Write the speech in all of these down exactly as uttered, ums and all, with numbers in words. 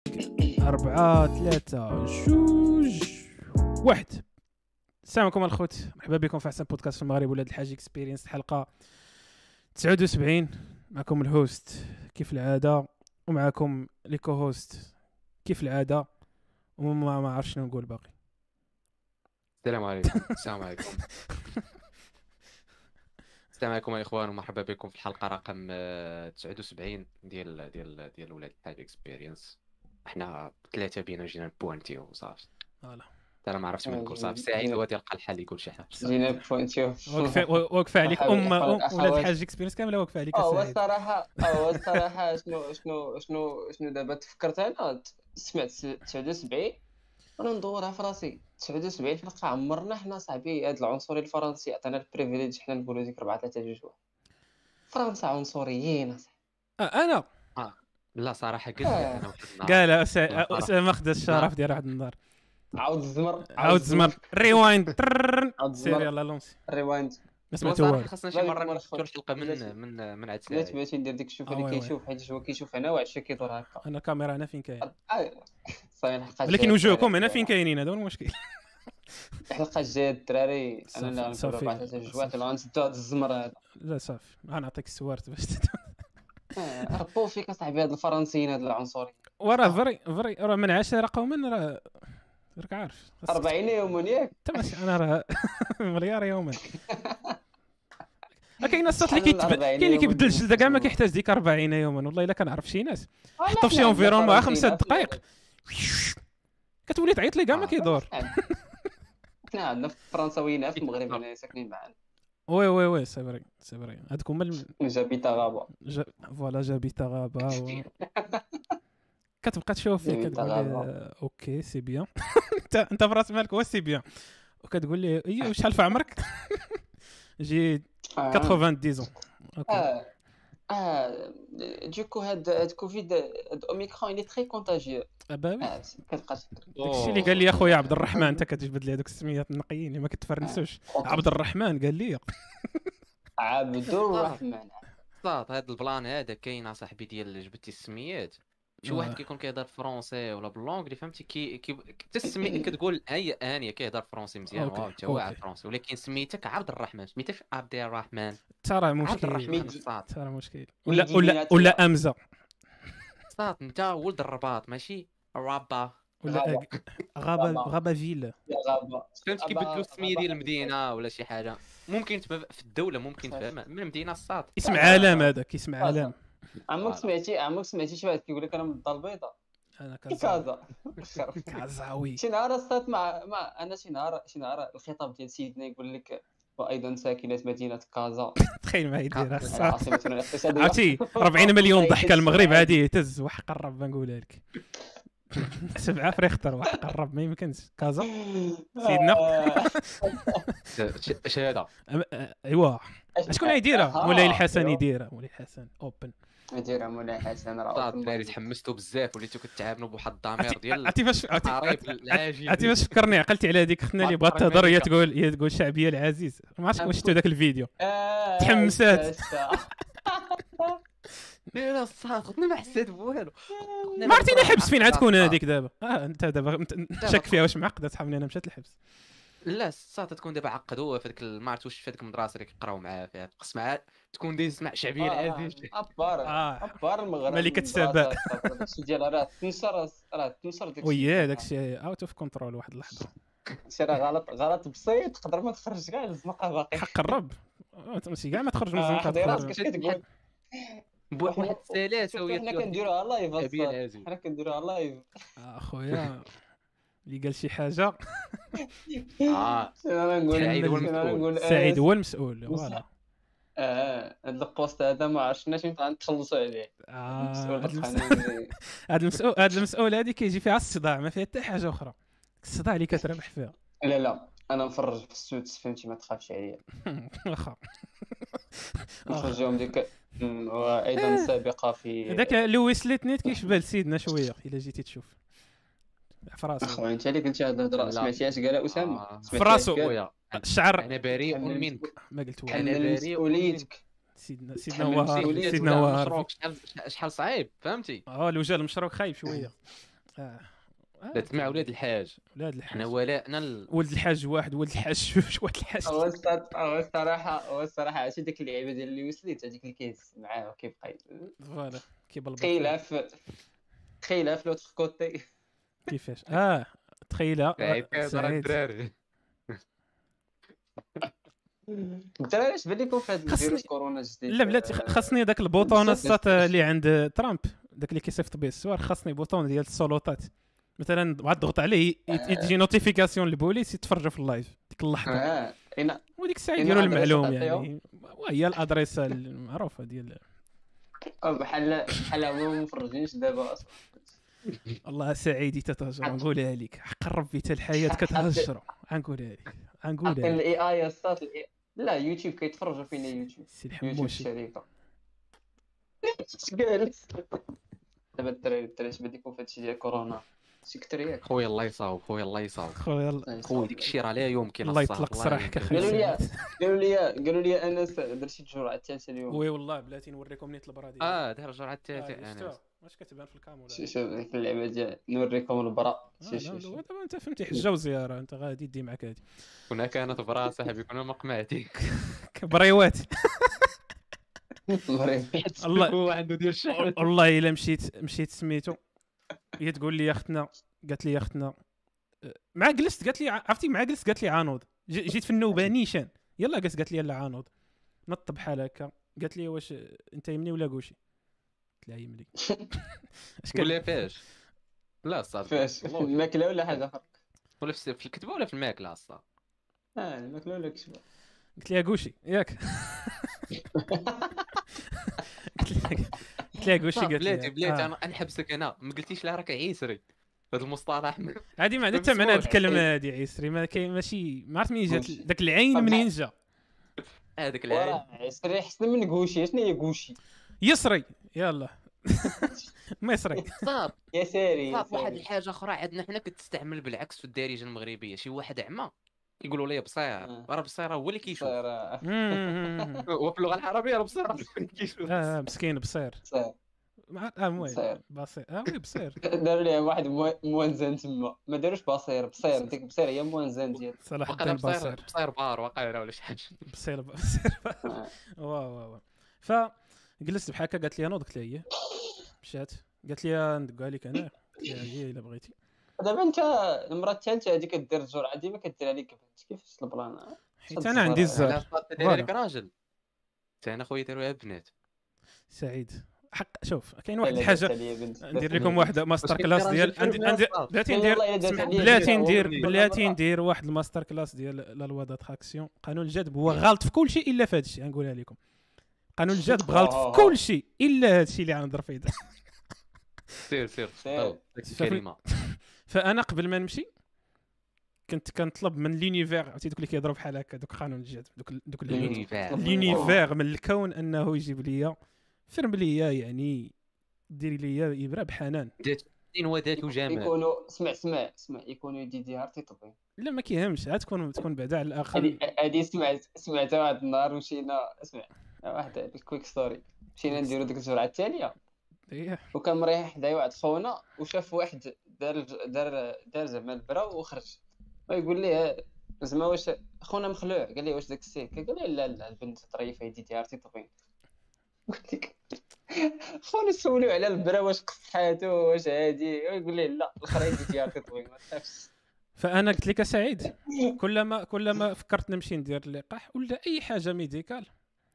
أربعة ثلاثة جوج واحد. السلام عليكم الخوت، مرحبا بكم في احسن بودكاست في المغرب، ولاد الحاج اكسبيرينس، حلقة تسعة وسبعين. معكم الهوست كيف العادة، ومعكم ليكو هوست كيف العادة، وما ما عرفش شنو نقول باقي. السلام عليكم. السلام عليكم. السلام عليكم الاخوان، ومرحبا بكم في الحلقه رقم آه، تسعة وسبعين ديال ديال ديال ولاد الحاج اكسبيرينس. احنا ثلاثه بينا جينا بوانتيو صافي. فوالا انا ما عرفتش منكم صافي. سعيد هو تلقى الحل يقول شي حاجه. جينا بوينتيو. وقف وقف عليك ام ام ولاد الحاج اكسبيرينس كامله، وقف عليك اه سعيد. والصراحه اه والصراحه شنو شنو شنو شنو دابا تفكرت انا سمعت تسعة وسبعين وانا ندورها في راسي. تسعة وسبعين حلقه عمرنا حنا صاحبي هاد العنصري الفرنسي عطانا البريفيليج حنا نقولوا ديك أربعة ثلاثة جوج واحد. فرنسا عنصريين اصاحبي. آه انا آه. لا صراحه قلت لك آه. انا واحد النهار قال لا، اسامه اخذ الشرف ديال واحد النهار. عاود الزمر عاود زمر ريوايند عاود سير الزمر يلا لونسي. ريوايند. ما هو سمعتو صراحه والو. خاصنا شي لا، مره ديك نشوفوا مرة الحلقه بلاتي. من من من عاد بلاتي سعيد. بغيتي ندير ديك الشوفه آه اللي وي وي. كيشوف، حيت هو كيشوف هنا وعشا كيدور هكا. انا كاميرا هنا فين كاين، صاير الحلقه ولكن وجوهكم هنا فين كاينين، هذا هو المشكل. الحلقه الجايه الدراري انا صافي، اللي غنقول صافي، أربعة ثلاثة جوج واحد صافي. ولا غنسدو هاد الزمر هذا. لا صافي غنعطيك السوارت باش آه، ربو فيك اصاحبي هاد الفرنسيين هاد العنصريين. وراه فري فري راه من عشرة قوما راه راك عارف أربعين يوما ياك. انت ماشي انا راه مليار يوما. كاين الصوت اللي شحال كيتب... من أربعين كاين اللي يوما كيبدل الجلده كاع ما ندوزو. كيحتاج ديك أربعين يوما. والله الا كنعرف شي ناس آه، لا، حطوا في شي حنا عندنا انفيرونمون خمسة فرنسيين في دقائق كتولي تعيط لي كاع ما آه. كيدور. حنا عندنا فرنساويين في المغرب هنا ساكنين معنا. وي وي وي سي فري سي فري. هادوك هما الم... جابيتا غابه. ج... فوالا جابيتا غابه و... كتبقى تشوف فيه جابيتا كتقول لي غابة. آه، اوكي سي بيان. انت انت في راس مالك هو سي بيان، وكتقول لي ايوا شحال في عمرك؟ جي آه. ثمانين ديزون. اوكي اه اه دوكو هاد هاد كوفيد هاد اوميكرون اللي تري كونتاجيو. اباوي اه كتبقى داكشي اللي قال لي اخويا عبد الرحمن. انت كتجبد لي هذوك السميات النقيين اللي ما كتفرنسوش. عبد الرحمن قال لي عبد الرحمن. صاد هذا البلان هذا كاين اصاحبي ديال جبتي السميات. شي آه. واحد كيكون كيهضر فرونسي ولا باللونجلي فهمتي كي كي تسمي كتقول هي هانيه كيهضر فرونسي مزيان أوكي، واو انت واعر أوكي. فرونسي، ولكن سميتك عبد الرحمن، سميتك عبد الرحمن. ترى عبد مشكل، الرحمن صاد ترى مشكل. ولا ميدي ولا ميناتيا. ولا امزه صاد انت ولد الرباط ماشي رابا. ولا غابة. أج- غابه غابة. غابه فيل. يا غابة. فهمت كيبدلوا غابة- السميه غابة ديال هاد المدينه ولا شي حاجه ممكن تبقى في الدوله، ممكن صحيح. تفهم من المدينه الصاد. اسم لا، عالم لا. هذاك، اسم عالم. عمرك فوالا. سمعتي عمرك سمعتي شي واحد كيقول لك انا من الدار البيضاء انا كي كازا كازا. كازاوي. شي نهار صات مع مع انا شي نهار شي نهار الخطاب ديال سيدنا يقول لك وايضا ساكنه مدينه كازا تخيل ما يدير الصاد. العاصمه الاقتصاديه. عرفتي أربعين مليون ضحكه المغرب هذه يهتز وحق قرب نقولها لك. سبعه فريختر وحق قرب ما يمكنش. كازا سيدنا. اش هذا أم- آه، ايوا شكون يديرها؟ مولاي الحسن يديرها. مولاي الحسن اوبن. يديرها مولاي حسن راه صاد الدراري تحمستوا بزاف وليتو كتعاملوا بواحد الضمير عرفتي ديال عرفتي فاش عرفتي- التعريف العاجل. عرفتي فاش فكرني عقلتي على هذيك اختنا اللي بغات تهضر هي تقول هي تقول شعبيه العزيز. ما عرفتش واش شفتوا ذاك الفيديو. تحمسات. لا صاد خدنا ما حسيت بوالو. ما عرفتي الحبس فين عتكون هذيك دابا. اه انت دابا انت شاك فيها واش معقده صحابني انا مشات الحبس. لا صاد تكون دابا عقدوها في ديك ما عرفت واش في هذيك المدرسه اللي كيقراو معاه فيها تقص معاه تكون دايز مع شعبيه العزيز. ابار آه. ابار المغرب ملكة السباء. داكشي ديالها راه تنشر راه تنشر داكشي. وياه داكشي اوت اوف كنترول واحد اللحظه. شي راه غلط غلط بسيط تقدر ما تخرج كاع الزنقه باقي. حق الرب ماشي كاع ما تخرج من آه، الزنقه حضي راسك تخرج. اش كتقول. بواحد واحد السلاسه شوف وهي حنا كنديروها لايف شعبيه اصاحبي، العزيز. حنا كنديروها لايف. اخويا اللي قال شي حاجه اه انا نقول سعيد هو أنا المسؤول. نقول سعيد آه، هو المسؤول. مس- فوالا اه هاد البوست هذا ما عرفناش ينفع نتخلصوا عليه. آه، المسؤول هاد المس- القانوني. هاد المسؤول هاد المسؤول هذه كيجي فيها الصداع، ما فيها حتى حاجه اخرى. الصداع اللي كتربح فيها. لا لا انا مفرج في السوتس فهمتي ما تخافش عليا. واخا نخرجهم ديك أمم، وايضا سابقه في هذاك لويس ليتنيت كيشبه لسيدنا شويه الا جيتي تشوف في راسو. اخويا انت اللي قلتي هاد الهضره لا. سمعتيها اش قال اسامه؟ آه. سمعتيها في راسو. اش قال؟ خويا الشعر انا بريء حمل منك. ما قلت والو. أنا حمل بريء مسؤوليتك. سيدنا سيدنا تحمل وهار مسؤولية سيدنا الوجه وهار المشروق شحال شحال صعيب فهمتي. اه الوجه المشروق خايب شويه. اه لا تسمع ولاد الحاج، ولاد حنا الحاج، ولائنا ال... ولد الحاج واحد، ولد الحاج جوج، ولد الحاج هو الصراحه هو الصراحه هو الصراحه عرفتي ديك اللعيبه ديال اللي وصلت هذيك اللي كيهز معاه وكيبقى فوالا كيبلبط تخيلها في تخيلها في لوتر كوتي. كيفاش اه تخيلها سعيد كيهضر سعيد الدراري. الدراري اش بان لكم في هذا خاصني- الفيروس كورونا الجديد؟ لا بلاتي خ- خاصني داك البوطون بزاف الساط ديال اللي عند ترامب، داك اللي كيصيفط به الصور، خاصني بوطون ديال السولوطات مثلا، بعد ضغط عليه يت- يجي نوتيفيكاسيون للبوليس يتفرجوا في اللايف ديك اللحظه، اه انا وديك الساعه إن يديروا أدريسة المعلوم تعطيهم؟ يعني، وهي الادريسه المعروفه ديال بحال بحال هما مفرجينش دابا اصلا. الله سعيدي تتهجر، نقولها لك حق ربي حتى الحياه كتهجروا، غنقولها لك غنقولها حاطين لك الاي اي الصات الإي- لا يوتيوب كيتفرجوا فينا يوتيوب سي يوتيوب الحموشي. الشركه. اش قال دابا الدراري الدراري اش بان لكم في هادشي ديال كورونا؟ شي كتر ياك خويا الله يصاوب، خويا الله يصاوب، خويا الله- خويا ديك الشيء راه لا يمكن الله الصراحة، يطلق والله سراحك يمكن. اخي قالوا لي سعيد. قالوا لي قالوا لي انس درتي الجرعه الثالثه اليوم. وي والله بلاتي نوريكم نيت البرا ديالي. اه دار الجرعه آه، الثالثه شفتوها؟ انا واش كتبان في الكاميرا؟ شوف شوف ديك اللعبه ديال نوريكم البرا. آه، شوف لا، شوف لا، شوف دابا انت فهمتي حجه وزياره، انت غادي دي معك هادي كنا كانت برا صاحبي كنا ما قمعتي بريوات. المغرب. الله هو عنده ديال الشحن. والله الا مشيت مشيت سميتو، هي تقول لي يا اختنا، قالت لي يا اختنا أه، مع جلست قالت لي ع- عرفتي مع جلست قالت لي عنوض، ج- جيت في النوبه نيشان، يلا جلست قالت لي لا عنوض، نط بحال هكا، قالت لي واش انت يمني ولا كوشي؟ قلت لها يمني. اش قول كان لي فاش؟ لا صافي فاش الماكله ولا حاجه اخرى؟ ولا في في الكتبه ولا في الماكله اصلا؟ اه الماكله ولا كشبه؟ قلت لها كوشي ياك. قلت لها قلت لها كوشي، صافي قالت بلاتي لي بلاتي آه. انا نحبسك انا، ما قلتيش لها راك عيسري هذا المصطلح. هادي ما عندها ما حتى معنى هاد بسموش. الكلمه هادي عيسري، ما كاين ماشي، ما عرفت منين جات كوشي. داك العين، طب منين جا هذاك العين وراه عسري احسن من كوشي. شنو هي كوشي؟ يسري يلا. مصري. صاب يا ساري يا صاب. واحد ساري. الحاجه اخرى عندنا حنا كتستعمل بالعكس في الدارجه المغربيه، شي واحد اعمى يقولوا لي بصير، آه. راه بصير هو اللي كيشوف، صاير مم. هو في اللغه العربيه راه بصير هو اللي كيشوف. اه مسكين بصير، صاير مع- اه المهم بصير. بصير، اه وي بصير داروا ليه واحد مو- موانزان تما، ما داروش بصير بصير، ديك بصير هي موانزان ديال. صلاح وقيلا الدين بصير بصير بصير بار وقيلا ولا شي حاجه. بصير بصير آه. واو واو واو. فجلست بحال هكا، قالت لي نوض، قلت لها هي مشات، قالت لي ندقها لك انا، قلت لها هي الا بغيتي. دابا انت المره الثالثه هذيك كدير الجرعه ديما كديرها لك بنت، كيفاش البلان؟ حيت انا عندي الزهر. لا الزهر. صافي داير لك راجل، حتى انا خويا داروها بنات. سعيد حق شوف كاين واحد الحاجه، ندير لكم واحد ماستر واش كلاس كدير ديال راجل عندي فيلم عندي يا بلاتي لا ندير والله إلا دارت اسمح، عليا بلاتي فيها، ندير والله. بلاتي ندير واحد الماستر كلاس ديال لا لوا داتراكسيون. قانون الجذب هو غلط في كل شيء الا في هذا الشيء، غنقولها لكم. قانون الجذب غلط في كل شيء الا هذا الشيء اللي غنهضر فيه. سير سير سير. طلب ديك الكلمه. فانا قبل ما نمشي كنت كنطلب من لونيفير، عرفتي دوك اللي كيهضروا بحال هكا، دوك قانون الجذب، دوك دوك لونيفير. لونيفير من الكون انه يجيب لي فرمليه، يعني ديري لي ابره بحنان. ذات وذات جمال. يكونوا اسمع اسمع اسمع يكونوا يدي ديال تيطبين. لا ما كيهمش، عاد تكون تكون بعدا على الاخر. هذه هذه سمعت سمعتها واحد النهار ومشينا. اسمع واحد الكويك ستوري، مشينا نديرو ديك الجرعه الثانيه، إيه. وكان مريح حدايا واحد خونا وشاف واحد دار دار دار زعما البرا وخرج، ويقول ليه زعما واش خونا مخلوع، قال لي واش داك السيد؟ قال لي لا لا البنت طريفه يدي ديال تيطبين. قلت لك خونا سولو على البرا واش قصحاتو واش هادي، ويقول لي لا الاخرى يدي ديال تيطبين ما تخافش. فانا قلت لك سعيد، كلما كلما فكرت نمشي ندير اللقاح ولا اي حاجه ميديكال،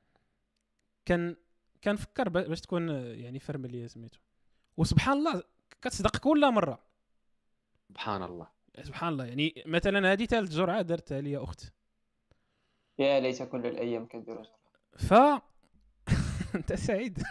كان كنفكر باش تكون يعني فرمليه سميتو، وسبحان الله كتصدق كل مره. سبحان الله سبحان الله، يعني مثلا هذه ثالث جرعه درتها لي اخت. يا ليت كل الايام كنديروا جرعه. ف انت سعيد.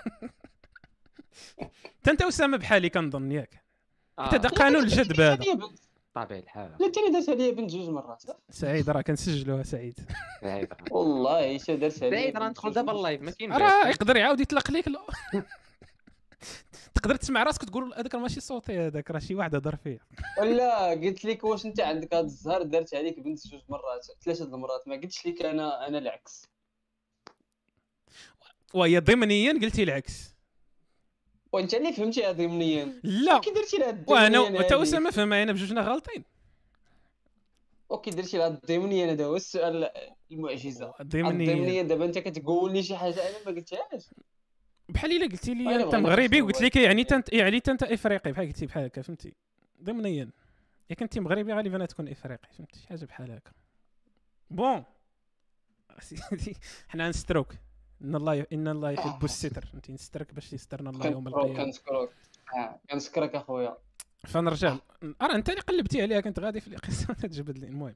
انت انت اسامه بحالي كنظن ياك، انت دا قانون الجذب هذا طبيعي الحال. لا انت اللي درتها ليا بنت جوج مرات. سعيد راه كنسجلوها سعيد، بعيد والله اش درتها ليا بعيد راه بنت ندخل جوج دابا مرات. اللايف ما كاين راه يقدر يعاود يطلق ليك. لا تقدر تسمع راسك تقول هذاك راه ماشي صوتي، هذاك راه شي واحد هضر فيه. ولا قلت لك واش انت عندك هذا الزهر درت عليك بنت جوج مرات ثلاثه المرات، ما قلتش لك انا انا العكس. وهي ضمنيا قلتي العكس. وانت اللي فهمتي هذه ضمنيا لا كي درتي لها وانا الضمنيا وتا اسامه فهمها انا بجوجنا غالطين. وكي درتي لها الضمنيا هذا هو السؤال المعجزه. ضمنيا الضمنيا دابا انت كتقول لي شي حاجه انا ما قلتهاش. بحال الا قلتي لي أنا انت بغينا مغربي نفهموا وقلت لك يعني انت يعني انت افريقي بحال قلتي بحال هكا فهمتي. ضمنيا يا كنتي مغربي غالبا تكون افريقي فهمتي شي حاجه بحال هكا. بون سيدي حنا نستروك ان الله ان الله يحب الستر فهمتي نسترك باش يسترنا الله يوم كنشكرك القيامه. كنشكرك آه، كنشكرك اخويا. فنرجع ارى انت اللي قلبتي عليها كنت غادي في القصه تجبد لي. المهم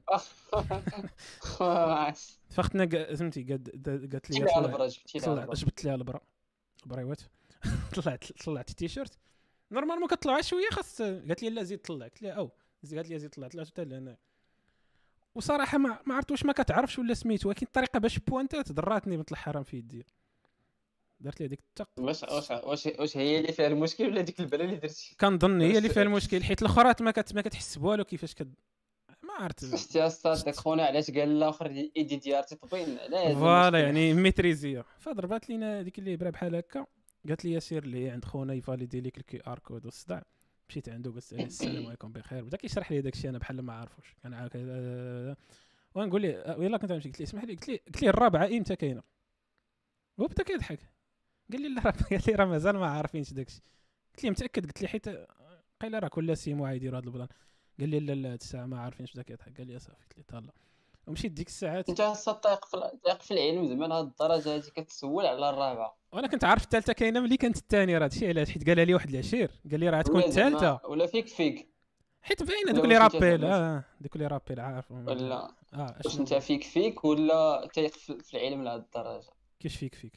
فاختنا قا- فهمتي قد- قالت لي جبتي لها طلع- البرا جبتي لها طلع البرا. جبت ليها البرا بريوات طلعت طلعت التيشيرت نورمالمون كطلع شويه خاص. قالت لي لا زيد طلع قلت لها او قالت لي زيد طلع طلعت حتى لهنا. وصراحه ما ما عرفت واش ما كتعرفش ولا سميت ولكن الطريقه باش بوانتات ضراتني مثل الحرام في يدي. درت لي هذيك التق واش واش واش واش هي اللي فيها المشكل ولا ديك البلا اللي درتي؟ كنظن هي اللي فيها المشكل حيت الاخرات ما كت ما كتحس بوالو كيفاش كد ما عرفت. شفتي استاذ داك خونا علاش قال الاخر ايدي ديال تطبين على فوالا يعني ميتريزيه. فضربات لينا هذيك اللي برا بحال هكا قالت لي سير لي عند خونا يفاليدي ليك الكي ار كود والصداع. مشيت عنده قلت له السلام عليكم بخير بدا كيشرح لي داك الشيء انا بحال ما عارفوش كان عاك ونقول لي يلاه كنت غنمشي قلت لي اسمح لي قلت لي قلت لي الرابعه امتى كاينه هو بدا كيضحك قال لي لا راه قال لي راه مازال ما عارفينش داك الشيء. قلت لي متاكد قلت لي حيت قيل راه كل سيمو غيديروا هذا البلان. قال لي لا لا هاد الساعه ما عارفينش بدا كيضحك. قال لي صافي قلت له تهلا ومشيت ديك الساعات. انت هسه طايق في طايق في العلم زعما لهاد الدرجه هادي كتسول على الرابعه. وانا كنت عارف الثالثه كاينه ملي كانت الثانيه راه هادشي علاش حيت قالها لي واحد العشير قال لي راه تكون ولا زعما- الثالثه ولا فيك فيك حيت باينه لا دوك اللي واش انت رابيل زعما- اه دوك اللي رابيل عارف ولا اه واش اشنو انت فيك فيك ولا تايق في في العلم لهاد الدرجه؟ كيش فيك فيك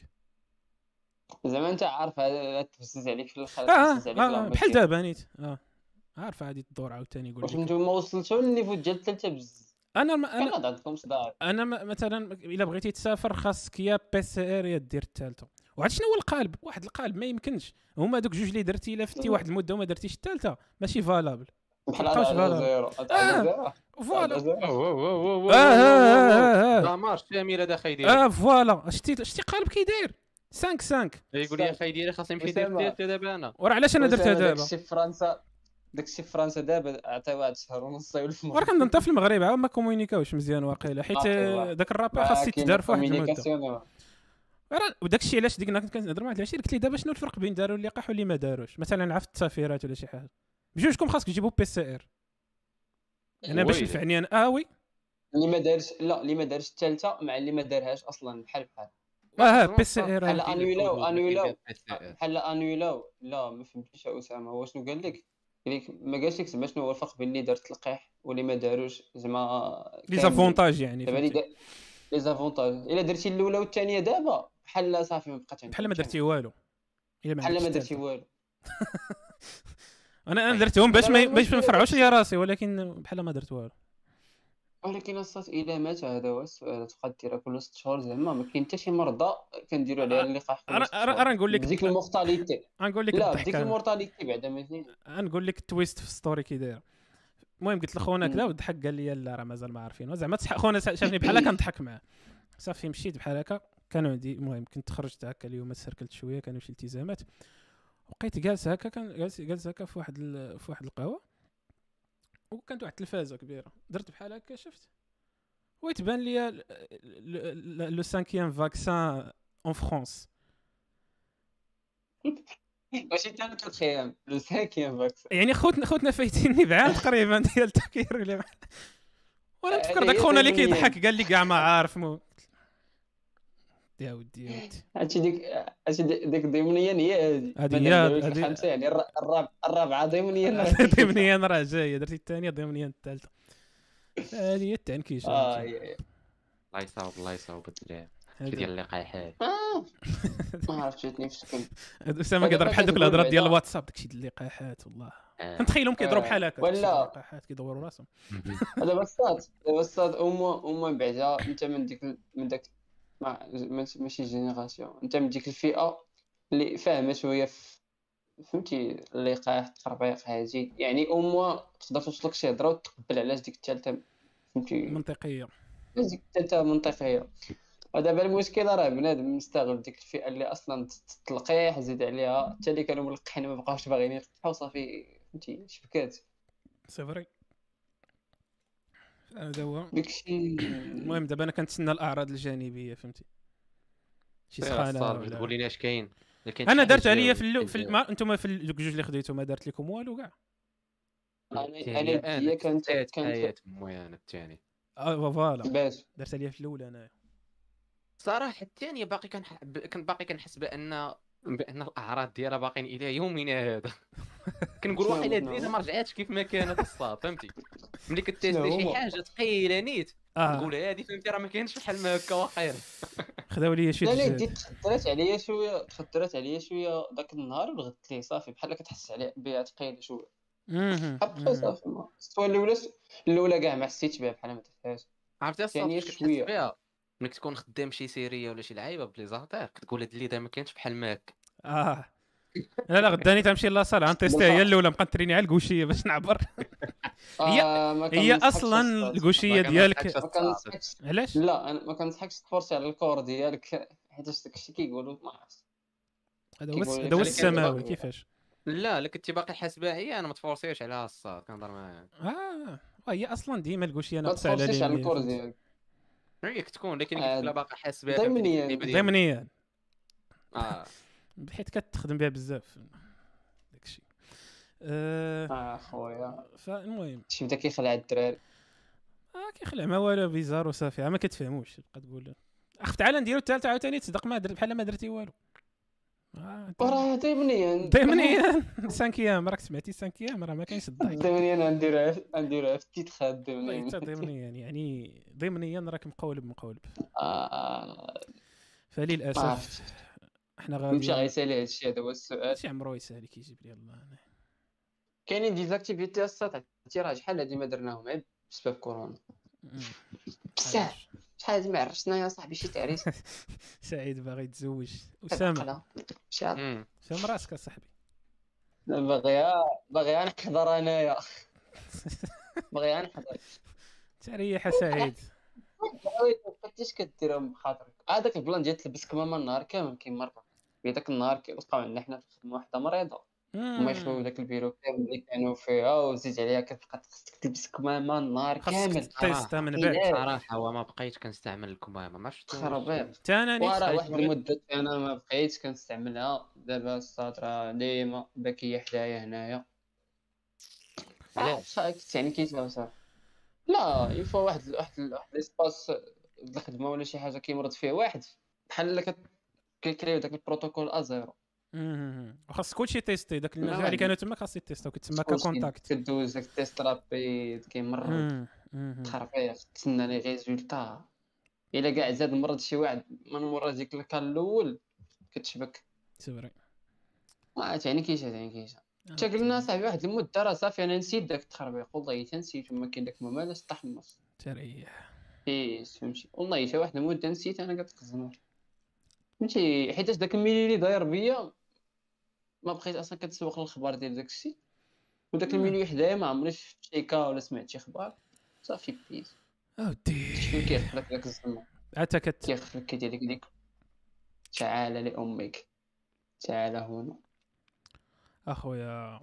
زعما انت عارف هذا تبزز عليك في الاخر اه تبزز عليك اه, لا آه ما بحال كاين. دابا نيت اه عارف عادي الدور عاوتاني يقول واش لك نتوما وصلتوا للنيفو ديال الثالثه بزز انا ما كان انا عندكم صداع؟ انا م- مثلا الا بغيتي تسافر خاصك يا بي سي ار يا دير الثالثه. وعاد شنو هو القالب واحد القالب ما يمكنش هما دوك جوج اللي درتي الا فتي واحد المده وما درتيش الثالثه ماشي فالابل بحال مابقاوش هذا فالابل. زيرو آه. هذا زيرو فوالا هذا زيرو. اه اه اه دمار شامل هذا خاي ديالي. اه فوالا شتي شتي قالب كي داير خمسة خمسة. يقول لي خاي ديالي خاصني نمشي ندير أسامة. الثالثه دابا انا. وراه علاش انا درتها دابا داكشي في فرنسا داكشي في فرنسا دابا عطاو واحد شهر ونص يولف وراه كنظن حتى في المغرب عا ما كومونيكاوش مزيان واقيلا حيت واقيلا. داك الرابور خاص يتدار في واحد المده. المده. راه وداك الشيء علاش ديك كنت كنهضر مع واحد العشير قلت لي دابا شنو الفرق بين داروا اللقاح واللي ما داروش مثلا عرفت التسافيرات ولا شي حاجه بجوجكم خاصك تجيبوا بي سي ار. انا باش ويلي. ينفعني انا اه وي اللي ما دارش لا اللي ما دارش الثالثه مع اللي ما دارهاش اصلا بحال بحال اه بي سي ار بحال آه. انويلاو انويلاو بحال انويلاو. لا ما فهمتيش يا اسامه هو شنو قال لك؟ قال لك ما قالش لك زعما شنو هو الفرق بين اللي دار اللقاح واللي ما داروش زعما لي زافونتاج يعني دابا اللي فهمتي؟ دا- لي زافونتاج الا درتي الاولى والثانيه دابا بحال صافي ما بقات عندك بحال ما درتي والو الا ما بحال ما عندكش درتي التالتة. والو. انا انا درتهم باش لا، ما لا، باش ما المشكلة نفرعوش داكشي. ليا راسي ولكن بحال ما درت والو. ولكن الصوت الا مات هذا هو السؤال تبقى ديرها كل ست شهور زعما ما كاين حتى شي مرضى كنديروا عليها اللقاح كل انا ست انا شهور أنا نقول لك بديك المورتاليتي. نقول لك لا الضحك بديك أنا. المورتاليتي بعدا ماشي نقول لك التويست في ستوري كي داير. المهم قلت لخونا مم. كذا وضحك قال لي لا راه مازال ما عارفين زعما تصح- خونا شافني بحال هكا نضحك معاه صافي مشيت بحال هكا كانوا عندي المهم كنت خرجت هكا اليوم تسركلت شويه كانوا شي التزامات وبقيت جالس هكا كان جالس جالس هكا في واحد ال... في واحد القهوه وكانت واحد التلفازه كبيره درت بحال هكا شفت ويتبان لي لو سانكيام فاكسان اون فرانس ماشي حتى الخيام لو سانكيام فاكس. يعني خوتنا خوتنا فايتيني بعام تقريبا ديال التفكير ولا وانا نفكر داك هي خونا اللي ضمنياً. كيضحك قال لي كاع ما عارف مو يا ودي يا ودي هادشي ديك هادشي ديك ضمنيا هي هادي هادي مادام هي- داوي لك هادي- الخامسه يعني الر- الرابعه الرابعه ضمنيا ضمنيا راه جايه درتي الثانيه ضمنيا الثالثه هذه هي التعنكيشه اه هي- هي. الله يصاوب الله يصاوب الدراري هذا- ديال اللقاحات. آه. ما عرفتش جاتني في السكن. هذا اسامه هذا كيضرب بحال دوك كتقول الهضرات ديال بعدا. الواتساب داكشي ديال اللقاحات والله آه. كنتخيلهم كيضربوا آه. بحال هكا ولا- داكشي ديال اللقاحات كيدوروا راسهم هذا بساط هذا بساط أمه أمه بعدا أنت من ديك ال- من داك ما ماشي ماشي جينيراسيون أنت من ديك الفئة اللي فاهمة شوية في فهمتي اللقاح التخربيق هادي يعني أمه تقدر توصلك شي هضرة وتقبل علاش ديك الثالثة فهمتي منطقيه علاش ديك الثالثة منطقية. ودابا المشكله راه بنادم مستغل ديك الفئه اللي اصلا تلقيح زيد عليها حتى اللي كانوا ملقحين ما بقاوش باغيين يلقحوا صافي فهمتي شبكات سي فري هذا هو. داكشي. المهم دابا انا كنتسنى الاعراض الجانبيه فهمتي شي سير سخانه الصاد باش ولا- تقول لنا اش كاين. إلا كاين انا شي درت حاجة عليا جاوب، في اللو... في جاوب. ال- ما انتم في ال- دوك جوج اللي خديتو ما درت لكم والو كاع. انا الثاني انا انا هي كانت تسات كانت حياة امي انا الثاني. اه فوالا باش درت عليا في الاولى انا. صراحه الثانيه باقي كنح... ب- كنت باقي كنحس بان بان الاعراض ديالها باقيين الى يومنا هذا. كنقول شنو واحد هما- هاد الليله ما رجعاتش كيف ما كانت الصاد فهمتي. ملي كتيستي شنو شي هما؟ حاجه ثقيله نيت اه تقول هادي فهمتي راه ما كاينش بحال ما هكا واقيلا. خداو لي شي لا لا دجاج. ديت تخدرات عليا شويه تخدرات عليا شويه داك النهار ولغدت ليه صافي بحال كتحس عليه بها ثقيله شويه مهم، ابخي مهم. صافي ما السوا الاولى الاولى كاع ما حسيتش بها بحال ما درتهاش عرفتي الصاد ثانية فاش كتحس شوية. بها ملي كتكون خدام شي سيريه ولا شي لعيبه بلي زارتير كتقول هاد الليله ما كاينش بحال ما هكا. اه لا لا غداني تمشي لاصال غنتيستي هي الاولى نبقى نتريني على الكوشيه باش نعبر. هي- آه ما هي كنصحكش اصلا الصاد. الكوشيه ما ديالك كنضحكش ما الصاد. كنصحكش علاش؟ لا انا ما كنصحكش تفرشي على الكور ديالك حيت داكشي كيقولوا ما عرفتش هذا هو كيقول هذا هو لك السماوي كيقول- كيفاش. لا لا كنتي باقي حاسبها هي انا ما تفورسيش عليها الصاد كنهضر معاك. اه هي اصلا ديما الكوشيه ما ناقصه على تفرشيش على اليمين الكور فهمتي؟ ديالك هيك تكون لكن آه، قلت لا باقي حاسبها ضمنياً. ضمنيا اه حيت كتخدم بها بزاف داكشي. آه اه خويا فالمهم شي بدا كيخلع الدراري اه كيخلع ما والو بيزار وصافي ما كتفهموش تبقى تقول اخ تعال نديرو الثالثه عاوتاني تصدق ما درت بحال ما درتي والو. اه وراه ضمنيا ضمنيا سانكيام راك سمعتي سانكيام راه ما كاينش الضحك. ضمنيا نديروها نديروها في التيتر والله حتى ضمنيا ضمنيا يعني ضمنيا راك مقولب مقولب. آه، ما فللاسف عرفتش احنا مشى غادي غيسالي هادشي هذا هو السؤال. شي عمرو يسالي كيجيب لي الله انا. كاينين ديزاكتيفيتي الساط راه شحال هادي ما درناهم غير بسبب كورونا مم. بصح شحال هادي ما عرفنا يا صاحبي شي تعريس سعيد باغي يتزوج اسامه عقلة. شحال امم فهم راسك اصاحبي. باغيها باغيها نحضر انايا باغيها نحضر تريح سعيد. فاش كديرهم بخاطرك هذاك البلان ديال تلبس كمامه النهار كامل كاين مره في داك النهار كيلقاو عندنا حنا في الخدمه واحده مريضه هما يخليو داك البيرو كامل اللي كانوا فيها وزيد عليها كتبقى خصك تلبس كمامه النهار خاصك كامل تيستا من بعد. إيه. صراحه هو ما بقيت كنستعمل الكمامه ما شفتوش. خرابيط تانا نيت وراه خايف واحد بغيت- المده انا ما بقيتش كنستعملها دابا الساطره ديما باكيه حدايا هنايا علاش كنت يعني كيتبان صافي لا يفوا واحد واحد واحد ليسباس الخدمه ولا شي حاجه كيمرض فيه واحد بحال كت كيكريو داك البروتوكول ازيرو مم. وخاص كلشي تيستي داك الناس ما اللي كانوا تما خاص يتيستاو كتسمى كونتاكت. كدوز داك التيست رابيد كيمرض خربيق تسنى لي ريزولتا الا كاع زاد مرض شي واحد من مورا ديك الكال الاول كتشبك سوري ما يعني كيش يعني كيش حتى قلنا صاحبي واحد المده راه صافي انا نسيت داك التخربيق والله حتى نسيت ما كاين داك المهم علاش تحمص تريح. ايش فهمتي والله حتى واحد المده نسيت انا كتقزمر فهمتي حيتاش داك الميلي اللي داير بيا ما بقيت اصلا كتسوق للخبار ديال داك الشيء وداك الميلي حدايا ما عمري شفت شي كا ولا سمعت شي اخبار صافي بيس اودي شنو كيخلق داك الزلمه عتا كت كيخلق كيدير لك ديك تعال لامك تعال هنا اخويا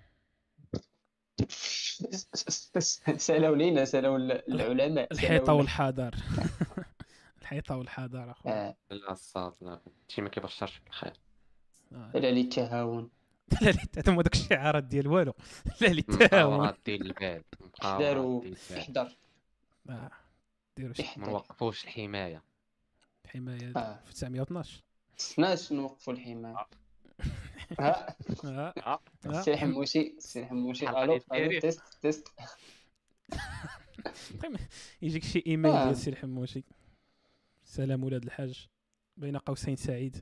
سالوا لينا سالوا العلماء الحيطه والحضر الحيطه والحضر اخويا. آه. لا الصاد لا شي ما كيبشرش بالخير. آه. لا لي التهاون لا لا هذا هما داك الشعارات ديال والو. لا لا التهاون. مقاورات ديال البال داروا مقاورات ديال البال احضر اه ديروا شي ما احضر نوقفوش الحمايه. حمايه آه. في تسعمية واثناش. سناش نوقفوا الحمايه ها اه اه آه. السي الحموشي السي الحموشي حلقة الو ديال الو التاريخ. تيست تيست يجيك شي ايميل آه. ديال السي الحموشي سلام ولاد الحاج بين قوسين سعيد.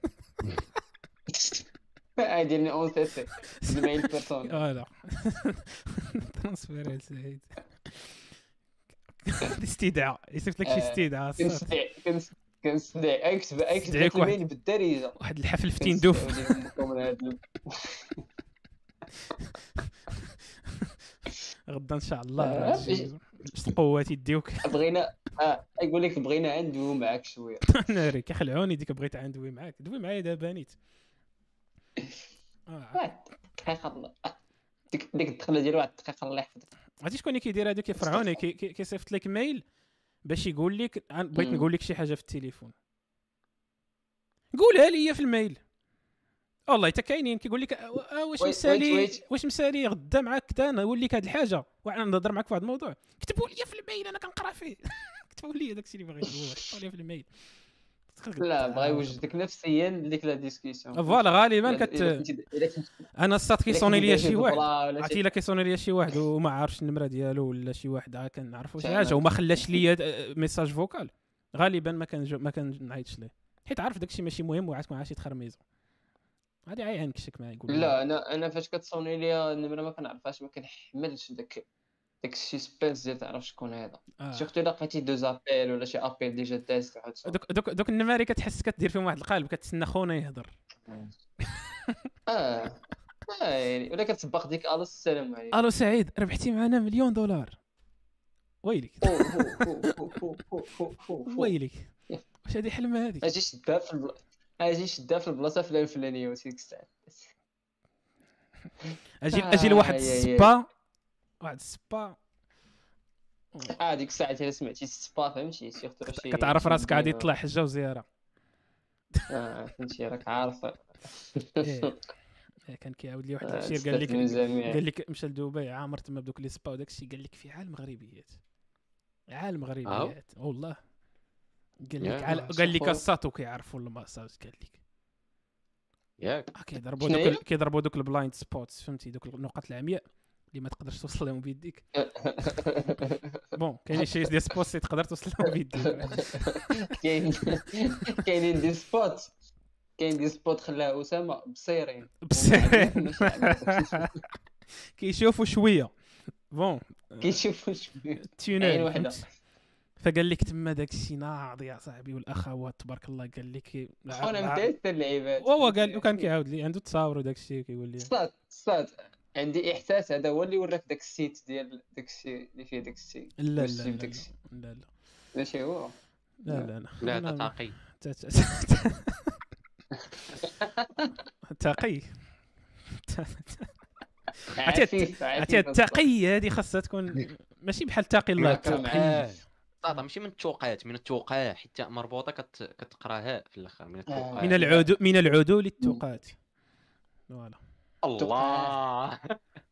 ديرني اون سي سي الميل بيرسون فوالا ترانسفير سعيد. استدعاء يصيفط لك شي آه. استدعاء صافي. كنستدعي كنس- كنستدعي اكتب اكتب استدعيك داك الميل بالدارجه واحد الحفل في تندوف. كنستدعي لكم من هاد ال- غدا ان شاء الله آه. غتجي. القوات يديوك. بغينا اه يقول لك بغينا ندويو معاك شويه. ناري كيخلعوني ديك بغيت عندوي معاك دوي معايا دابا نيت. اه واحد دقيقه الله، ديك ديك الدخله ديال واحد الدقيقه الله يحفظك. عرفتي شكون اللي كيدير هادو كيفرعوني كي- كي- كيصيفط لك ميل باش يقول لك عن- بغيت مم. نقول لك شي حاجه في التليفون قولها لي في الميل. والله حتى كاينين كيقول لك آه، آه، واش ويت- ويت- مسالي ويت. واش مسالي غدا معاك حتى نقول لك هاد الحاجه وانا نهضر معاك في هذا الموضوع كتبوا لي في الميل انا كنقرا فيه كتبوا لي داكشي اللي باغي تقول حطوا لي في الميل. لا بغا يوجدك نفسيا لديك لا ديسكسيون. فوالا غالبا كت انا الصات كيصوني ليا شي واحد عرفتي الا كيصوني ليا شي واحد وما عارفش النمره ديالو ولا شي واحد عا كنعرفو شي فعلا. حاجه وما خلاش ليا ميساج فوكال غالبا ما كان ما كنعيطش ليه حيت عارف داكشي ماشي مهم وعاد تكون عارف شي تخرميزو غادي عا ينكشك معايا يقول لا انا انا فاش كتصوني ليا النمره ما كنعرفهاش ما كنحملش داك داك السسبنس ديال تعرف شكون هذا. آه. سورتو الا لقيتي دو زابيل ولا شي ابيل ديجا داز واحد دوك دوك دوك النماري كتحس كدير فيهم واحد القالب كتسنى خونا يهضر. اه اه يعني ولا كتسبق ديك الو السلام عليكم. الو سعيد ربحتي معنا مليون دولار ويلك هو هو هو هو هو هو هو هو. ويلك واش هذه حلمه هذه اجي شدها في البلا... اجي شدها في البلاصه فلان الفلانيه وديك الساعه. اجي آه، اجي لواحد يا- يا- السبا واحد السبا اه ديك الساعه الا سمعتي السبا فهمتي سيرتو شي كتعرف شي راسك غادي مدينة. تطلع حجه وزياره. اه فهمتي راك عارف. إيه. إيه، كان كيعاود لي واحد آه، العشير قال تستثمر لك جميع. قال لك مشى لدبي عامر تما بدوك لي سبا وداك الشيء قال لك في عالم مغربيات عالم مغربيات والله قال لك يا عال... آه، قال لك شوفوا. الساتو كيعرفوا الماساج قال لك ياك آه، كيضربوا شنو دوك هي؟ ال- كيضربوا دوك البلايند سبوتس فهمتي دوك النقط العمياء اللي ما تقدرش توصل لهم بيديك. بون كاين شي ديال سبوتس اللي تقدر توصل لهم بيديك. كاين كاينين دي سبوت كاين دي سبوت خلاها اسامه بصيرين بصيرين. كيشوفوا شويه بون كيشوفوا شويه عين تيونيل وحده. فهمت؟ فقال لك تما داك الشيء ناضي يا صاحبي والاخوات تبارك الله قال لك خونا متاثر العباد هو قال وكان كيعاود لي عنده تصاور وداك الشيء كيقول لي صاد صاد عندي احساس هذا هو اللي وراك داك السيت ديال داك الشيء اللي فيه داك الشيء لا لا ماشي لا داك الشيء. لا لا ماشي هو لا لا لا لا أنا- تتاقي تا- تا- تقي عفيف عرفتي عفيف التقي هذه خاصها تكون ماشي بحال تاقي الله معك التقي معاه. طاطا ماشي من التوقات من التوقع حتى مربوطه كت... كتقراها في الاخر من التوقع من العدو من العدو للتقات فوالا الله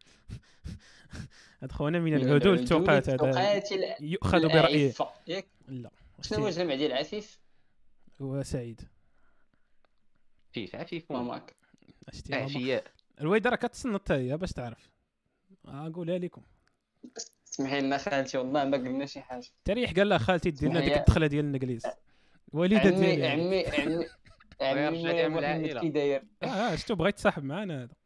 هاد خونا من العدو للتقات هذا التقاتل يؤخذ برأيه العفة. ياك لا شنو هو الجمع ديال عفيف؟ هو سعيد عفيف عفيف ماماك شتي ماما عفياء الويده راه كتصنت حتى هي باش تعرف نقولها لكم سمحي لنا خالتي والله ما قلنا شي حاجه. تريح قال لها خالتي دير لنا ديك هي- الدخله ديال الانجليز والده عمي ديالي عمي عمي ويرجع عمي ليهم محمد العائلة. كي داير؟ اه آه، شتو بغيت تصاحب معانا هذا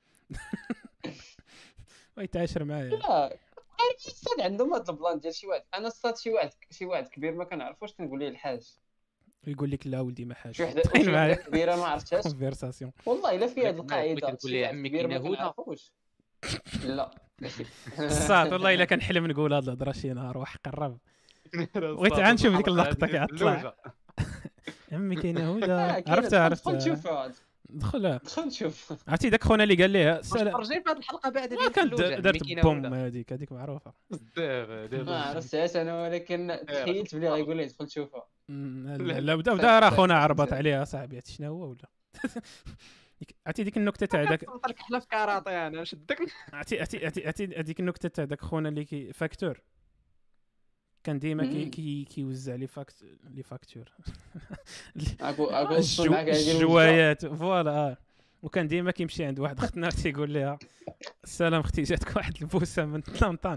بغيت يتعاشر معايا لا عارف الصاد عندهم هاد البلان ديال شي واحد. انا الصاد شي واحد شي واحد كبير ما كنعرفوش كنقول ليه الحاج. ويقول لك لا ولدي ما شي حاجه وحده طين شي وحده معايا كبيره ما عرفتهاش كونفرساسيون والله الا في هاد لا، القاعده كنقول شي ليه واحد عمي كبير كاين ما هدى. كنعرفوش. لا الصاد والله الا كنحلم نقول هاد الهضره شي نهار وحق الرب بغيت عاد نشوف ديك اللقطه كيطلع عمي كاينه هدى عرفتها دخل عرفتها شوفها دخل دخل نشوف. عرفتي داك خونا اللي قال ليه واش السلام خرجين في هذه الحلقه بعد ما ديال كانت الفلوجة؟ درت مي كاينة بوم هدى. هذيك هذيك معروفه دابا دابا ما عرفتهاش انا ولكن تخيلت بلي غيقول لي دخل شوفها. مم، لا، لا لا. لا بدا بدا راه خونا عربط عليها صاحبي عرفتي شنو هو ولا ديك- عرفتي ديك النكته تاع داك لك حلا في كاراطي انا شدك عرفتي عرفتي عرفتي عرفتي هذيك النكته تاع داك خونا اللي كي فاكتور كان ديما كي مم. كي كيوزع لي فاكت لي فاكتور اكو اكو وصل الجو... معاك هذه الوجبة. الجوايات فوالا آه. وكان ديما كيمشي عند واحد اختنا تيقول لها السلام اختي جاتك واحد البوسه من طنطان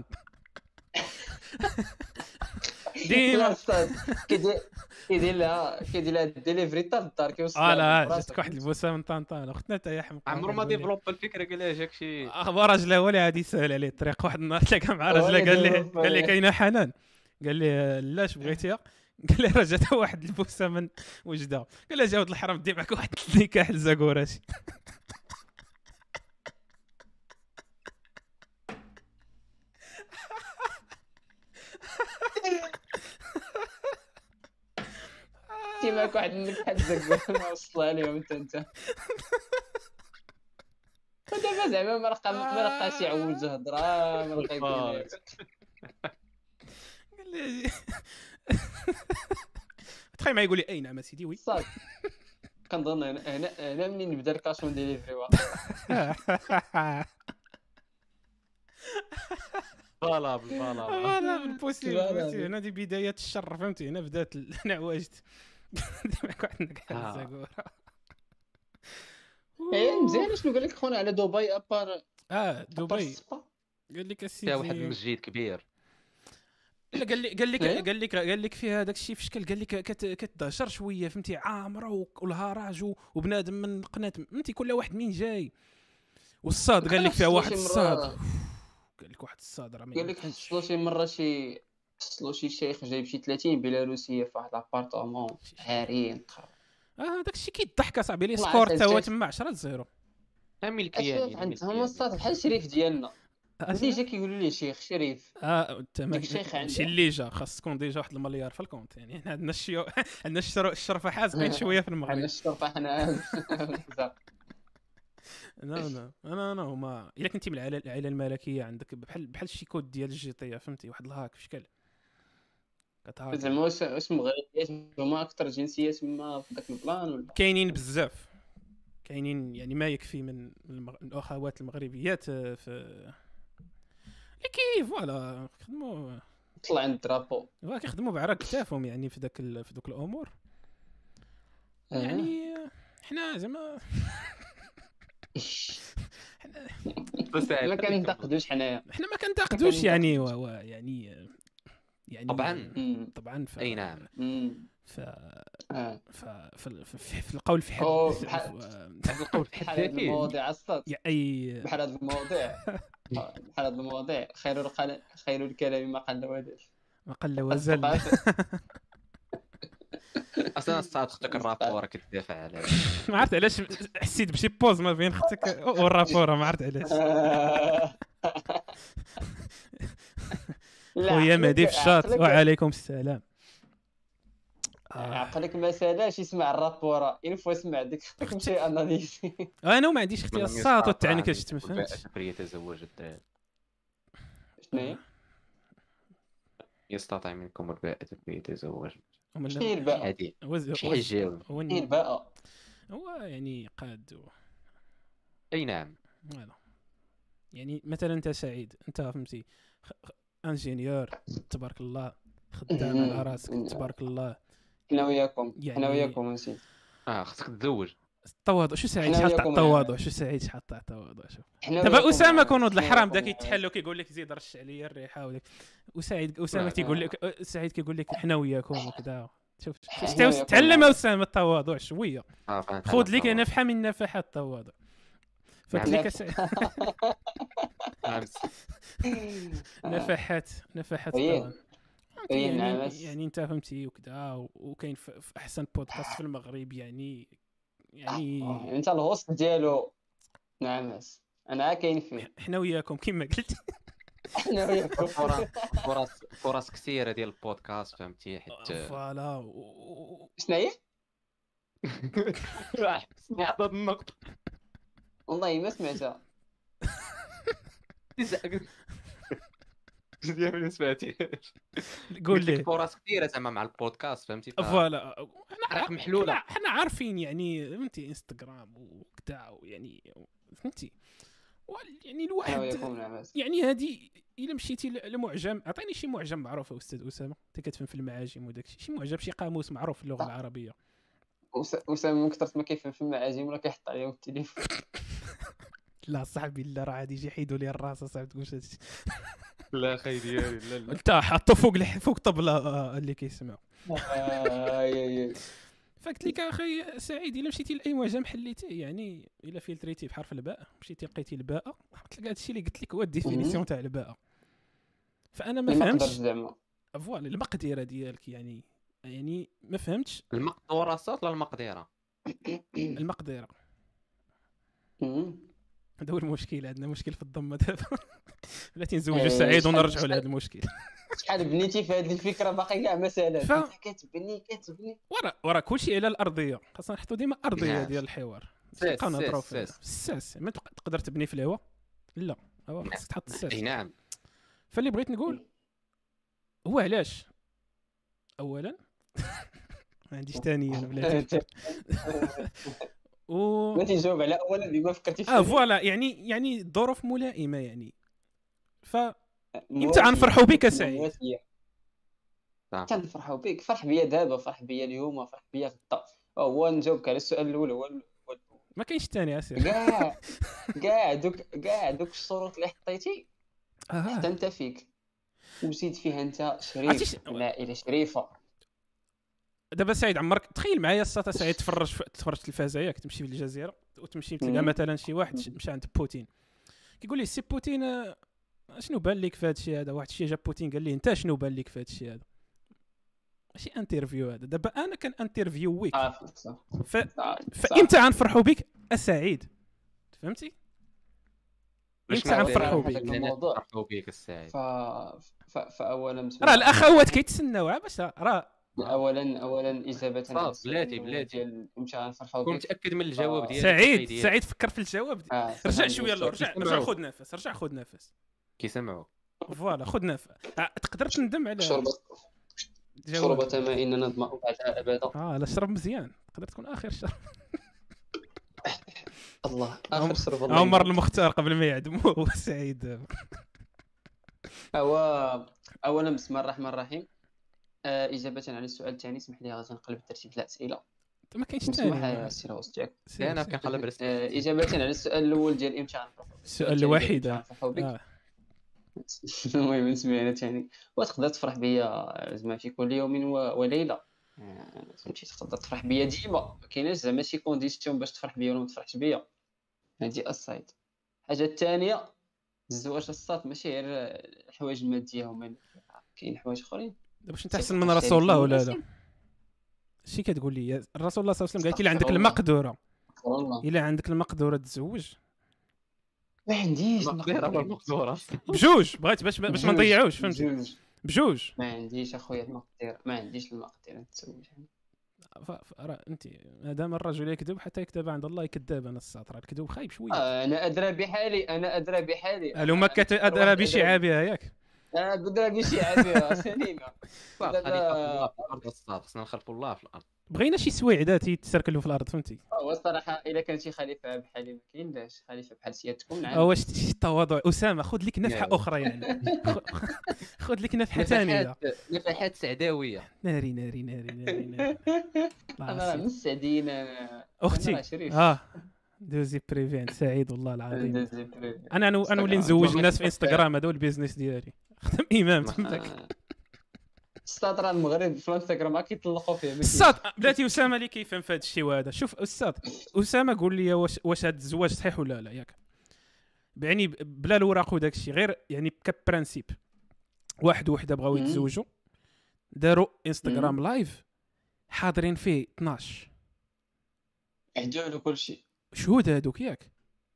لا ديما استاذ كيدير كيدير لها كيدير لها الدليفري حتى للدار كيوصل اه لا براسك. جاتك واحد البوسه من طنطان اختنا تا هي حمقى عمرو ما ديفلوب الفكره قال لها جاك شي هو راجله هو اللي غادي يسهل عليه الطريق واحد النهار تلاقى مع هو راجله اللي قال لي ديفلوب قال لي عليه. كاينه حنان قال لي لا اش بغيتيها قال لي راه جاتها واحد البوسه من وجده قال لها جاود الحرام دي معك واحد النكاح الزاكوراشي انت معك واحد منك بحال الزقوم ما وصلها ليهم انت انت دابا زعما ما لقى ما لقاش يعوج هضره ما لقى يقول قال لي تخيل ما يقول لي اي نعم سيدي وي صافي كنظن هنا هنا هنا منين نبدا الكاشون ديليفري واحد فالابل فالابل هذا بالبوسيبل لا، لا، فهمتي لا. هنا دي بدايات الشر فهمتي هنا بدات ال- انا عواجت ديما عندك آه. حال الزقوره ايه مزيان شنو قال لك خونا على دبي ابار اه ابار دبي السبا قال لك فيها واحد السيدي المسجد كبير. لا قال لي قال لك إيه؟ قال لك قال لك فيها داك الشيء في شكل قال لك كت- كتدهشر شويه فهمتي عامره و- والهراج و- وبنادم من قناه فهمتي كل واحد مين جاي والصاد قال لك فيها واحد شي مرة- الصاد قال لك واحد الصاد راه ما قال لك يمكنش. حصلو شي مره شي حصلو شي شيخ جايب شي ثلاثين بيلاروسيه في واحد لابارطومون عارين تخرب اه داك الشيء كيضحك اصاحبي لي طلع سكور عسل حتى هو الشيخ. تما عشرة صفر ملكياني اشوف عندهم الصاد بحال الشريف ديالنا اللي جا كيقولوا ليه شيخ شريف اه انت ما ديك الشيخ عنده. شي اللي جا خاص تكون ديجا واحد المليار في الكونت يعني حنا عندنا الشيو عندنا الشر- الشرفه حازقين شويه في حنا المغرب. الشرطه حنا بزاف. لا لا انا انا هما الا كنتي من العائله العائله الملكيه عندك بحال بحال شي كود ديال الجي تي فهمتي واحد الهاك في شكل كتهاك زعما واش واش مغربيات هما اكثر جنسيات ما في ذاك البلان ولا كاينين بزاف كاينين يعني ما يكفي من من المغ... الاخوات المغربيات آه، في اللي كيف فوالا كيخدموا طلع عند الدرابو فوالا كيخدموا بعرق كتافهم يعني في ذاك ال... في دوك الامور يعني آه، حنا زعما بس ما كننتقدوش حنايا حنا ما كنتاقدوش يعني و... و... يعني آه، يعني طبعاً. أمم، طبعا ف... اي نعم. أمم، ف... آه. ف... في, في, في القول في حد أو في- بحال- في- هذا القول في بحال حد هاد ذاته المواضيع الصاد يا اي بحال هاد المواضيع بحال هاد المواضيع خير القل... خير الكلام ما قل ودل ما قل وزل اصلا الصاد اختك الرابوره كتدافع على ما عرفت علاش حسيت بشي بوز ما بين اختك والرابوره ما عرفت علاش خويا مهدي في الشاط وعليكم السلام آه. عقلك ما سالاش يسمع الرابوره إل فوا يسمع ديك خطيك مشي اناليزي انا ما عنديش اختيار الصاط والتعنكه شفت ما فهمتش سفرية تزوج الدراري. شنو هي يستطيع منكم الباءة فيتزوج. شنو هي الباء عادي وز... شي حجاوب. هو شنو هي الباء هو يعني قاد و... اي نعم. فوالا يعني مثلا انت سعيد انت فهمتي خ... خ... انجينيور تبارك الله خدام على راسك تبارك الله حنا وياكم يعني- حنا وياكم نسيت اه خصك تتزوج. التواضع شو سعيد حنا شحال تاع وياكم التواضع شو سعيد شحال تاع التواضع شوف حنا دابا وياكم اسامه يا- كون ولد حنا الحرام دا وياكم يا- كيتحل وكيقول لك زيد رش عليا الريحه وداك وسعيد اسامه لا، تيقول لك سعيد كيقول لك حنا وياكم وكذا شوف حنا شتي وياكم تعلم يا- اسامه التواضع شويه آه، فهمت. خذ لك خلاص. نفحه من نفحات التواضع فهمت نعم. لك سعيد فهمت. نفحات نفحات وين؟ التواضع وين يعني نعمس؟ يعني انت فهمتي وكذا و- وكاين في في احسن بودكاست في المغرب يعني يعني آه، انت الهوست ديالو نعمس انا كاين فيه حنا وياكم كما قلت حنا وياكم فرص فرص فرص كثيره ديال البودكاست فهمتي حيت فوالا و- و- شنو هي راح هذا النقطه والله ما سمعتها ديال بالنسبه لي قول لي فرص كثيره زعما مع البودكاست فهمتي ف- فوالا راك حنا محلوله. حنا- حنا عارفين يعني فهمتي انستغرام وكذا ويعني فهمتي وال- يعني حنا الواحد وياكم نعمس يعني هذه الا مشيتي ل- لمعجم عطيني شي معجم معروف يا استاذ اسامه انت كتفهم في المعاجم وداك الشيء شي معجم شي قاموس معروف في اللغه العربيه وس- اسامه من كثرت ما كيفهم في المعاجم ولا كيحط عليهم التليفون لا صاحبي لا راه غادي يجي يحيدوا لي الراس صاحبي تقول هادشي لا خي ديالي لا لا انت حطو فوق الح- فوق طبله آه، اللي كيسمعوا اي اي فقلت لك اخي سعيد الا مشيتي لاي معجم حليتيه يعني الا فلتريتي بحرف الباء مشيتي لقيتي الباء حط لك هادشي اللي قلت لك هو الديفينيسيون تاع الباء فانا ما ما قدرش فهمتش زعما فوالا المقدره ديالك يعني يعني ما فهمتش المقدوره صوت ولا المقدره المقدره مم. هذا هو المشكل عندنا مشكل في الضمه دابا بلاتي نزوجوا إيه، سعيد شحال- ونرجعوا شحال- لهذا المشكل شحال بنيتي في هذه الفكره باقي كاع ما سالات ف- انت كتبني كتبني ورا ورا كلشي على الارضيه، خاصنا نحطوا ديما ارضيه نعم. ديال الحوار. ساس، نبقاو نهضروا ساس، فيها ساس. الساس، ما تق- تقدر تبني في الهواء، لا هو خاصك تحط الساس. اي نعم. فاللي بغيت نقول هو علاش اولا ما عنديش ثانيا بلاتي و ما تجاوب على اولا بما فكرتي اه فوالا يعني يعني الظروف ملائمه يعني ف امتى غنفرحوا بك سعيد؟ تنفرحوا بك، فرح بيا دابا، فرح بيا اليوم، فرح بيا غدا. هو نجاوبك على السؤال الاول، هو ال- هو ما كاينش ثاني اسير كاع كاع دوك كاع دوك الشروط اللي حطيتي حتى اه انت فيك وزيد فيها انت عرفتي شريف ش- من عائله شريفه. دابا سعيد عمرك تخيل معايا الساطا سعيد تفرج في... تفرج التلفازه ياك تمشي في الجزيره وتمشي تلقى مم. مثلا شي واحد ش- مشى عند بوتين كيقول لي سي بوتين آه، شنو بان لك في هذا الشيء هذا؟ واحد الشيء جاب بوتين قال لي انت شنو بان لك في هذا الشيء هذا؟ ماشي انترفيو هذا، دابا انا كان انترفيويك عارف صح ف... صح. فامتى غنفرحوا بك اسعيد؟ فهمتي؟ باش امتى نعرف غنفرحوا هذاك بك؟ الموضوع. نفرحوا بك الساعه. ف... ف... فاولا بسم راه الله. الاخوات كيتسناو عا باش راه اولا اولا اجابه صاد، على السؤال بلاتي، الأول بلاتي. ديال امتى غنفرحوا كون بك. متاكد من الجواب ديالك. سعيد ديالك. سعيد فكر في الجواب دي. آه، رجع سامحني شويه لو السؤال. رجع رجع خذ نفس رجع خذ نفس كيسمعوا. فوالا خذ نفس آه، تقدر تندم على شربة جواب. شربة ماء نظمأ بعدها ابدا. اه لا شرب مزيان تقدر تكون اخر شرب. الله اخر شرب الله عمر يبارك. المختار قبل ما يعدموا هو سعيد. هو اولا بسم الله الرحمن الرحيم. آه، اجابه على السؤال الثاني اسمح لي غادي نقلب ترتيب الاسئله. ما كاينش مسموح يا ثاني. سي روس تاعك. انا كنقلب على آه، اجابه على السؤال الاول ديال امتى غنفرحوا بك. السؤال الوحيد غنفرحوا بك. آه. المهم نسمع انا ثاني. وتقدر تفرح بيا زعما في كل يوم و- وليله. آه، فهمتي تقدر تفرح بيا ديما، ما كايناش زعما شي كونديسيون باش تفرح بيا ولا ما تفرحش بيا. هادي الصايد. الحاجه الثانيه الزواج الصاد ماشي غير الحوايج الماديه هما، كاين حوايج اخرين. دابا واش انت احسن من رسول الله ولا لا؟ اش كتقول لي الرسول الله صلى الله عليه وسلم قال لك الا عندك استغفر الله. المقدره والله الا عندك المقدره تزوج ما عنديش مقدره بالمقدوره. بجوج بغيت باش باش ما نضيعوش فهمتي بجوج. بجوج. ما عنديش اخويا المقدره، ما عنديش المقدره نتزوج. ف- ف- راه انت مادام الرجل يكذب حتى يكتب عند الله كذاب. انا الساطر الكذوب خايب شويه. آه، انا ادرى بحالي، انا ادرى بحالي. الو ما كت ادرى بشعابها ياك. انا ادرى بشعابها سليمه. خلينا في الارض الصاد، خصنا نخلفوا الله في الارض. بغينا شي سويعدات يتسركلوا في الارض فهمتي. هو الصراحه الا كان شي خليفه بحالي ما كاينلاش خليفه بحال سيادتكم. نعم. هو شي شي التواضع اسامه خذ لك نفحه نعم. اخرى يعني خ- خذ لك نفحه ثانيه. نفحات نفحات سعداويه. ناري ناري ناري ناري ناري الله انا راه يعافيك. من السعدين. انا أنا اختي راه شريف. اه دوزي بريفي عند سعيد والله العظيم. دوزي بريفي. انا انا انا ولي نزوج الناس في انستغرام هذا هو البيزنس ديالي. خدم امام تماك آه. الصاد راه المغرب في الانستغرام ما كيطلقوا فيه. ما كاينش. الصاد بلاتي اسامه اللي كيفهم في هذا الشيء هذا. شوف استاذ اسامه قول لي واش واش هذا الزواج صحيح ولا لا ياك يعني بلا الوراق وداك الشيء غير يعني كبرانسيب. واحد وحده بغاو مم. يتزوجوا داروا انستغرام لايف حاضرين فيه اثناش عدول وكل شيء. شهود هذوك ياك.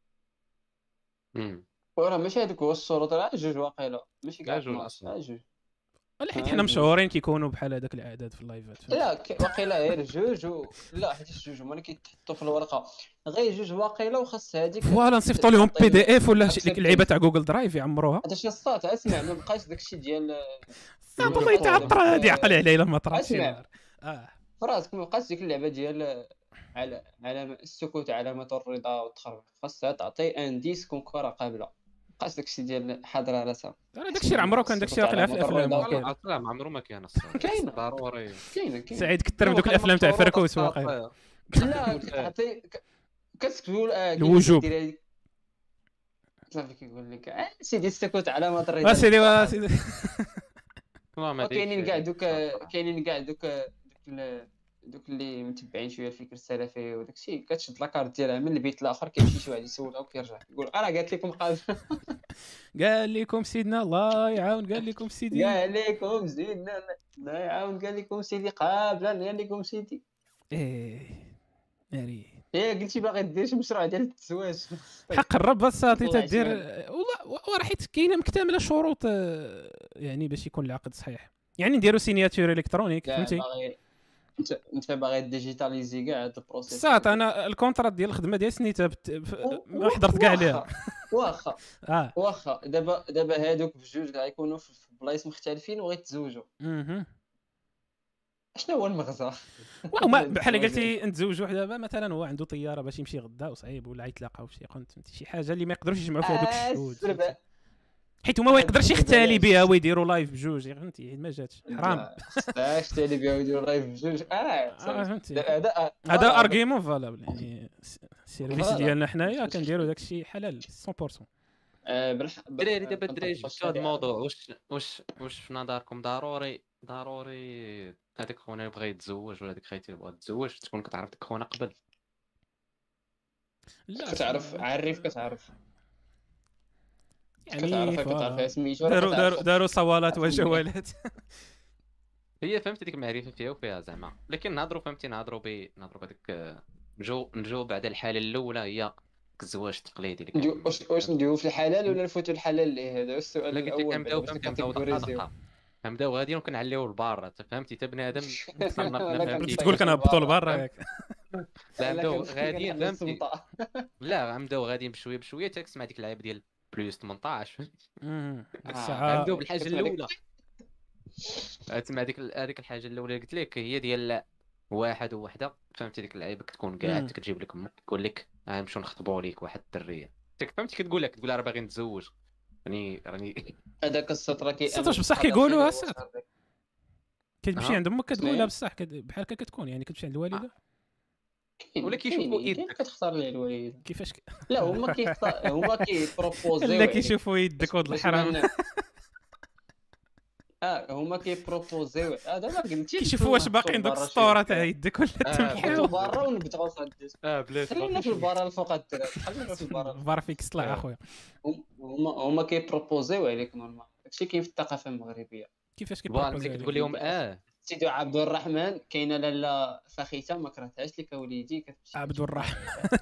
امم وراه ماشي هذوك هو الشروط، راه جوج واقيلا ماشي كاع كاع جوج اثناش، أصلاً. راه جوج. ولا حيت آه، حنا جوج. مشهورين كيكونوا بحال هذاك الاعداد في اللايفات فهمتي؟ لا ك- واقيلا غير جوج و... لا حيت جوج هما اللي كيتحطوا في الورقه غير جوج واقيلا، وخاص هذيك فوالا نصيفطوا لهم بي دي اف ولا شي Accepted. ديك اللعيبه تاع جوجل درايف يعمروها. هذا شي الصات. اسمع ما بقاش داكشي ديال صاد الله يتعطر هذه عقل عليه الا ما طرات شي أسمع. نهار. اه فراسك ما بقاش ديك اللعبه ديال على علامه السكوت علامه الرضا والتخرج، خاصها تعطي انديس كون كره قابله. ما بقاش داكشي ديال حاضره راسها. راه داكشي راه عمرو كان داكشي واقع في الافلام. والله وكاين. والله ما عمره ما كان الصاد. كاينة. ضروري. كاينه كاينه. سعيد كثر من دوك الافلام تاع فركوس واقع. لا تعطي كتقول آه، كيفاش الوجوب. دير هذيك. صافي كيقول لك آه، سيدي السكوت علامه الرضا. اسيدي واسيدي والله ما وكاينين كاع دايرش دوك الصاد. كاينين كاع دوك دوك ال- دوك اللي متبعين شويه الفكر السلفي وداك الشيء، كتشد لاكارت ديالها من البيت الاخر كيمشي شي واحد يسولها وكيرجع يقول راه قالت لكم قال قال لكم سيدنا الله يعاون قال لكم سيدي. قال لكم زيدنا لا يعاون قال لكم سيدي قابلا قال لكم سيدي. ايه ناري هي قلتي باغي دير شي مشروع ديال التزواج حق الرب بس صافي والله تدير شمال. والله وراه حيت كاينه مكتمله شروط آه، يعني باش يكون العقد صحيح يعني نديروا سيناتور الكترونيك لا فهمتي باغي انت انت باغي ديجيتاليزي كاع هذا البروسيس صات انا الكونترات ديال الخدمه ديال سنيتها بت... ف- و- ما حضرت كاع واخا- ليها واخا اه واخا دابا دابا هادوك بجوج غيكونوا في في بلايص مختلفين وغيتزوجوا اها شنو هو المغزى وما بحال قلتي نتزوج واحد دابا مثلا هو عنده طياره باش يمشي غدا وصعيب ولا يتلاقاو في شي قنت فهمتي شي حاجه اللي ما يقدروش يجمعوا فيها دوك الشهود فهمتي؟ حيت هما ما يقدرش يختالي بها ويديروا لايف بجوج فهمتي ما جاتش حرام اش تالي بها يديروا لايف بجوج اه آه، فهمتي هذا هذا ارغيومون فالابل يعني السيرفيس فوالا. ديالنا حنايا كنديروا داك الشيء حلال مية بالمية آه، بالح... الدراري دابا الدراري كنطبقوا شفتوا هذا الشريعة. الموضوع واش واش واش في نظركم ضروري ضروري هذاك خونا يبغى يتزوج ولا هذيك خيتي يبغى تتزوج تكون كتعرف ديك خونا قبل لا كتعرف عرف كتعرف يعني كتعرف فوالا. كتعرف سميتو داروا داروا داروا صوالات وجوالات هي فهمت ديك المعرفه فيها وفيها زعما لكن نهضروا فهمتي نهضروا ب نهضروا بهذيك نجو نجو بعد الحاله الاولى هي الزواج التقليدي اللي نديو كان- واش واش نديو في الحلال ولا نفوتوا الحلال اللي هذا هو السؤال لا قلت لك الاول كنبداو باش فهمتي نبداو دقه نكاتيجوريزيو. دقه كنبداو غاديين وكنعليو لبار أنت فهمتي حتى بنادم صنفنا ولا فهمتي تقول كنهبطوا لبرا ياك لا نبداو كان- غاديين كنحل فهمتي السلطة. لا غنبداو غاديين بشويه بشويه حتى كتسمع ديك اللعيبه ديال بلوس ثمنطاش مم. آه. الساعه غنبداو بالحاجه كتسمع ديك- الاولى تسمع هذيك هذيك الحاجه الاولى اللي قلت لك هي ديال واحد ووحده فهمتي ديك اللعيبه كتكون قاعد مم. كتجيب لك امك تقول لك اه نمشيو نخطبوا لك واحد الدريه انت فهمتي كتقول لك تقول لها راه باغي نتزوج راني راني هذاك السطر كي السطر بصح كيقولوها هذا السطر. الخير كتمشي آه. عند امك كتقولها شنو هي؟ بصح كت- بحال هكا كتكون يعني كتمشي عند الوالده كاين- ولا كيشوفوا كاين- كاين يدك. كتختار ليه الوالد كيفاش ك... لا هما كيختار هما كيبروبوزيو لا كيشوفوا يدك ولد الحرام اه هما كيبروبوزيو هذا ما قلتي كيشوفوا واش باقيين دوك السطوره تاع يدك ولا آه، حيتو تمحيو برا ونبداو صديت اه بلاتي خلينا في البارا الفوق الدراري خلينا في البارا بار فيك الصلاح آه. اخويا هم- هما هما كيبروبوزيو عليك نورمال داكشي كاين في الثقافه المغربيه كيفاش فوالا كيبروبوزي ملي عليك كتقول لهم اه سيدي عبد الرحمن كاينه لاله فخيته ما كرهتهاش لك وليدي كتمشي عبد الرحمن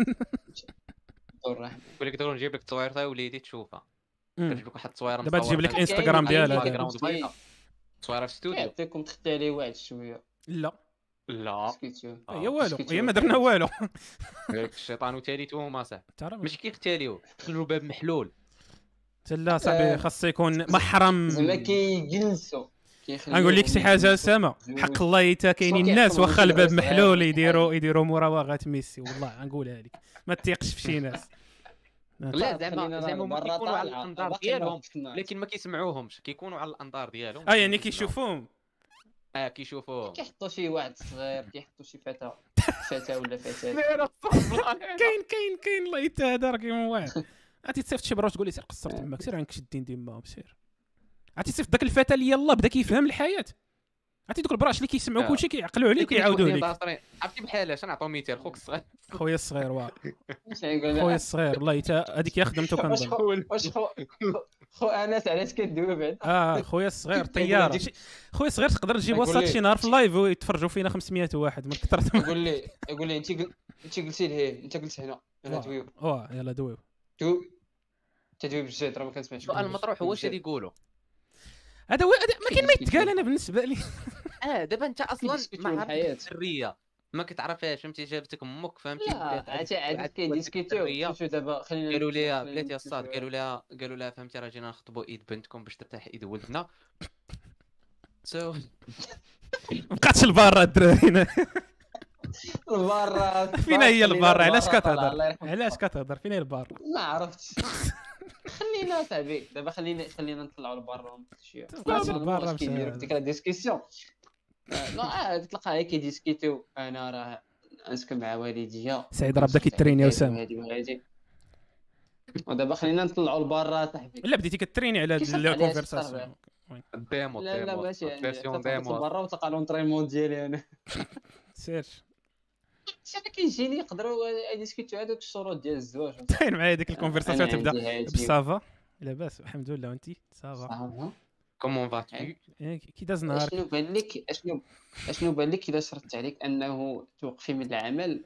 عبد الرحمن يقول لك دابا نجيب لك التصوير تاع وليدي تشوفها مم. كتجيب لك واحد التصويره دابا تجيب لك كاين- انستغرام كاين ديالها كاين- دابا. باك جراوند بيضاء تصويره في الاستوديو كيعطيكم تختالي واحد شويه لا لا سكيتو آه. هي والو سكيتو. هي ما درنا والو هذاك الشيطان وثالثه ما صح ترى ماشي كيختاليو خلوا الباب محلول لا صاحبي آه. خاص يكون محرم زعما كيجلسوا كيخليوهم غنقول لك شي حاجه يجلسوا. سما زوج. حق الله حتى كاينين صافي الناس يحكموا واخا شي الباب بلاصة غير محلول في يديروا يديروا مراوغات ميسي والله غنقولها لك ما تيقش في شي ناس لا خلينا زعما راه زعما هما برا كيكونوا على طالعة. الانظار باقي ديالهم ما فهمناش. لكن ما كيسمعوهمش كيكونوا على الانظار ديالهم اه يعني كيشوفوهم اه كيشوفوهم كيحطوا شي واحد صغير كيحطوا شي فتى فتى ولا فتاه كاين كاين كاين الله يتهدى راه كاين واحد عرفتي تصيفط شي برا تقول لي سير قصر تماك سير عنك شدين ديما سير عرفتي تصيفط داك الفتى اللي يلاه بدا كيفهم الحياه عرفتي دوك البراش اللي كيسمعوا آه. كلشي كيعقلوا عليه وكيعاودوا لك عرفتي بحال اش نعطيو مثال خوك الصغير خويا الصغير واه اش يقول خويا لها؟ الصغير والله حتى هذيك هي خدمته واش كنظن خو واش خو خو انس علاش كدوي بعد اه خويا الصغير كيقول طياره لك- شي- خويا الصغير تقدر تجيب يقول وسط لي- شي نهار في اللايف ويتفرجوا فينا خمسمية واحد من كثرت يقول لي يقول لي انت قل- انت قلتي ليه انت قلت هنا انا دويو واه يلا دويو دوي تدوي بالجد راه ما كنسمعش السؤال المطروح هو واش بالجد. اللي يقولوا هذا هو هذا ما كاين ما يتقال انا بالنسبه لي اه دابا انت اصلا كيديسكوتيو مع الحياة. السريه ما كتعرفهاش فهمتي جابتك امك فهمتي لا عاد عاد كيديسكوتيو شوف دابا خلينا قالوا لي خلينا بلاتي الصاد ندويو. قالوا لها قالوا لها فهمتي راه جينا نخطبوا ايد بنتكم باش ترتاح ايد ولدنا سو بقاتش البار الدراري البار فينا هي البار علاش الله كتهضر يرحمه. علاش كتهضر فينا هي البار ما عرفتش خلينا صاحبي دابا خلينا خلينا نطلعوا لبرا شويه طلعت لبرا مشى. كيديروا في ديك لا ديسكسيون لا عاد تلقى هي كيديسكيتيو انا راه نسكن مع والديا سعيد راه بدا كيتريني يا وسام وهادي وهادي ودابا خلينا نطلعوا لبرا صاحبي لا بديتي كتريني على هاد كيصح عليها الكونفرساسيون الديمو لا لا الديمو ماشي فيرسيون ديمو برا وتلقى لونطريمون ديالي انا سير شي انا كيجيني يقدروا يديسكيتيو هذوك الشروط ديال الزواج داير معايا ديك الكونفرساسيون أنا تبدا عندي هادي. بصافا لاباس الحمد لله وانت صافا صافا. كومون فاتو إيه، كي داز نهار اشنو بان لك اشنو اشنو بان لك الا شرطت عليك انه توقفي من العمل و...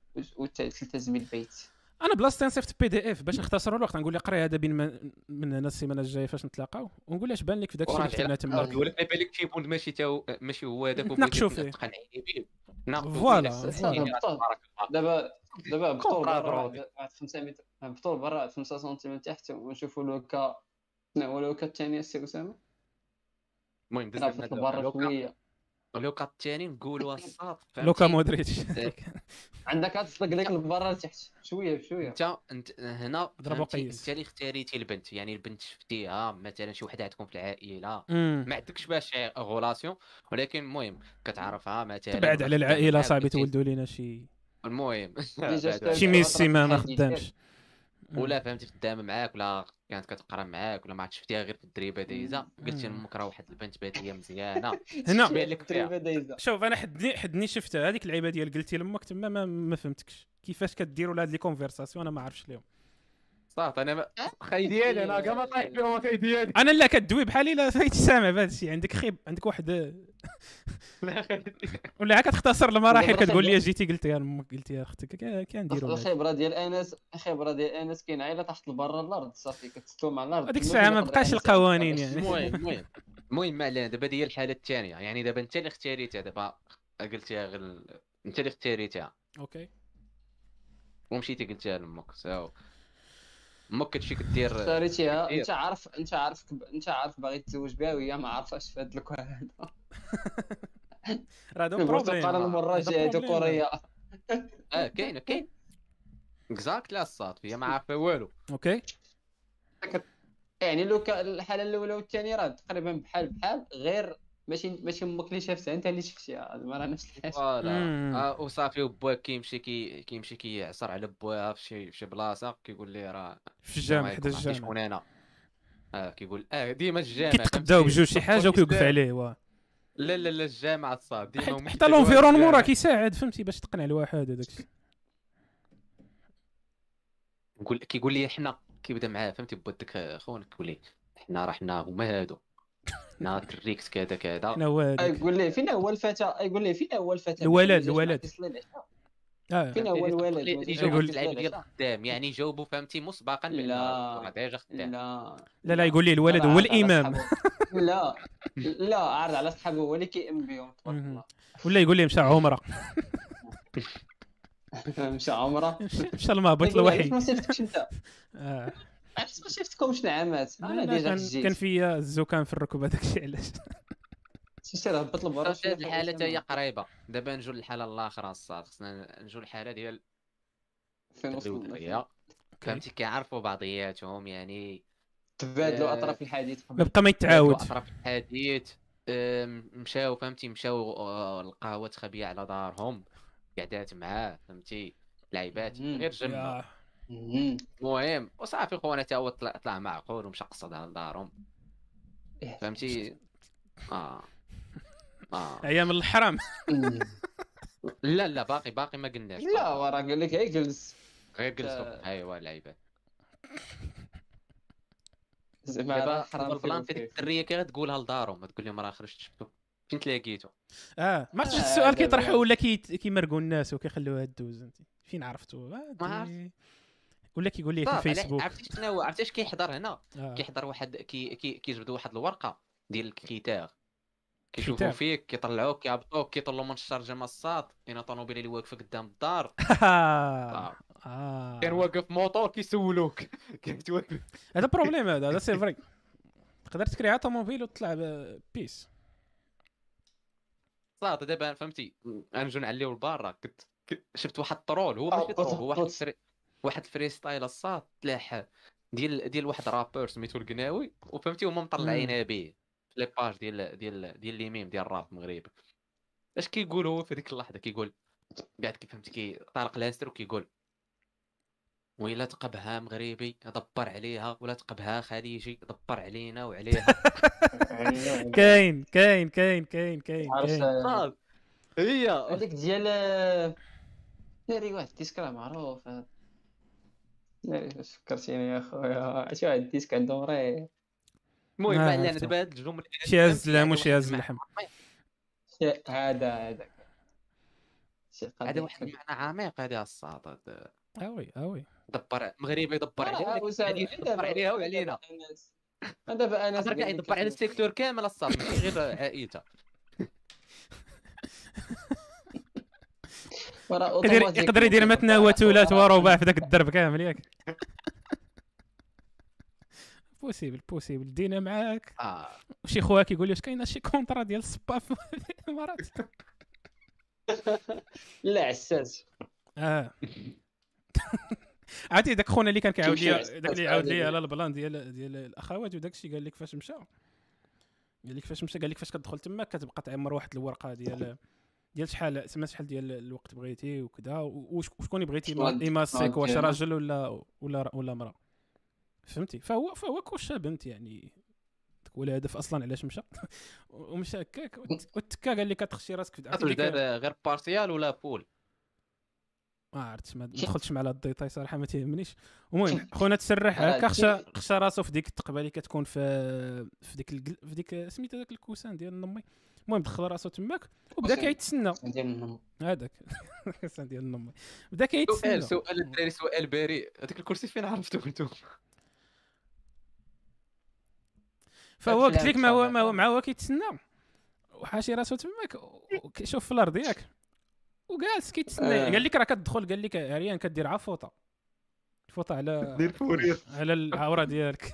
وتلتزمي البيت. انا بلاصتي نصيفط بي دي اف باش نختصروا الوقت، نقول لي قري هذا بين ما- من هنا السيمانه الجايه فاش نتلاقاو، ونقول اش بان لك في داك الشيء اللي وراجع كتبنا لك تما. يقول لك ما بالك شي بوند ماشي تا ماشي هو هذاك نتناقشوا فيه. تقنعي به ناقشوا فوالا، فيه. فوالا. هبطوا دابا دابا هبطوا كومبرا برا برودي. واحد خمسة متر، هبطوا برا خمسة سنتيمتر تحت ونشوفوا لوكا. شنو لوكا الثانيه السي اسامه؟ المهم راه بزاف فات لبرا لوكا شويه. لوكا الثاني نقولوا الصاط لوكا مودريتش عندك هتصدق ديك لبرا لتحت شويه بشويه. انت انت هنا ضرب فهمتي، وقيس. انت اللي اختاريتي البنت، يعني البنت شفتيها مثلا شي وحده عندكم في العائله امم ما عندكش باش غولاسيون، ولكن المهم كتعرفها مثلا تبعد على ولا خدامة العائله معاك صاحبي، وقلتي- تولدوا لينا شي المهم ديجا بعد شي شتا- ميسي ما ما الحديث خدامش. ولا فهمتي خدامه معاك ولا كانت كتقرا معاك ولا ما عرفتش شفتيها غير في الدريبه دايزه، قلتي مم. لامك راه واحد البنت بانت ليا مزيانه هنا. تبان لك فيها. الدريبه دايزه. شوف انا حدني حدني شفتها هذيك اللعيبه ديال قلتي لامك تما ما, ما فهمتكش كيفاش كديروا لهاد لي كونفرساسيون، انا ما عرفتش اليوم. صافي انا ما... خاي ديالي انا كاع ما طايح فيهم خاي ديالي انا لا كدوي بحالي لا فايت سامع بهذا الشيء، عندك خيب عندك واحد لا خاي ولا عا كتختصر المراحل كتقول لي جيتي قلتي لامك قلتي يا اختك كا- كنديروا هذا. الخبره ديال انس الخبره ديال انس كاين عيله تحت البر الارض صافي كتستوى مع الارض. هذيك الساعه ما بقاش القوانين يعني. المهم المهم المهم ما علينا. دابا هي الحاله الثانيه، يعني دابا انت اللي اختاريتها، دابا قلتيها غير انت اللي اختاريتها اوكي ومشيتي قلتيها لامك ساو امك هادشي كدير اختاريتيها كتير. انت عارف انت عارف كب... انت عارف باغي تزوج بها وهي ما عارفاش في هذا الكوع هذا. راه هذا البرتقاله بروبليم. المره هذا الجايه بروبليم. كوريا. اه كاين كاين اكزاكت لا الصاد هي ما عارفه والو. اوكي يعني لو كان الحاله الاولى والثانيه راه تقريبا بحال بحال، غير ماشي ماشي امك اللي شافتها انت اللي شفتيها، زعما راه نفس الحاجه. فوالا مم. آه وصافي وباك كيمشي كي كيمشي كيعصر على باها في شي في شي بلاصه كيقول لي راه في الجامع حدا عرفتي الجامع شكون انا. اه كيقول اه ديما الجامع كيتقداو فهمتي؟ بجوج شي حاجه وكيوقف عليه. واه لا لا لا الجامع الصاد ديما هما حتى كيتجاوبوا لونفيرونمون راه الجامع. كيساعد فهمتي باش تقنع الواحد هذاك الشيء. نقول كيقول لي حنا كيبدا معاه فهمتي بودك خونا كيقول لي حنا راه حنا هما هادو حنا تريكت كذا كذا. حنا هو هذاك يقول لي فين هو الفتى، يقول لي فين هو الفتى الولد- ما جاش الولد. معك يصلي العشاء. اه فين هو الولد ما اللي جاش جاوبوا معك يقول- يصلي اللعيبه ديال العشاء. الخدام، يعني جاوبوا فهمتي مسبقا بان لا. راه ديجا خدام. لا لا لا يقول لي الولد لا، هو عارض على الامام. صحابه. لا لا عارض على صحابه هو اللي كيأم بهم تبارك مهم. الله. ولا يقول لي مشى عمره مشى عمره. مشى المهبط يقول لي علاش الوحيد. ما صيفتكش انت، آه. علاش ما صيفتكمش نعامات لا انا لا ديجا كان حجيت. كان فيا الزكام في الركبه داك الشيء علاش. سير هبط لبرا هاد الحاله حتى هي قريبه. دابا نجو للحاله الاخرى الصاد، خصنا نجو للحاله ديال فين وصلنا الودريه فهمتي كيعرفوا بعضياتهم، يعني تبادلوا آه، اطراف الحديث ما قبل. بقى ما يتعاود. اطراف الحديث. آم، مشاو فهمتي مشاو آه، القهوه خبيه على دارهم، قعدات معاه فهمتي لعيبات مم. غير جنة. يا مم. المهم وصافي خونا تا هو طلع طلع معقول ومشى قصدها لدارهم إيه. فهمتي. اه اه ايام الحرام. مم. لا لا باقي باقي ما قلناش. لا وراه قال لك هي جلس غير جلسوا ايوا لعيبات. زعما دابا راه حرام البلان في فيه ديك الدريه كي غتقولها لدارهم، تقول لهم راه خرجت شفتو فين تلاقيتو. اه ما عرفتش آه، السؤال هذا كيطرحوا هو. ولا كي كيمرقوا الناس وكيخلوها دوز انت فين عرفتوا. آه ما عرفت. دي- ولا كيقول لي في صافي الفيسبوك. عرفتي شنو هو عرفتي اش كيحضر هنا؟ آه. كيحضر واحد كي كي كيجبدوا واحد الورقه ديال الكتاب كيشوفوا كتاب. فيك كيطلعوك كيهبطوك كيطلعوا من الشارجه مصاط كاين طوموبيل اللي واقفه قدام الدار. آه. آه. كان واقف موطور كيسولوك كنت واقف. هذا بروبليم هذا هذا سي فري. تقدر تكري طوموبيل وتطلع ب- بيس. صافي دابا فهمتي غنجيو نعليو لبارا كنت كنت- شفت واحد الطرول هو ماشي هبط- طرول هو واحد هبط. فري واحد فري ستايل الصاد تلاح ديال ديال واحد رابور سميتو القناوي وفهمتي هما مطلعينها به في لي باج ديال ديال ديال لي ميم ديال الراب المغربي. اش كيقول هو في ديك اللحظه كيقول قاعد كي فهمتي كي طارق لانستر وكيقول ويلا تقبها مغربي دبر عليها ولا تقبها خليجي دبر علينا وعليها. كاين كاين كاين كاين كاين عارف كاين. صاد هي هذيك ديال ناري واحد الديسك راه معروف هذا. ناري فكرتيني يا خويا شي واحد الديسك عندهم راه المهم آه، ما علينا عرفتو. دابا هاد الجمله شي هز اللحم وشي هز اللحم. هذا هذا شي هذا واحد قضيه المعنى عميق هذه الصاط. اه وي اه وي دبر مغربي يدبر عليها راه ولكن وسام غادي يدبر عليها وعلينا. انس دابا انس هضر كاع قال لك يدبر على كيفاش السيكتور كامل الصاط ماشي غير عائلته. وراه يقدر اوتوماتيك يقدر يدير مثنى وثلاث ورباع في ذاك الدرب كامل ياك. بوسيبل بوسيبل دينا معاك. اه وشي خويا كيقول لي واش كاينه شي كونطرا ديال السبا في الامارات. لا عساس اه عرفتي داك خونا اللي كان كيعاود تمشي لي عساس داك اللي يعاود لي عادي. على البلان ديال ديال الاخوات وداك الشيء قال لك فاش مشى قال لك فاش مشى قال لك فاش كتدخل تما كتبقى تعمر واحد الورقه ديال ديال شحال سما شحال ديال الوقت بغيتي وكذا وش- وشكون بغيتي شنو يماسيك واش ديالنا؟ راجل ولا ولا ولا امراه فهمتي. فهو فهو كوشا بنت يعني هو الهدف اصلا علاش مشى ومشى هكاك والت- والتكا قال لي كتخشي راسك في عرفتي واش ديك دار غير بارسيال ولا بول؟ ما عرفتش ما ما دخلتش مع هاد الديتاي صراحه ما تيهمنيش. المهم خونا تسرح راه هكا خشى كيف- خشى راسو في ديك التقبه اللي كتكون في في ديك الجل... في ديك سميتها داك الكوسان ديال النمي. المهم دخل راسو تماك وبدا كوسان. كيتسنى ديال النوم. هذاك الكوسان ديال النمي بدا كيتسنى. سؤال سؤال الدراري سؤال بريء، هذاك الكرسي فين عرفتوه انتم؟ فهو قلت أفلام لك ما هو صعبة. ما هو مع هو كيتسنى وحاشي راسو تماك وكيشوف في الارض ياك وجالس كيتسنى. آه. قال لك راه كتدخل قال لك عريان كدير عفوطه فوطه على دير فورير. على العوره ديالك.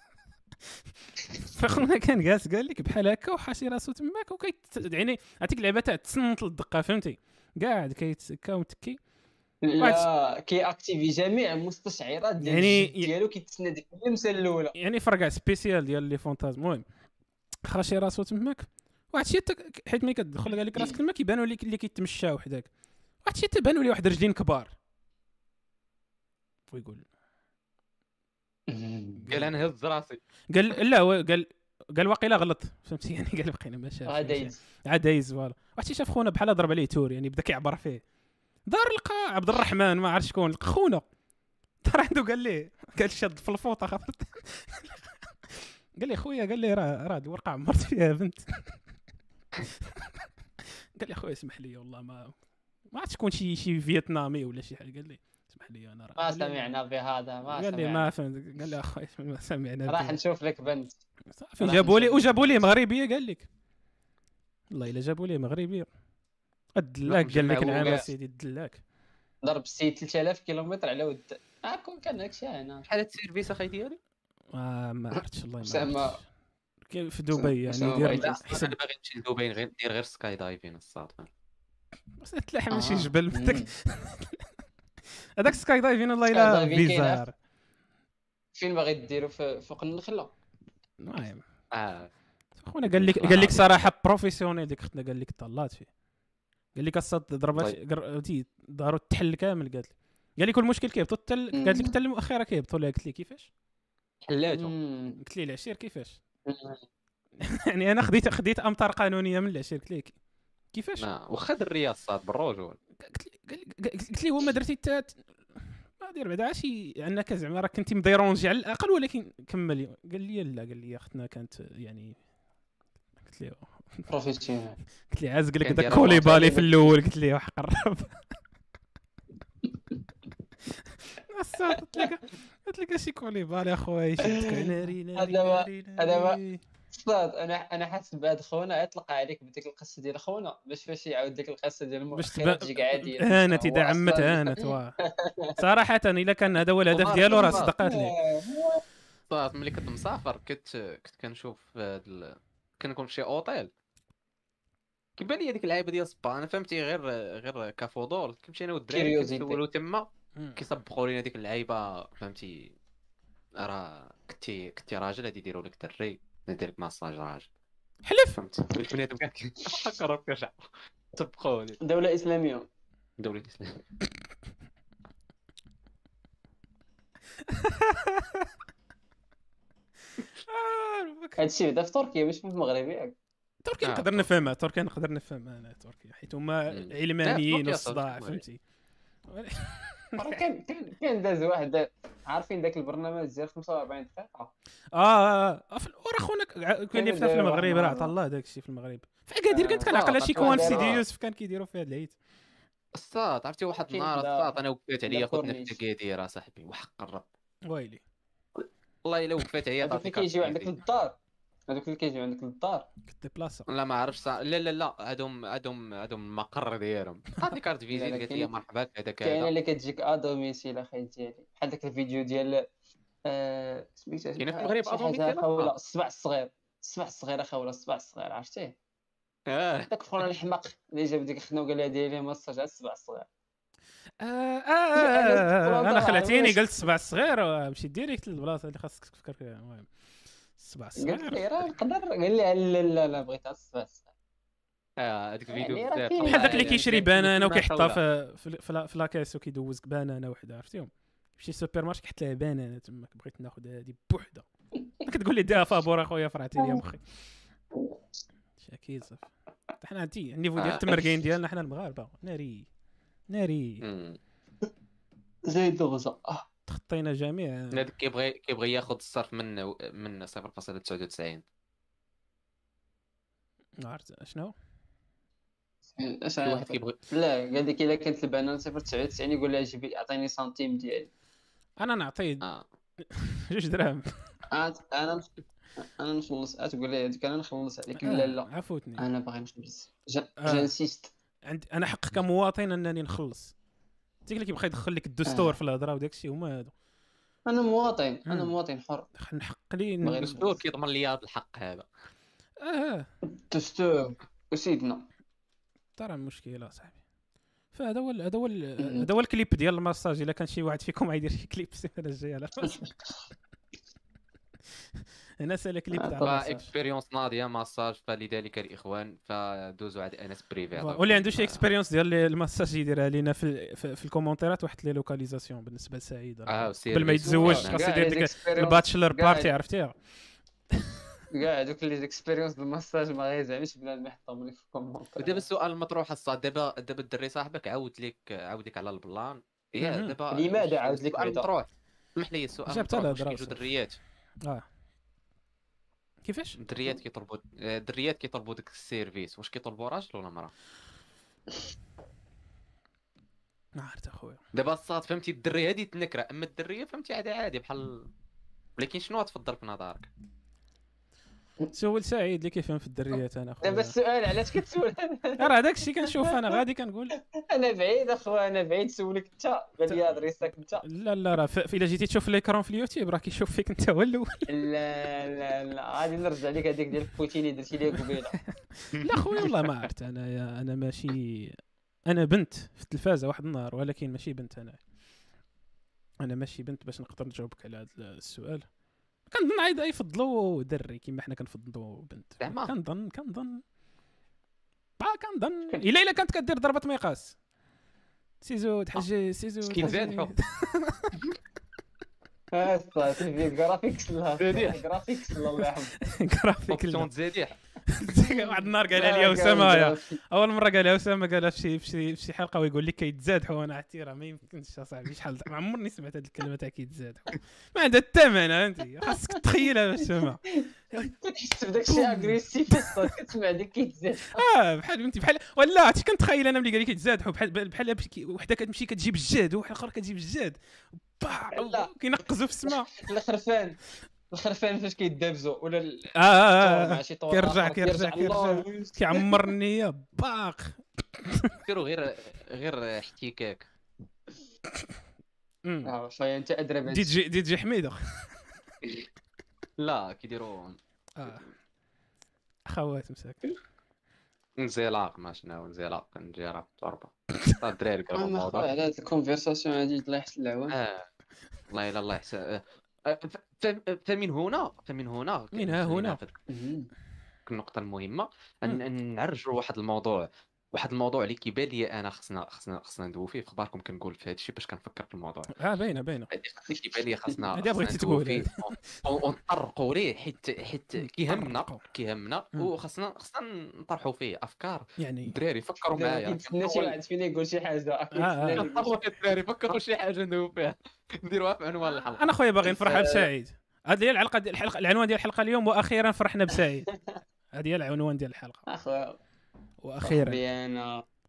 فخونا كان جالس قال لك بحال هكا وحاشي راسو تماك وكيت يعني عرفتيك اللعبه تاع تسنط للدقه فهمتي قاعد كيتسكا ومتكي. لا كي اكتيفي جميع المستشعرات ديال يعني الجد ديالو كيتسنى ديك اللمسه الاولى. يعني فرقع سبيسيال ديال لي فونتازم. المهم خاشي راسو تماك واحد الشيء تك... حيت ملي كتدخل قال لك راسك تما كيبانوا لك اللي كيتمشى وحداك واحد الشيء تبانوا لي واحد رجلين كبار ويقول قال انا هز راسي. قال لا هو قال قال واقيلا غلط فهمتي يعني قال بقينا ما شافش هذا يز عاد دايز فوالا. واحد الشيء شاف خونا بحال ضرب عليه تور يعني بدا كيعبر فيه دار لقى عبد الرحمن ما عرف شكون لقى خونا دار عنده قال ليه قال شاد في الفوطه خافت قال لي خويا قال لي راه راه الورقه عمرت فيها بنت. قال لي خويا اسمح لي والله ما ما عرفت شكون شي شي فيتنامي ولا شي حاجه. قال لي اسمح لي انا راه ما قال لي- سمعنا بهذا ما قال لي سمعنا ما فهمت. قال لي اخويا ما سمعنا راح به. نشوف لك بنت. صافي راح جابوا لي نشوف. وجابوا لي مغربيه قال لك والله الا جابوا لي مغربيه الدلاك قال لك مجمع نعم وقاع. سيدي الدلاك. ضرب سي ثلاثة آلاف كيلومتر على ود اه كون كان هادشي انا شحال هاد السيرفيس اخي ديالي؟ آه ما عرفتش والله ما أسامة- عرفتش. كيف في دبي أسامة يعني بغيت دير أسأل. حسب انا باغي نمشي لدبي غير ندير غير سكاي دايفين الصاد. بس تلاحم من شي آه. جبل مم. هذاك هذاك سكاي دايفين والله سكاي الا دايفين كاين بيزار. فين باغي ديرو في فوق النخله؟ المهم اه خونا قال لك قال لك صراحه بروفيسيونيل ديك اختنا قال لك طلات فيه قال لك الصاد ضربات قرتي داروا التحل كامل قالت لي قال لك المشكل كيهبطوا التل قالت لك حتى المؤخره كيهبطوا لها. قلت لي كيفاش حلاتو. مم. قلت لي العشير كيفاش مم. يعني انا خديت خديت امطار قانونيه من العشير. قلت لي كيفاش لا واخا دريه الصاد بالرجول. قلت لي قال- قلت لي هو ما درتي حتى ما دير بعدا شي انك زعما راك كنتي مديرونجي على الاقل ولكن كملي. قال لي لا قال لي اختنا كانت يعني قلت لي بروفيسيونيل. قلت لي عازق لك كان داك ديال كوليبالي المعتاد. في الاول. قلت لي وحق الرب الصاد. قلت لك قلت لك شي كوليبالي اخويا يشدك ناري ناري هذا ما- ناري هذا ما- ناري. صاد انا انا حاسس بهاد خونا يطلق عليك بديك القصه ديال خونا باش فاش يعاود ديك القصه ديال باش المؤخره تبان تجيك عاديه. هانت هو اذا عمت أصلاً- هانت واه. صراحه الا كان هذا هو الهدف وما ديالو راه عرفتش صدقات ليه. صاد ملي كنت مسافر كنت كنت كنشوف هاد ال... كنكون في شي اوطيل كيبان لي هذيك اللعيبه ديال سبا. انا فهمتي غير غير كفضول كنمشي انا والدراري Curiosity. كنسولو تما مم. كيسبقوا لينا ديك اللعيبه فهمتي. راه كنتي كنتي راجل غادي يديروا لك دري ندير لك ماساج راجل حلف فهمت. البنات كاع كيفكروا كيرجعوا سبقوا لي دوله اسلاميه. دولة الاسلام. هادشي بدا في تركيا مش في المغرب ياك. تركيا آه، نقدر تركيا. نفهمها تركيا نقدر نفهمها انا تركيا حيت هما مم. علمانيين لا، تركيا والصداع صدق فهمتي. راه كان كان كان داز واحد عارفين داك البرنامج ديال خمسة وأربعين دقيقه. اه اه اه في- ورا خونا ك- كان في داير المغرب واحد راه مرة. عطا الله داك الشيء في المغرب. في اكادير كانت آه، كنعقل آه، شي طبعاً كوان في داير سيدي واحد. يوسف كان كيديروا فيها العيد. الصاط عرفتي واحد كاين النهار لا- الصاط انا وقفت عليا لا خوت كورنيش. نفس كيدير صاحبي وحق الرب ويلي والله الا وقفت عليا هذوك اللي كيجيو عندك للدار، هذوك اللي كيجيو عندك للدار. كنت بلاصه لا ما عرفتش صا... لا لا لا هادهم هادهم هادهم المقر ديالهم عطني كارت فيزيت لا، قالت لي كاين- مرحبا كذا كاينه كذا اللي كتجيك ادوميسيل اخي ديالي، بحال داك الفيديو ديال آه، سميتها كاينه في المغرب شي ادوميسيل حاجه خاوله أصلا؟ الصباع الصغير، الصباع الصغير اخاوله الصباع الصغير عرفتيه؟ اه داك الفران الحماق اللي جاب ديك الخدمه وقال لها ديري لي ماساج على الصباع الصغير. آه آه انا خلعتيني قلت الصباع الصغير مشيت ديريكت للبلاصه اللي خاصك تفكر فيها. المهم الصباع قلت الصغير لي راه نقدر، قال لي لا لا لا بغيت على الصباع الصغير. اه هذاك الفيديو يعني راه بزاف كاين- بحال داك اللي آه، كيشري بزاف بنانه كما وكيحطها حولها. في في في لا- في لاكاس وكيدوز بنانه وحده عرفتيهم. يمشي سوبر ماركت كيحط لها بنانه تماك بغيت ناخذ هذه بوحده كتقول لي ديها فابور اخويا فرعتي لي مخي شي اكيد صافي. حنا انتي النيفو ديال آه. التمرقين ديالنا حنا المغاربه ناري ناري مم. زايد دوزه آه. تخطينا جميع. هذاك كيبغي كيبغي ياخذ الصرف من من صفر فاصلة تسعة وتسعين. عرفت شنو اش في واحد عارف. كيبغي لا قال لك الا كانت البنانه صفر تسعة وتسعين يقول لها جيبي اعطيني سنتيم ديالي. انا نعطيه اه جوج دراهم انا انا انا نخلص، تقول لي هذيك انا نخلص عليك. لا آه، لا عفوتني انا باغي نخلص. جا- آه. جانسيست. عندي انا حق كمواطن انني نخلص. ديك اللي كيبقى يدخل لك الدستور آه. في الهضره وداك الشيء هما هادو. انا مواطن، انا مم. مواطن حر. نحق لي باغي ن- الدستور كيضمن لي هذا الحق هذا. اه دستور وسيدنا. ترى مشكله صاحبي. فهذا هو ال- هذا هو ال- مم. هذا هو الكليب ديال الماساج. الا كان شي واحد فيكم غيدير شي كليب السنه الجايه على راسي. انا سالا كليب تاع طبعاً. الماساج. اكسبيريونس ناضيه ماساج فلذلك الاخوان فدوزوا عند انس بريفي. واللي عنده شي اكسبيريونس ديال الماساج يديرها لينا في في, في الكومونتيرات واحد لي لوكاليزاسيون بالنسبه لسعيد. اه قبل ما يتزوج خاص كاع يدير هاد ديك experience- الباتشلر كاع بارتي هاد- عرفتيها. كاع دوك لي اكسبيريونس بالماساج ما غيزعمش بنادم يحطهم لي في الكومونتير. دابا السؤال المطروح الصاد دابا دابا الدري صاحبك عاود لك عاود لك على البلان. يا مهم. دابا لماذا عاود لك السؤال بعدا؟ المطروح اسمح لي السؤال جابتها المطروح الهضرة واش كيجيو وصافي. دريات اه كيفاش الدريات كيطلبوا الدريات كيطلبوا داك السيرفيس واش كيطلبوا راجل ولا مراه؟ ما عرفت اخويا. دابا الصاد فهمتي الدري هادي تنكره اما الدريه فهمتي عادي عادي بحال ولكن شنو تفضل في نظرك؟ سول سعيد اللي كيفهم في الدريات انا اخويا. دابا السؤال علاش كتسول؟ راه داك الشيء كنشوف انا غادي كنقول انا بعيد اخويا، انا بعيد سولك انت بان لي ادريسك انت. لا لا راه ف- الا جيتي تشوف ليكرون في اليوتيوب راه كيشوف فيك انت هو الاول. لا لا لا غادي نرجع لك هذيك ديال بوتين اللي درتي ليا قبيله. لا خويا والله ما عرفت انا يا انا ماشي انا بنت في التلفازه واحد النهار ولكن ماشي بنت انا. انا ماشي بنت باش نقدر نجاوبك على هذا السؤال. كنظن عايد يفضلوا دري كيما حنا كنفضلوا بنت. زعما؟ كنظن كنظن با كنظن الا الا كانت كدير ضربه مقاس سيزو تحجي سيزو مسكين زاد تحجي. حب. ها صافي في جرافيكس لا زاديه. جرافيكس الله يرحم. جرافيك اوبسيون لا. تزاديح. واحد النهار قالها لي اسامه يا اول مره قالها اسامه قالها في شي في شي في شي حلقه ويقول لك كيتزادحوا وانا عرفتي راه ما يمكنش يا صاحبي شحال ما عمرني سمعت هذه الكلمه تاع كيتزادحوا ما عندها الثمن انت خاصك تخيلها باش تفهمها. كتحس بداك الشيء اغريسيف الصوت كتسمع ديك كيتزاد. اه بحال فهمتي بحال ولا عرفتي كنتخيل انا ملي قال لي كيتزادحوا بحال بحال كي- وحده كتمشي كتجيب الجاد وواحده اخرى كتجيب الجاد لا. كينقزوا في السماء. الخرفان الخرفان فاش كيدابزوا ولا ال- اه اه مع آه. شي طور كيرجع آخر كيرجع الله كيرجع كيعمر النيه باق. ديروا غير غير احتكاك. مم. اه فهي انت ادرى دي بهذا جي دي جي حميده. لا كيديروا اه اخوات مساكن. انزلاق ما شنو انزلاق انجراب تربه. الدراري قالوا انا الموضوع. على هاد الكونفرساسيون هادي الله يحسن العوان. اه والله الا الله يحسن. آه، ف- ف- فمن هنا فمن هنا من ها هنا. في مهم. النقطة المهمة مم. أن أن نعرجوا واحد الموضوع واحد الموضوع اللي كيبان لي أنا خصنا خصنا خصنا ندوي فيه في أخباركم كنقول في هذا الشيء باش كنفكر في الموضوع. اه باينه باينه. هذه اللي كيبان لي خصنا هذه بغيتي خصنا ندوي تقول فيه و- ونطرقوا ليه حيت حيت كيهمنا نطرقوا. كيهمنا مم. وخصنا خصنا نطرحوا فيه أفكار. يعني الدراري فكروا دابا معايا. كيتسنى شي واحد فينا يقول شي حاجه آه، آه. كنطرحوا فيه الدراري فكروا شي حاجة ندوي فيها نديروها في عنوان الحلقة. انا خويا باغي نفرح بسعيد. هذه هي العلقه ديال الحلقه العنوان ديال الحلقه اليوم واخيرا فرحنا بسعيد. هذه هي العنوان ديال الحلقه اخويا واخيرا انا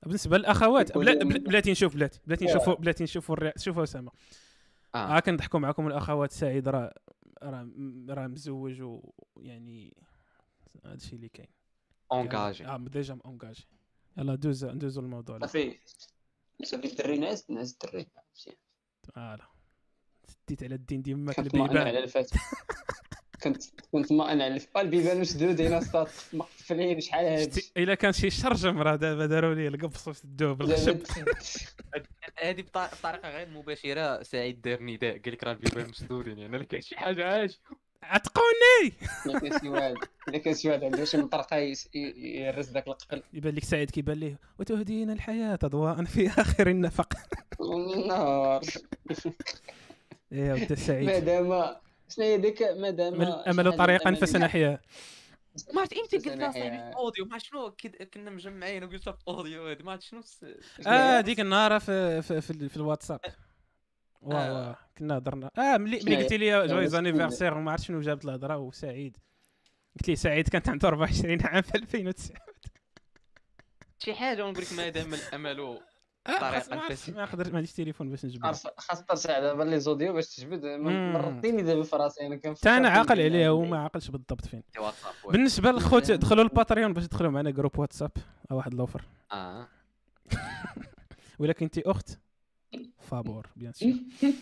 بالنسبه للاخوات يكون بلا لهم- بلا- بلاتي نشوف بلاتي بلاتي آه. نشوفوا بلاتي نشوفوا الري... شوفوا اسامه اه اه كنضحكوا معكم الاخوات. سعيد راه راه راه مزوج ويعني هذا الشيء اللي كاين. اونجاجي. اه ديجا اونجاجي. يلا دوز ندوزوا الموضوع. صافي صافي الدري ناس ناس الدري فوالا سديت على الدين ديال ماك كنت مائن على البيبان. الفاتح كنت كنت مائن على الف- البيبان مسدودين اصاط مقفلين شحال هادشي شتي الا كان شي شرجم راه دابا داروا ليه القبص وسدوه بالخشب. هذه بط- بطريقه غير مباشره سعيد دار نداء قال لك راه البيبان مسدودين يعني الا كان شي حاجه عاج عتقوني. الا كان شي واحد الا كان شي واحد عنده شي مطرقه يس- ي- يرز داك القفل يبان لك سعيد كيبان ليه وتهدينا الحياه اضواء في اخر النفق. النهار ايه ودي سعيد مادام شنو هي ديك مادام من الامل طريقا فسنحيا. ما عرفت امتى بس قلت أنا لها صاحبي حيا- في اوديو ما شنو كد- كنا مجمعين وقلت لها في اوديو هذا ما عرفت شنو الس- اه ديك النهار في في, في, في الواتساب. واه آه. واه كنا هضرنا اه ملي ملي شنو قلتي هي؟ لي جويز شنو هي؟ انيفرسير وما عرفت شنو جابت الهضره وسعيد قلت لي سعيد كانت عنده أربعة وعشرين عام في ألفين وتسعة. شي حاجه ونقول لك ما دام الامل آه طريقة خاص- ما عرفتش، الفسي. ما قدرت ما عنديش تليفون باش نجبد. عارف خاص ترجع دابا لي زوديو باش تجبد مم. مرضيني دابا في راسي انا كنفكر حتى انا في عاقل البناء عليها عندي. وما عاقلش بالضبط فين. واتساب وي. بالنسبه للخوت مزيان. دخلوا الباتريون باش تدخلوا معنا جروب واتساب او واحد الاوفر. اه ولا كنتي اخت فابور بيان سور.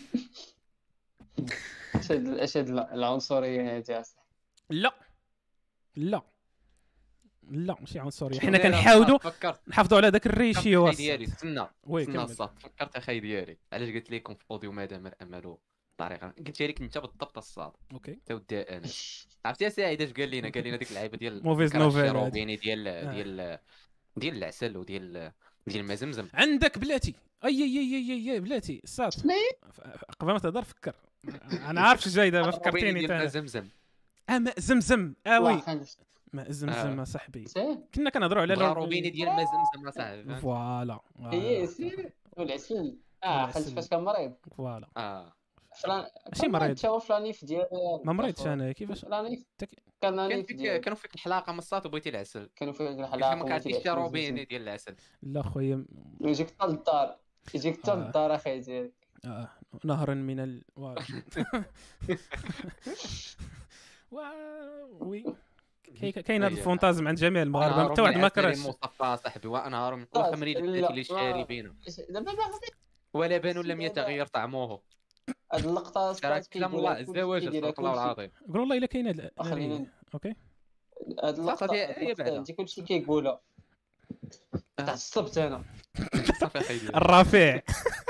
اش هاد اش هاد العنصريه هادي اصاحبي لا لا لا ماشي عنصريه، شنو حنا داير كنحاولوا الصاد؟ فكرت نحافظوا على داك الريشيو اخي ديالي وسط. استنى وي استنى كمل. الصاد فكرت اخي ديالي علاش قلت لكم في اوديو ما دام الامل طريقه قلت لك انت بالضبط الصاد اوكي تا ودي انا عرفتي يا سعيد اش قال لنا قال لنا ديك اللعيبه ديال موفيز كراش نوفيل روبيني ديال آه. ديال ديال العسل وديال ديال المزمزم عندك بلاتي اي اي اي اي, أي بلاتي صات قبل ما تهضر فكر. انا عارف اش جاي دابا روبيني فكرتيني ديال تاع المزمزم اه ماء زمزم اه وي الله ماء زمزم صاحبي سير كنا كنهضروا على بغا لون- روبيني ديال المزمزم اصاحبي فوالا هي سير والعسل اه والعسل. خلت فاش كان مريض فوالا اه فلان ماشي مريض. تا هو فلانيف ديال ما مريتش انا كيفاش فلانيف تك... كان كان نانيف فيك ديال كانوا فيك الحلاقه مصات وبغيتي العسل كانوا في هاد قلت الحلقه ما كعرفتيش شي روبيني ديال العسل لا خويا يجيك حتى للدار يجيك حتى آه. للدار اخي ديالي آه. نهرا من ال و... و... وي كاين كاين هذا أيوة. الفونتازم عند جميع المغاربه أنا حتى واحد ما هارم كرهش. مصطفى صاحبي وانا هارم لا، وخمري لا، لذاتي ما- للشاربين دابا باغي ولا بان لم يتغير طعمه هاد اللقطه ترى كلام الله الزواج استغفر الله العظيم قول والله الا كاين هاد خلينا هاد- اوكي هاد اللقطه صافي، هي هاد بعدا. اللقطة كلشي كيقولها تعصبت انا صافي اخي ديالي الرفيع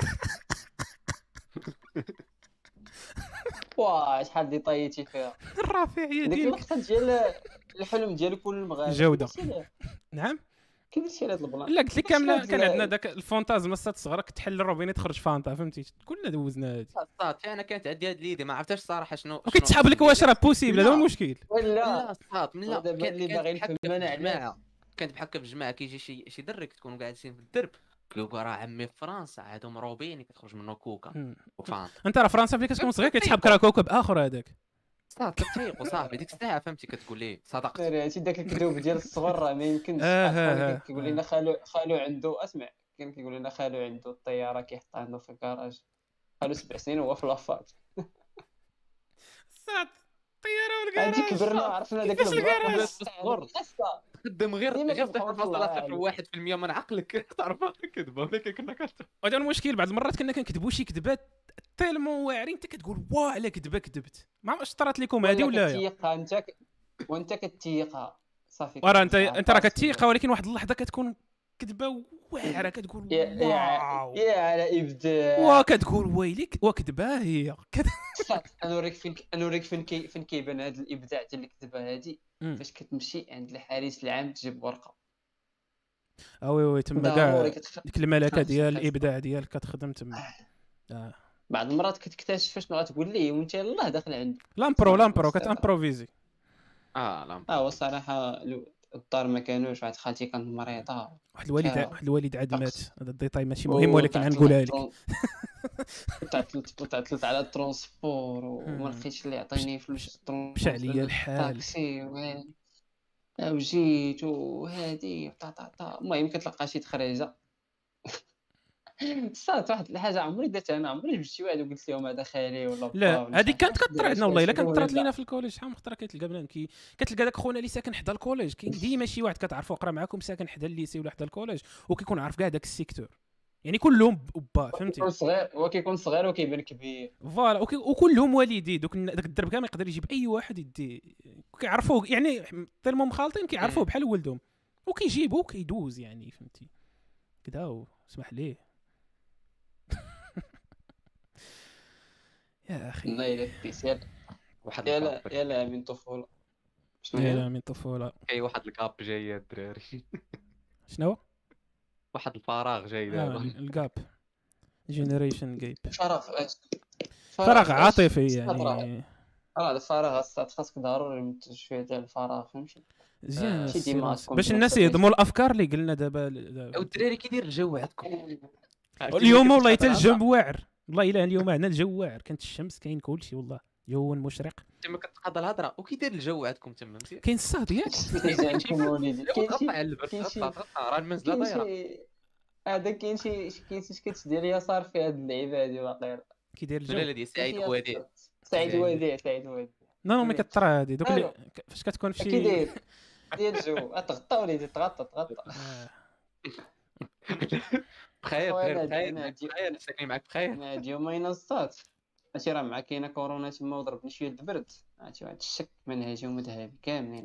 واه شحال دي طيتي فيها الرفيع يا ديك دينك. اللقطه ديال الحلم ديال كل مغاربه جودة. كيدير نعم شي هاد البلان لا قلت لك كامله شحال كان ديال- عندنا داك الفونتازم السات صغرى كتحل الروبيني تخرج فانتا فهمتي كلنا دوزنا هادي صافي انا كانت عندي هاد ليدي ما عرفتش الصراحه شنو وكيتسحب لك واش راه بوسيبل هذا هو لا. المشكل. ولا لا صات من لا ودابا كانت اللي كانت باغي بحال نفهمنا في على جماعه كانت بحال في جماعه كيجي شي شي درك تكونوا جالسين في الدرب كيقول راه عمي في فرنسا عندهم روبيني كتخرج منه كوكا مم. وفانتا انت راه فرنسا فين كتكون صغير كيتسحب كرا كوكب اخر هذاك. صافي كتفيقوا صاحبي ديك الساعه فهمتي كتقول لي صدقت هادشي داك الكذوب ديال الصغر راه ما يمكنش آه، شحال آه، خونا آه. كيقول لنا خالو خالو عنده اسمع كان كيقول لنا خالو عنده الطياره كيحطها عنده في الكراج خالو سبع سنين وهو في لافاط صات طياره هادي والكراج كبرنا عرفنا داك كيفاش البلاصة. الكراج؟ الصغر. قصة. خدم غير ديما غير كنبقاو صفر نطلعوا فاصلة صفر عليه. واحد في المية من عقلك تعرفها كذبه ولكن كنا كنت وهذا المشكل بعض المرات كنا كنكتبوا شي كذبات تيلمون واعرين انت كتقول واه على كذبه كذبت ما عرفتش طرات لكم هذه ولا لا. كتيقها انت ك... وانت كتيقها صافي وراه انت كتمشي انت راه عارف كتيقه ولكن واحد اللحظه كتكون كذبه واعره كتقول يا يا واو يا على ابداع وا كتقول ويليك وكذبه هي كت- صافي نوريك فين نوريك فين كي فين كيبان هذا الابداع ديال الكذبه هذه مم. فاش كتمشي عند الحارس العام تجيب ورقه اه وي وي تما ضروري كاع كتخ... ديك الملكه خمس ديال خمس. الابداع ديالك كتخدم تما. آه. بعض المرات كتكتشف شنو غتقول ليه وانت يلاه داخل عنده لامبرو لامبرو بس- كتامبروفيزي. اه لا اه هو الصراحه لو- الدار ما كانوش واحد خالتي كانت مريضه واحد الوالد آه. واحد الوالد عاد مات طقس. هذا الديتاي ماشي مهم ولكن غنقولها لك. تعطلت تعطلت على الترونسبور وما مم. لقيتش اللي يعطيني فلوس الترونسبور مشى عليا الحال. طاكسي وين وجيت وهادي طا طا طا المهم كتلقى شي تخريجه صات واحد الحاجه عمري درتها انا عمري جبت شي واحد وقلت لهم هذا خالي ولا با لا ولا هذيك شي حاجة. كانت كطرا عندنا علاش والله الا كنشوفو كانت طرات ولا لينا في الكوليج شحال من خطره كتلقى بنادم كي كتلقى داك خونا اللي ساكن حدا الكوليج كاين ديما شي واحد كتعرفو قرا معاكم ساكن حدا الليسي ولا حدا الكوليج وكيكون عارف كاع داك السيكتور يعني كلهم با فهمتي كيكون صغير هو كيكون صغير وكيبان كبير. فوالا وكي- وكلهم والدي دوك الن- داك الدرب كامل يقدر يجيب اي واحد يدي كيعرفوه يعني تيرمو مخالطين كيعرفوه مم. بحال ولدهم وكيجيبوه وكيدوز يعني فهمتي كدا واسمح ليه يا اخي الله الا ديتي واحد يلا الكاب يلا من طفوله شنو يا هي لا من طفوله كاين واحد الكاب جاي يا الدراري شنو واحد الفراغ جاي آه دابا الجاب جينيريشن جيب فراغ فراغ عاطفي فراغ. يعني اه الفراغ الصاد خاصك ضروري منتج شويه ديال الفراغ فهمتي مزيان آه، شي ديما السيلونس تكون باش الناس بنفس يهضموا الافكار اللي قلنا دابا دابا. او الدراري كيدير الجو عندكم اليوم والله حتى الجو واعر والله الا اليوم عندنا الجو واعر كانت الشمس كاين كلشي والله جو مشرق تما كتقضى الهضره وكيدير الجو عندكم تما فهمتي كاين الصاد ياك عندكم وليدي كاين غطى شي على البرد كاين شي- غطى غطى راه المنزله كاين دايره شي هذا كاين شي شي- كاين شي سكيتش ديال يسار في هاد اللعيبه هادي واقيلا كيدير لا الجو لا ديال سعيد وديع سعيد سعيد. وديع سعيد وديع نو نو ما كطرا هادي دوك اللي ألو. فاش كتكون في كي شي داير ديال الجو تغطى وليدي تغطى تغطى آه. بخير خويا بخير أنا- بخير أنا دي- بخير ساكنين معاك بخير انا هاد يومين الصات ماشي راه مع كاينه كورونا تما وضربني شويه البرد عرفتي واحد الشك منهجي ومذهبي كاملين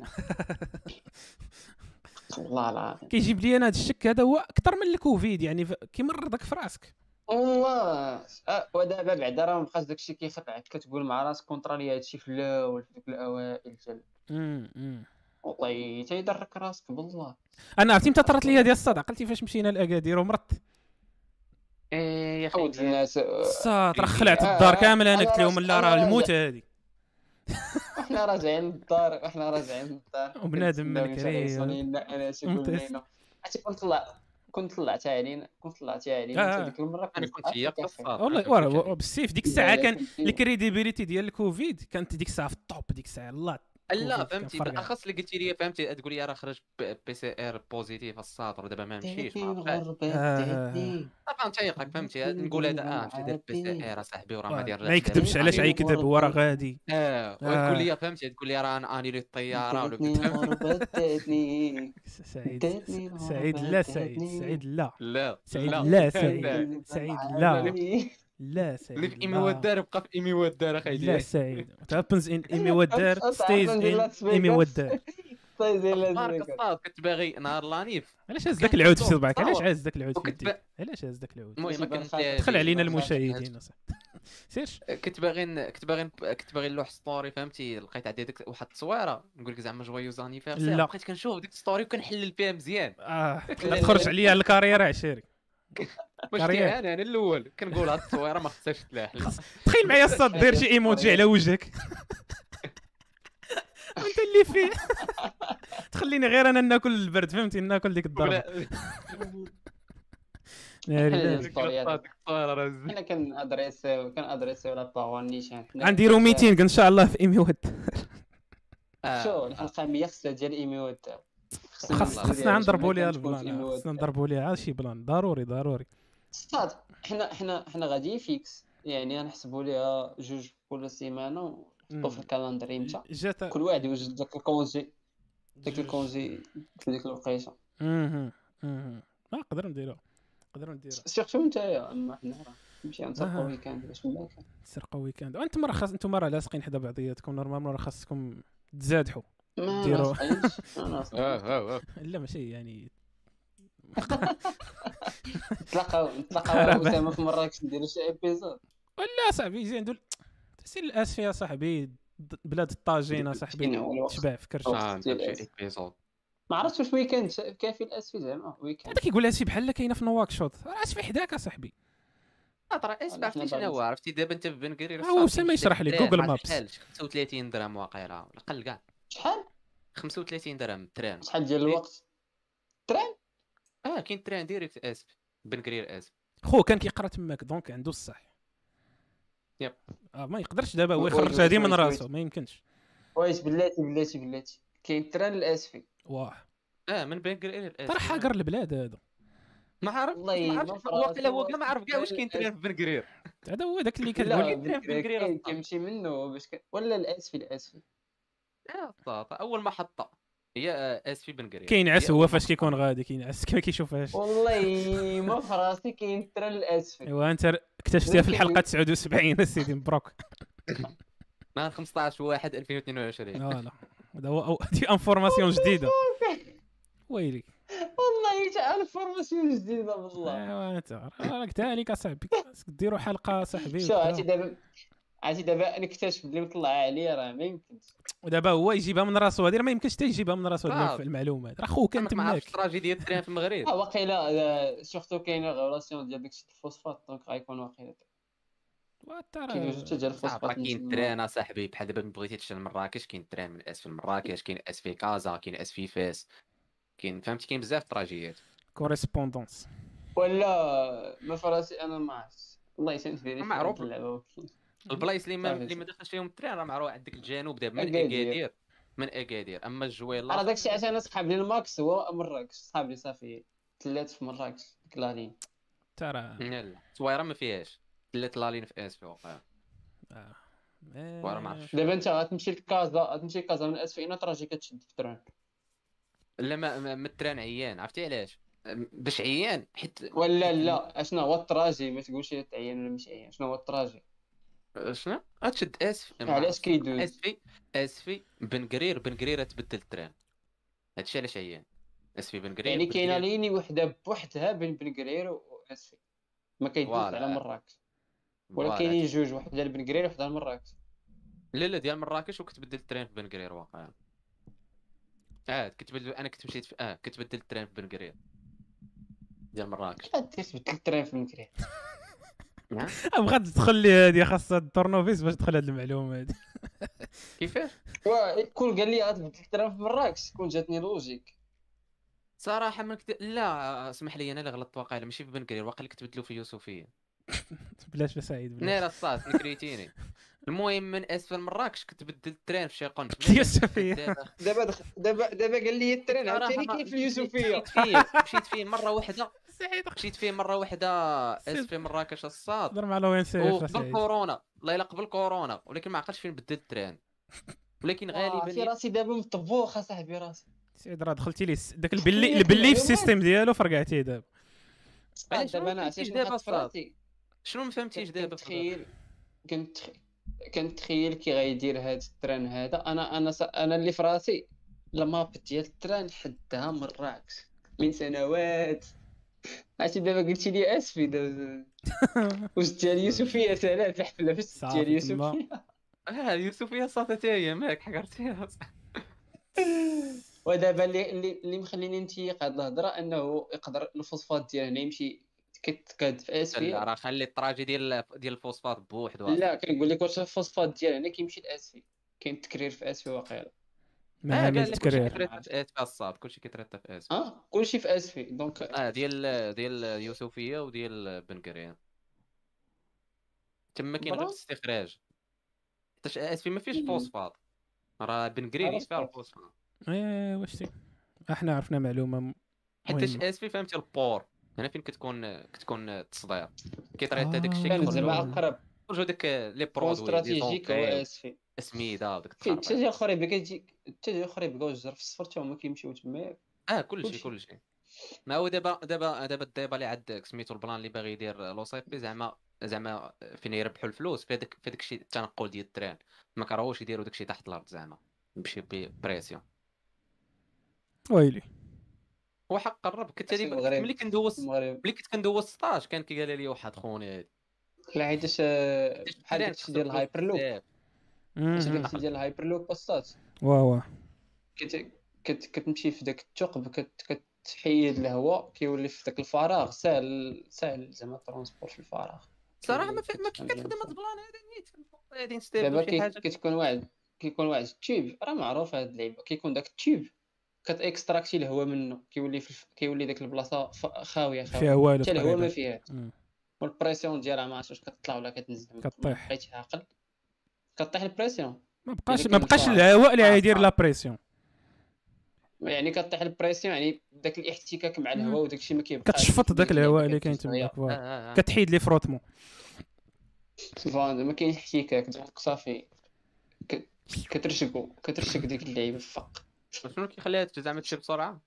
والله العظيم كيجيب لي انا هذا الشك هذا هو اكثر من الكوفيد يعني ف- كيمرضك في راسك والله أه ودابا بعدا راه مابقاش داكشي كيخدعك كتقول مع راسك كونطرالي هادشي في الاول في ديك الاوائل ديال أمم، أمم. والله تيضرك راسك بالله انا عرفتي متى طرات لي هذه الصاد عقلتي فاش مشينا لاكادير ومرضت ايه يا عاود اخي الناس الصاد راه خلعت الدار كامل انا قلت لهم لا راه الموت هذه احنا راجعين للدار احنا راجعين للدار وبنادم من كريم. انا تيقول ممتاز. لنا عرفتي كنت طلع كنت طلعتها علينا كنت طلعتها علينا آه. حتى ديك المره انا كنت هي قصه والله وراه بالسيف ديك الساعه كان الكريديبيليتي ديال الكوفيد كانت ديك الساعه في الطوب ديك الساعه الله لا كوفيد فهمتي كان فرقع. بالاخص اللي قلتي لي فهمتي تقول لي راه خرج بي سي ار بوزيتيف الساط ودابا ما مشيش ما عرفتش غربت طبعا تيقك فهمتي نقول هذا اه مشى دار بي سي ار اصاحبي وراه ما داير ما يكذبش علاش غيكذب هو راه غادي اه آه. وتقول لي فهمتي تقول لي راه انا انيلي الطياره ولا داتني قلت غربتني سعيد داتني سعيد لا سعيد سعيد لا لا سعيد لا لا سعيد سعيد لا لا سعيد اللي في ايمي لا. ودار بقى في ايمي ودار اخي لا ديالي سعيد what happens in ايمي ودار أنت stays عارف ندير in ايمي ودار طيب زي بارك لازم الصاد كنت باغي نهار لانيف علاش هز داك العود في كان صبعك علاش تصور. هز داك العود في وكنت يديك علاش هز داك العود المهم ماشي كنت بنخاف. دخل علينا بنخاف. المشاهدين أصاحبي. سيرش كنت باغي كنت باغي كنت باغي نلوح ستوري فهمتي لقيت عندي ديك واحد التصويره نقول لك زعما جويوز انيفيرسير لا. بقيت كنشوف ديك ستوري وكنحلل فيها مزيان اه تخرج عليا على الكارير عشيري واش كارير. كاين انا الاول كنقول هاد التصويره ما خصهاش تلاح لا تخيل معايا الصاد دير شي ايموجي على وجهك وانت اللي فيه تخليني غير انا ناكل البرد فهمتي ناكل ديك الضربه ناري حنا ناري. ديك الطريقة. ديك التصويره راه زين. حنا كان ادريسيو كان ادريسيو ولا باغون نيشان غنديرو ميتينغ ان شاء الله في ايمي ود آه. شو الحلقه مية خصها ديال ايمي ود خاص خاصنا نضربوا ليها البلان البلان خاصنا نضربوا ليها شي بلان ضروري ضروري صاد حنا حنا حنا غاديين فيكس يعني غنحسبوا ليها جوج كل سيمانه ونحطوا في الكالندر امتى جات كل واحد يوجد داك الكونجي داك الكونجي في ديك الوقيته اها اها ما نقدر نديرو نقدر نديرو سيرتو نتايا اما حنا راه نمشي أها. نسرقوا ويكاند باش من كان تسرقوا ويكاند وانتم راه خاص انتم راه لاصقين حدا بعضياتكم نورمالمون راه خاصكم تزادحوا ما ديرو. ناقصينش ما ناقصينش. اه اه اه لا ماشي يعني نتلاقاو نتلاقاو اسامه في مراكش نديرو شي ايبيزود ولا صاحبي يجي ندير تحسين الاسفي يا صاحبي د- بلاد الطاجين صاحبي شنو هو الوقت؟ تشبع في كرش أوه. اه ندير شي ايبيزود ما عرفتش واش ويكاند كافي الاسفي زعما ويكاند هذا كيقول لها شي بحال كاينه في نواكشوط راه اسفي حداك اصاحبي ترى اسمع عرفتي شنو هو عرفتي دابا انت في بنكرير ها هو أسامة يشرح لي، جوجل مابس. شحال خمسة وثلاثين درهم واقيلا ولا قل كاع شحال خمسة وثلاثين درهم التران شحال ديال الوقت تران اه كاين تران ديريكت اسف بنكرير اسف خو كان كيقرا تماك دونك عنده الصح يب. اه ما يقدرش دابا هو ويت- يخرج ويت- هذه من ويت- راسه ويت. ما يمكنش واش بلاتي بلاتي بلاتي كاين تران الاسفي واه اه من بين كرير ترى حاقر البلاد هذا. ما عارف والله ما ما عرفتش فراسي واقيلا هو واش كاع ما عرف كاع واش كاين تران في بن كرير. هذا هو داك اللي كتقول لا لي. تران في بن بن- كرير كاين الصاد. كيمشي منه باش ك... ولا الاسفل الاسفل يا الصاد اول محطه هي آه، اس في بن كرير. كينعس هي هو أول فاش محطة. كيكون غادي كينعس ما كيشوفهاش. والله ما فراسي كاين التران الاسفل. ايوا انت اكتشفتيها في ممكن الحلقه يو- تسعة وسبعين اسيدي مبروك. نهار خمسطاش واحد ألفين واثنين وعشرين. فوالا هذا هو أو- دي انفورماسيون جديده ويلي. والله تاع الفورماسيون جديده والله. ايوا انت راك ثاني اصاحبي خاصك ديروا حلقه صاحبي شو عرفتي وكذا. دابا عرفتي دابا نكتشف بلي مطلع عليا راه ما يمكنش. ودابا هو يجيبها من راسو هذه راه ما يمكنش حتى يجيبها من راسو هذه صعب. المعلومات راه خوك كان انك ما عرفتش تماك. التراجيديا ديال التران في المغرب. اه واقيلا سورتو كاينه غوراسيون ديال داكشي الفوسفات دونك غيكون واقيلا كيدوزو حتى ديال صعب. راه الفوسفات كاين من تران اصاحبي بحال دابا بغيتي تمشي لمراكش كاين تران من اس في مراكش كاين اس في كازا كاين اس في فاس كاين فهمتي كاين بزاف تراجيات. كوريسبوندونس. ولا ما فراسي انا ما عرفتش والله تنفيري في معروف. هاد اللعبه وكاين البلايص اللي ما صافي اللي ما صافي. دخلش فيهم التران راه معروف. عندك الجنوب دابا من أكادير. اكادير من اكادير اما الجويل راه لاصق داكشي عشان انا صحاب لي الماكس هو مراكش صحاب لي صافي تلات في مراكش ديك لالين. ترى لا صويره ما فيهاش ثلاث لالين في اس في واقع. آه. صويره ما عرفتش. دابا انت غتمشي لكازا غتمشي لكازا من اسفين تراجي كتشد في التران. لا ما ما- ما التران عيان عرفتي علاش باش عيان حيت ولا لا اشنا هو التراجي ما تقولش تعين ولا مش عيان شنو هو التراجي. شنو غتشد اس في علاش كيدوز اس في اس في بن قرير بن قرير تبدل التران. هادشي علاش عيان اس في بن قرير يعني بن كاينه قرير. ليني وحده بوحدها بين بن قرير واسفي ما كيدوز فوالا. على مراكش ولا فوالا كاينين هادشي. جوج وحده لبن قرير وحده لمراكش. لا لا ديال مراكش وكتبدل التران في بن قرير واقع. اه كتبدل انا كنت مشيت في اه كتبدل التران في بن قرير ديال مراكش. لا دير تبدل التران في بن قرير. بغات تدخل لي هذه خاصها التورنوفيس باش تدخل هذه المعلومه هذه. كيفاش كون قال لي غتبدل التران في مراكش كون جاتني لوجيك. صراحه ما كت... لا اسمح لي انا اللي غلطت واقيلا ماشي في بن قرير واقيلا كتبدلوا في يوسفيه. بلاش سعيد بلاش. نير الصاط نكريتيني. المهم من اسفل مراكش كتبدل التران في شي قنت. يوسفيه. دابا دخ... دابا دابا قال لي التران عاوتاني كاين في اليوسفيه. مشيت فيه مشيت فيه مره واحده سعيد مشيت فيه مره واحده اسفل مراكش الصاد. هضر مع لوين سيف وقبل سعيد. كورونا الله يلا قبل كورونا ولكن ما عقلتش فين بدل التران ولكن في غالبا راسي دابا مطبوخ اصاحبي راسي. سعيد راه دخلتي لي داك البلي البلي في السيستم ديالو فرقعتيه دابا. علاش دابا انا ما عرفتي فهمتيش شنو دابا حط في الصاد؟ راسي. شنو ما فهمتيش دابا كنتخيل كنت كنتخيل كي غيدير هاد التران هذا انا انا س... انا اللي في راسي الماب ديال التران حدها مراكش من سنوات. عرفتي دابا قلتي لي اسفي دابا واش ديال يوسفيه ثلاث الحفله باش صافي ديال تما. يوسفيه. اه يوسفيه صافي حتى هي ماك حقرتيها. ودابا اللي اللي, اللي مخليني نتيق هاد الهضره انه يقدر الفوسفات ديال هنا يمشي كتكاد في لا اسفي. راه خلي الطراجي ديال ديال الفوسفات بوحدو. لا كنقول لك واش الفوسفات ديال هنا كيمشي لاسفي كاين التكرير في اسفي واقيلا. ما اه عامل قال لك كلشي تكرير. كيتريتا في اس في الصاد كلشي كيتريتا في اس. اه كلشي في اسفي دونك اه ديال ديال يوسفيه وديال بن قرير تما كاين غير برا. الاستخراج حيت اس في ما فيش فوسفات راه بن قرير عرفت. فيها الفوسفات ايه واش تي احنا عرفنا معلومه حيتاش مهمة. اس في فهمتي البور هنا فين كتكون كتكون التصدير كيطريتا آه. داك الشيء كان زعما كيخرجوا. اقرب كيخرجوا داك لي بون برودوي استراتيجيك هو اسفي. سميده وداك فين التخربيق. حتى ديال الاخر يبقى كيجي حتى ديال الاخر يبقاو الجر في الصفر حتى هما كيمشيو تما ياك. اه كلشي كلشي. كلشي ما هو دابا دابا دابا الديبا اللي عندك سميتو البلان اللي باغي يدير لو سي بي زعما زعما فين يربحوا الفلوس في هذاك في هذاك الشيء التنقل ديال التران ما كرهوش يديروا داك الشيء تحت الارض زعما بشي بريسيون. ويلي هو حق قرب كنت أسي هذه المغرب. ملي كندوز المغرب ملي كنت كندوز ستاج كان كيقال لي واحد خوني هادي لا حيتاش آه، بحال داكشي ديال الهايبر لوب داكشي داكشي ديال الهايبر لوب بوستات وا وا كت كت كتمشي في داك الثقب كت كتحيد الهواء كيولي في داك الفراغ ساهل ساهل زعما ترونسبور في الفراغ. صراحه ما كي- ما كي كتفهم كتخدم ديال هاد البلان هذا نيت غادي نستافدوا دابا شي كي- حاجه. كتكون واحد كيكون واحد التيوب راه معروف هاد اللعيبه كيكون داك التيوب كتاكستراكتي الهواء منه كيولي في الف... كيولي داك البلاصه ف... خاويه فيها خاويه والو حتى الهواء ما تقريبا. فيها مم. والبريسيون ديالها ما عرفتش واش كتطلع ولا كتنزل كطيح. بقيتي عاقل كطيح البريسيون ما بقاش إلا ما كاين بقاش الفراغ. الهواء اللي آه، غيدير آه. لا بريسيون. يعني كطيح البريسيون، يعني داك الاحتكاك مع الهواء وداك الشيء ما كيبقاش. كتشفط داك الهواء اللي كاين كتجلس هي. تما فوالا آه، آه. كتحيد لي فروتمون فان ما كاينش احتكاك دونك صافي ك- كترشقو كترشق ديك اللعيبه فق شنو كيخليها تجي زعما تمشي بسرعه؟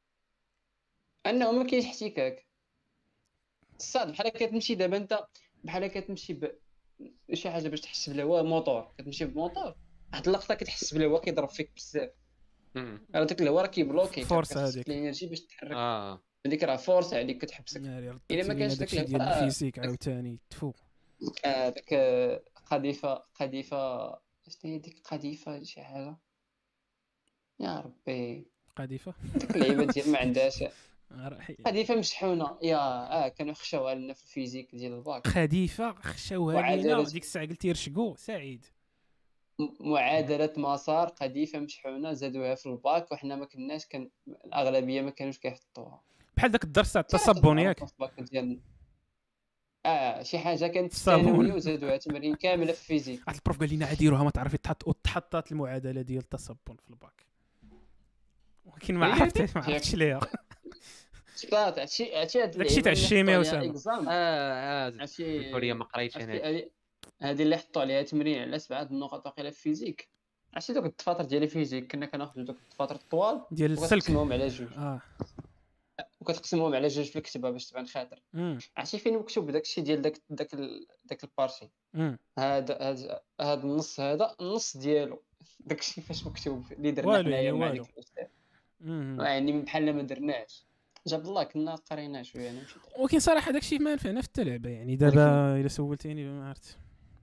انه ما كاينش احتكاك. الصاد بحال كتمشي دابا انت بحال كتمشي ب شي حاجه باش تحس بالهواء موطور، كتمشي بموطور واحد اللقطه كتحس بالهواء كيضرب فيك بزاف، مم. راه داك الهواء راه كيبلوكي فورس كتخصك هذيك. الانرجي باش تحرك اه هذيك راه فورس عليك كتحبسك. ناري الا ردت ما لينا كانش داك داكشي ديال الهواء راه الفيزيك عاوتاني تفو آه، داك قذيفه قذيفه شنو هي ديك قذيفه شي حاجه يا ربي قذيفه ديك اللعيبه ديال ما عندهاش راح قذيفه مشحونه يا اه كانوا خشاوها لنا في الفيزيك ديال الباك. خديفه خشاوها لينا معادلة ديك الساعه قلتي رشقو سعيد م- معادله مسار قذيفه مشحونه زادوها في الباك وحنا ما كناش كان الاغلبيه ما كانوش كيحطوها. بحال داك الدرس تاع صراحة التصبن معروفة ياك في الباك ديال اه شي حاجه كانت في الصابون. الثانويه وزادوها تمارين كامله في الفيزيك. واحد البروف قال لنا عاد ديروها ما تعرفي تحط وتحطات المعادله ديال التصبن في الباك ولكن ما هي عرفتش ما عرفتش ليها صات هادشي هادشي هاد داكشي تاع الشيمياء وسام. اكزام اه اه هادشي الكوريه ما قريتش انا عرفتي هادي هادي اللي حطوا عليها تمرين على سبعه د النقط واقيلا في الفيزيك. عرفتي دوك الدفاتر ديال الفيزيك كنا كناخذوا دوك الدفاتر الطوال ديال السلك وكنقسموهم على جوج اه وكتقسموهم على جوج في الكتابه باش تبان خاطر. امم عرفتي فين مكتوب داك الشيء ديال داك داك ال- داك البارتي امم هذا هذا هذا النص هذا النص ديالو داك الشيء فاش مكتوب اللي درنا والو حنايا يعني مع والو. ديك الاستاذ امم يعني بحال ما درناش جاب الله كنا قرينا شويه انا مشيت ولكن صراحه داكشي ما نفعنا في اللعبه يعني دابا الا سولتيني ما عرفت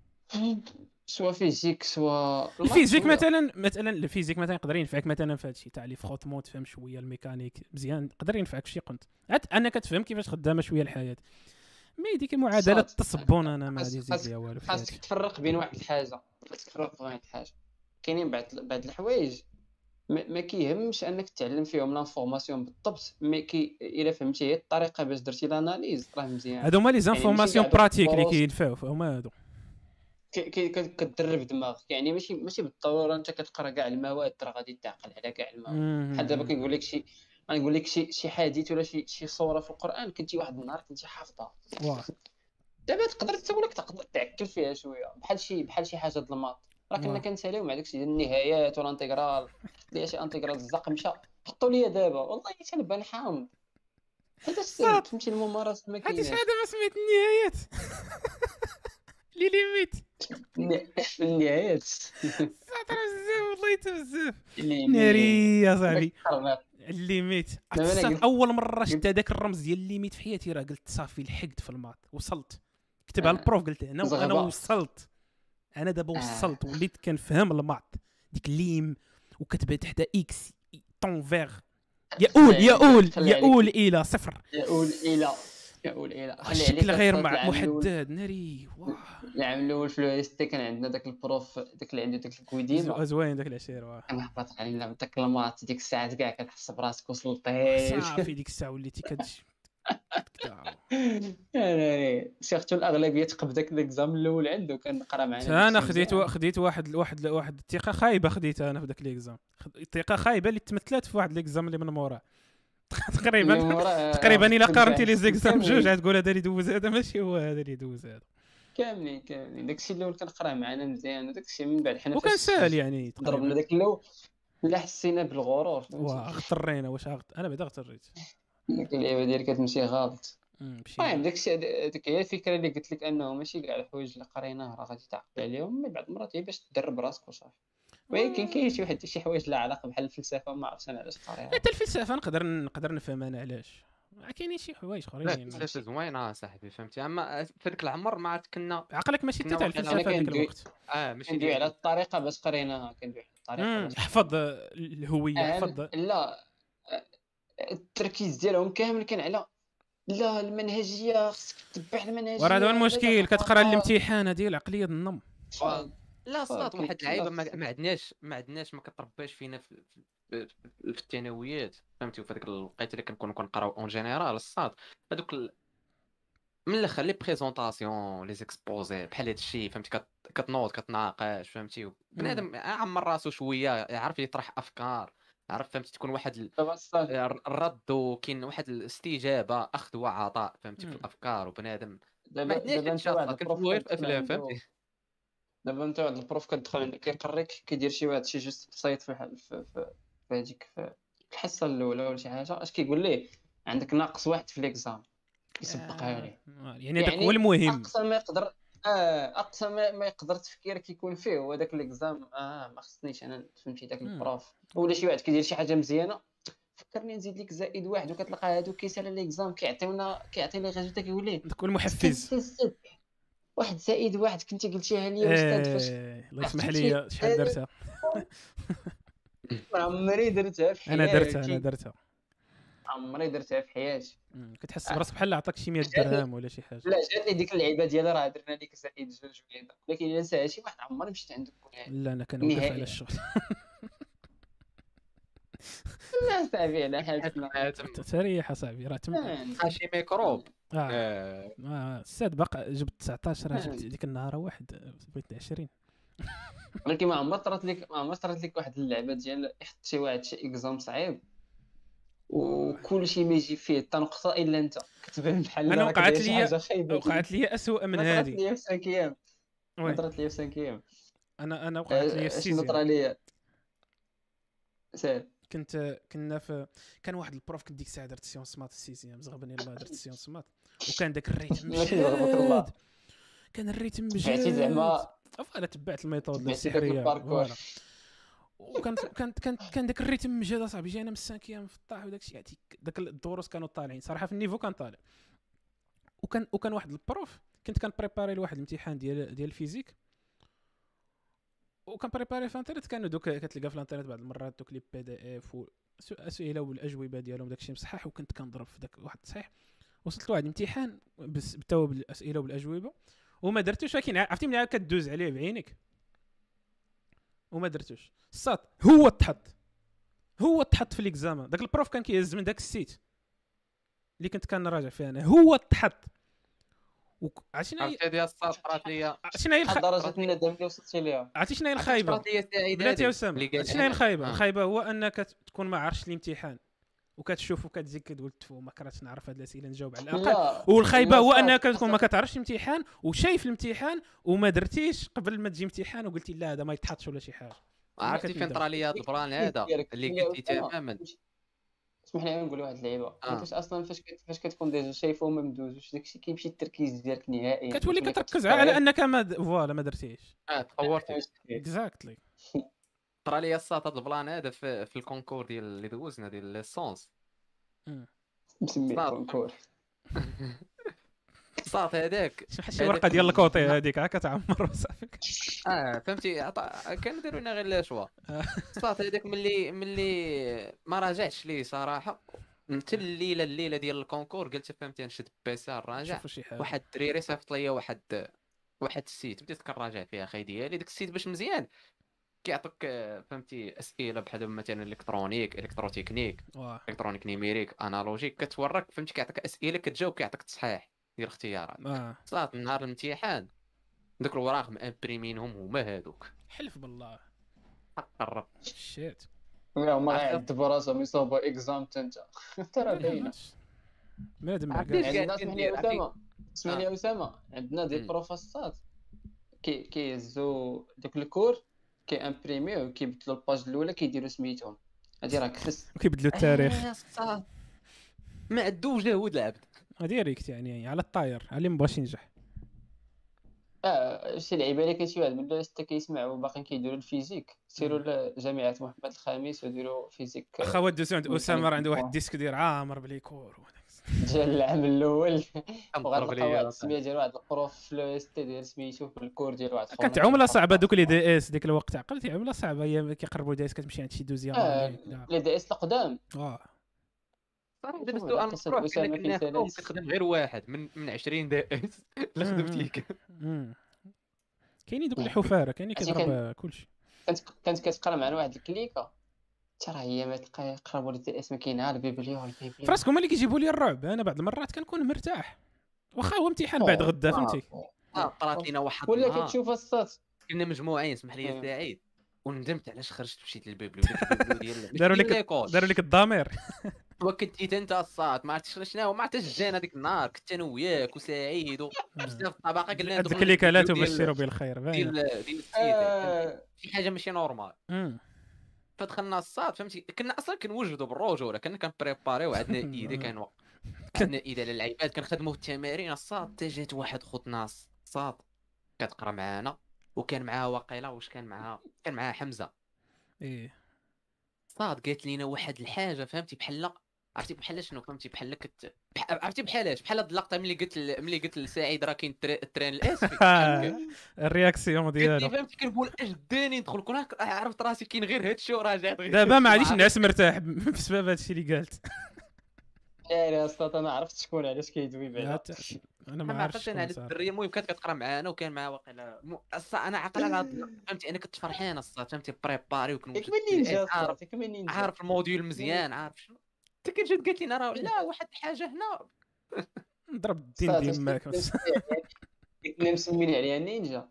سوا فيزيك سوا الفيزيك مثلا مثلا الفيزيك مثلا يقدر ينفعك مثلا في هادشي تاع لي فروتمون تفهم شويه الميكانيك مزيان يقدر ينفعك فشي قنت عاد انك تفهم كيفاش خدامه شويه الحياه مي ديك معادله صاد. التصبون انا ما خاص- غادي نزيد خاص- ليها والو في خاصك حياتي تفرق بين واحد الحاجه خاصك تفرق بين واحد الحاجه كاينين بعض بعض الحوايج ما ما كيهمش انك تعلم فيهم لانفورماسيون بالضبط مي كي الا فهمتي هي الطريقه باش درتي لاناليز راه مزيان. هادو هما لي زانفورماسيون كاع دوك براتيك اللي الفرص. كينفعوا هما هادو كي- كي- كت- كتدرب دماغك يعني ماشي ماشي بالضروره انت كتقرا كاع المواد راه غادي تعقل على كاع المواد. بحال دابا كنقول لك شي غنقول لك شي شي حديث ولا شي شي صوره في القران كنتي واحد النهار كنتي حافظها واه دابا تقدر تسولك تقدر تعكل فيها شويه بحال شي بحال شي حاجه د الماط راه كنا واه. كنساليو مع داكشي ديال النهايات والانتغرال لي شي انتغرال الزق مشى حطوا لي دابا والله تنبان حامض حيت صاد. فهمتي الممارسه ما هادي كايناش شحال ما سميت النهايات لي ليميت في النهايات ساطر بزاف والله حتى بزاف اللي ناري يا صاحبي الخربيق. الليميت دابا أنا عرفت قلت- اول مره شفت قلت- هذاك الرمز ديال الليميت في حياتي راه قلت صافي لحقت في الماط وصلت كتبها آه. البروف قلت هنا وانا زغبة. وصلت انا دابا آه. وصلت وليت كنفهم الماط ديك ليم وكتبها تحت اكس طون فيغ يقول يقول خلي عليك. يقول الى صفر يقول الى يقول الى خلي عليك الشكل غير الصوت مع العام الأول. محدد ناري واه العام الاول في اليونيفرسيتي كان عندنا داك البروف داك اللي عنده داك الكويديما زوين داك العشير واه كان هبط علينا داك المات ديك الساعات كاع كتحس براسك وصلتي صافي ديك الساعه وليتي كتجي انا سيرتو الاغلبيه تقب داك الاكزام الاول عنده كان نقرا معنا انا داكشي خديت مزيان. خديت واحد واحد واحد الثقه خايبه خديتها انا في ذاك ليكزام الثقه خايبه اللي تمثلات في واحد ليكزام اللي من موراه تقريبا اللي مورا- تقريبا الا كنت قارنتي لي عارف زيكزام كاملين. جوج غتقول هذا اللي دوز هذا ماشي هو هذا اللي دوز هذا كاملين كاملين داكشي الاول كنقرا معنا مزيان وداكشي من بعد حنا وكان فاش ساهل يعني ضربنا تقريبا داك الاول لا حسينا بالغرور فهمتي؟ واغترينا واش غت... انا بعدا اغتريت ديك اللعيبه ديال كتمشي غلط. أمم، مشي المهم داكشي ديك هي الفكره اللي قلت لك انه ماشي كاع الحوايج اللي قريناه راه غادي تعقل عليهم مي بعض المرات هي باش تدرب راسك وصافي. ولكن كاين شي واحد شي حوايج لا علاقه بحال الفلسفه ما عرفتش انا علاش قاريها. حتى الفلسفه نقدر نقدر نفهم انا علاش كاينين شي حوايج لا اخرين الفلسفه زوينه صاحبي فهمتي اما في ذاك العمر ما عاد كنا عقلك ماشي حتى تاع كنا الفلسفه واقيلا في ذاك كندوي- الوقت اه ماشي كندوي على ديال الطريقه باش قريناها كندوي على الطريقه أمم، باش حفظ الهويه أهم- حفظ لا التركيز ديالهم كامل كان على لا المنهجيه خصك تتبع المنهجيه وراه هذا هو هذا المشكل داك كتقرا الخطأ. الامتحان هذه العقليه النم آه. لا صات آه، واحد كاين اللعيبه خلاص. ما ما عندناش ما عندناش ما كترباش فينا في, في, في, في الثانويات فهمتي وفي هذيك الوقيته اللي كنكونوا كنقراو اون جينيرال الصاد هذوك ال... من الاخر لي بريزونطاسيون لي زيكسبوزي بحال هذا الشيء فهمتي كت... كتنوض كتناقش فهمتي بنادم عمر راسو شويه يعرف يطرح افكار عرفت فهمتي تكون واحد ال- دابا الصاد الرد وكاين واحد الاستجابه اخذ وعطاء فهمتي في مم. الافكار وبنادم ما دابا عندناش دابا انت هادشي واحد اصلا البروف كنشوفو غير في كتدخل الافلام عنده فهمتي. دابا انت واحد البروف كتدخل عندك كيقريك كيدير شي واحد شي جوست بسيط في الح- في في في هذيك في الحصه الاولى ولا شي حاجه اش كيقول ليه عندك ناقص واحد في ليكزام كيسبقها ليه آه، يعني هذاك هو يعني المهم. اقصى ما يقدر اه اقصى ما, ما يقدر تفكيرك يكون فيه هو داك ليكزام اه ما خصنيش انا فهمتي داك مم. البروف ولا شي واحد كيدير شي حاجه مزيانه فكرني نزيد لك زائد واحد وكتلقى هادو كيسال ليكزام كيعطيونا كيعطي لي ريزولتا كيقول ليه هذاك هو المحفز. واحد زائد واحد كنتي قلتيها لي استاذ فاش إيه، الله يسمح عرفتي لي شحال درتها. ما عمري درتها في انا حياتي درتها انا درتها عمري درتها في حياتي مم، كتحس براسك بحال عطاك شي مية جاتني- درهم ولا شي حاجه. لا جاتني ديك اللعيبه ديال راه درنا لك زائد جوج وكذا ولكن الا نساها شي واحد عمري مشيت عندك لا انا كنوقف نهائياً. على الشغل. لا صافي على حالتنا بنادم تريح اصاحبي راه تم. لقى شي ميكروب اه آه، آه، الساد باقا جبت تسعطاش راه آه. جبت ديك النهار واحد بغيت عشرين. ولكن ما عمر طرات لك ما عمر طرات لك واحد اللعبه ديال يحط شي واحد شي اكزام صعيب وكل شيء ما يجي فيه حتى نقطه الا انت كتبان بحال أنا راك وقعت داير شي لي- حاجه خايبه وقعت لي اسوء من ما طرات هذه. لي في خمسة ايام ما وي. طرات لي في خمسة ايام انا انا وقعت لي في شنو السيزيام. طرا لي سير كنت كنا في كان واحد البروف كنت ديك الساعه درت سيونس مات السيزيام زغبني الله درت سيونس مات وكان داك الريتم ماشي يغضبك الله. مجهد. كان الريتم تبعتي مجهد زعما فوالا تبعت الميثود تبعتي داك السحريه الباركور. فوالا. وكان كان كان كان داك الريتم مجهد اصاحبي جينا من السانكيام في الطاح وداك الشيء يعطيك داك الدروس كانوا طالعين صراحه في النيفو كان طالع. وكان وكان واحد البروف كنت كان بريباري لواحد الامتحان ديال ديال الفيزيك وكان بريباري في الانترنت كانوا دوك كتلقى في الانترنت بعض المرات دوك لي بي دي اف واسئله والاجوبه ديالهم داكشي مصحح وكنت كنضرب في داك واحد التصحيح. وصلت لواحد الامتحان بس بتوا بالاسئله والاجوبه وما درتوش ولكن عرفتي ملي كدوز عليه بعينك وما درتوش الساط هو تحط هو تحط في ليكزامان. داك البروف كان كيهز من داك السيت اللي كنت كنراجع فيه انا هو تحط. عرفتي شنو هي عرفتي ديال الصاد طرات ليا شنو هي الخ... درجه الندم اللي وصلتي ليها عرفتي شنو هي الخايبه طرات ليا سعيد بلاتي يا هذه اسامه اللي قال شنو هي الخايبه آه. الخايبه هو انك تكون ما عرفتش الامتحان وكتشوف وكتزيد كتقول تفو ما كرهتش نعرف هاد الاسئله نجاوب على الاقل. لا والخايبه لا هو صح، انك تكون ما صح. كتعرفش الامتحان وشايف الامتحان وما درتيش قبل ما تجي امتحان وقلتي لا هذا ما يتحطش ولا شي حاجه. عرفتي فين طرا ليا هذا البران هذا ديالك اللي ديال قلتي أسامة. تماما اسمح لي نقول واحد اللعيبه آه. انت اصلا فاش كت... فاش كتكون ديجا شايفه وما مدوزوش داكشي كيمشي التركيز ديالك نهائيا كتولي ملي كتركز كتفكر على غير انك ما د... فوالا ما درتيش اه تطورتي واش كاين. اكزاكتلي. طرا ليا الصاد هذا البلان هذا في, في الكونكور ديال اللي دوزنا ديال ليسونس مسمي صاد. كونكور الصاد هذاك شي شي ورقه ديال الكوطي هذيك ها كتعمر صافي. اه فهمتي عطا... كانوا داروا لنا غير شوا الصاد هذاك ملي ملي ما راجعش ليه صراحه حتى الليله الليله ديال الكونكور قلت فهمتي نشد بيسي نراجع شوفوا شي حاجه واحد الدريري صيفط ليا واحد واحد السيت بديت كنراجع فيها اخي ديالي داك السيت باش مزيان كيعطيك آه، فهمتي اسئله بحال مثلا الكترونيك الكتروتكنيك واه الكترونيك نيميريك انالوجيك كتورك فهمتي كيعطيك اسئله كتجاوب كيعطيك التصحيح ديال الاختيارات اه صات نهار الامتحان دوك الوراق مامبريمينهم هما هادوك حلف بالله قرب شيت هما غيعذبوا راسهم يصوبوا اكزام انت ترى باينه بنادم عرفتي معقاش. اش عندنا قاعد اسمح لي ندير؟ اسامه اسمح لي اسامه عندنا دي مم. بروفيسات كي كيهزوا دوك الكور كي امبريميو كيبدلوا الباج الاولى كيديروا سميتهم هادي راه كرس وكيبدلوا التاريخ آه، صاد. ما عندوش جهود العبد هذه ريكت يعني على الطاير على اللي مبغاش ينجح. اه شي لعيبه اللي كاين شي واحد من الناس حتى كيسمعوا وباقيين كيديروا الفيزيك سيروا لجامعه محمد الخامس وديروا فيزيك اخا ود دوزو عند مم. اسامه راه عنده واحد الديسك ديال عامر باليكور ديال العام الاول كنضرب وغنلقى ليا واحد السميه ديال واحد البروف في لو اس تي ديال سميتو في الكور ديال واحد كانت عمله صعبه دوك لي دي اس ديك الوقت عقلتي عمله صعبه هي كيقربوا دي اس كتمشي عند شي دوزيام اه لي دي اس القدام اه صراحه دابا شوف، السؤال قصة مطروح أسامة كنا كنا في ناخذهم ثلاث. كتخدم غير واحد من من عشرين دي اس لا خدمتي مم. كاينين دوك الحفاره كاينين عرفتي كيضرب كلشي. كانت كانت كتقرا مع واحد الكليكه ترى هي ما تلقى يقربوا لي دي اس ما كاينها البيبليو والبيبليو فراسكم هما اللي كيجيبوا لي الرعب انا بعض المرات كنكون مرتاح واخا هو امتحان بعد غدا فهمتي. اه طرات لينا واحد ولا النهار كتشوف الصات كنا مجموعين اسمح لي أيوة. سعيد وندمت علاش خرجت مشيت للبيبليو ديك البيبليو ديال داروا لك داروا لك الضمير. وكنت حتى انت الصاد ما عرفتش شنو ما عرفتش جانا ديك النهار كنت انا وياك وسعيد وبزاف الطبقه قلنا هذيك اللي كانت وبشروا بالخير باين. ديال ديال السيده شي حاجه ماشي نورمال. امم فدخلنا الصاد فهمتي كنا اصلا كنوجدوا بالرجوله كنا كنبريباريو عندنا ايدي كان وقت عندنا ايدي على العباد كنخدموا التمارين الصاد حتى جات واحد خوتنا الصاد كتقرا معانا وكان معاها واقيلا واش كان معاها كان معاها حمزه ايه صاد قالت لينا واحد الحاجه فهمتي بحال عرفتي بحال شنو فهمتي بحال كت بح... عرفتي بحالاش بحال هاد اللقطه ملي قلت ل... ملي قلت لسعيد راه كاين التري... الترين الاسفي الرياكسيون ديالو فهمتي كنقول اش داني ندخل كون عرفت راسي كاين غير هادشي وراجعت غير دابا ما عادش نعس مرتاح بسبب هادشي اللي قالت. يا استاذ انا عرفت شكون علاش كيدوي بعدا انا ما ما عرفتش عرفتش انا على الدريه المهم كانت كتقرا معانا وكان معها واقيلا م... الص... انا عاقل على هاد فهمتي انا كنت فرحان الصاد فهمتي بريباري وكنوجد كمل نينجا عارف كمل نينجا عارف الموديول مزيان عارف شنو حتى كان جات قالت لي راه لا واحد الحاجه هنا نضرب الدين ديماك. كنا مسمين عليها نينجا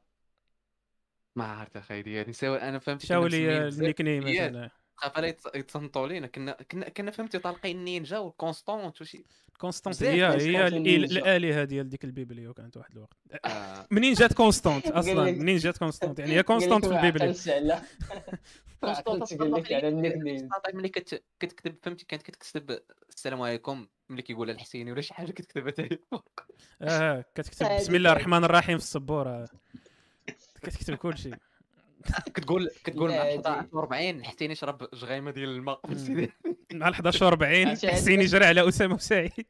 ما عرفت اخي ديالي سوا انا فهمت شاو لي النيك نيم مثلا خاف لا يتصنتوا لينا كنا كنا كنا فهمتي طالقين نينجا والكونستونت وشي كونستانت هي هي الالهه ديال ديك البيبليو كانت واحد الوقت. آه. منين جات كونستانت اصلا منين جات كونستانت يعني هي كونستانت في البيبليو. كونستانت قال لك على النيك نيم ملي كتكتب فهمتي كانت كتكتب السلام عليكم ملي كيقولها الحسيني ولا شي حاجه كتكتبها حتى هي فوق اه كتكتب بسم الله الرحمن الرحيم في السبوره كتكتب كل شيء. كتقول كتقول مع أحد وأربعين حسين يشرب جغيمه ديال الماء مع أحد عشر وأربعين حسين يجري على اسامه وسعيد.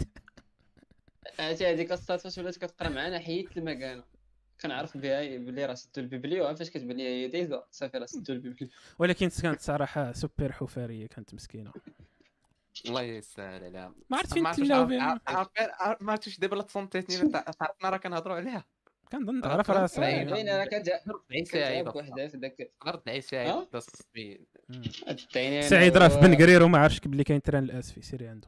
عرفتي هذيك الصات فاش ولات كتقرا معنا حيدت المكانه كنعرف بها بلي راه سدوا البيبليو فاش كتبان لي هي ديزا صافي راه سدوا البيبليو. ولكن كانت صراحه سوبر حفاريه كانت مسكينه الله يسهل عليها. ما عرفت فين تلاو بها ما عرفتش دابا لا تصنتيتني عرفنا راه كنهضروا عليها كنظن تعرف راسها باين راه كنت عين سعيد وحده في داك غير عين سعيد تصفي سعيد راه في بن قرير وما عرفش بلي كاين تران الاسفي سيري عنده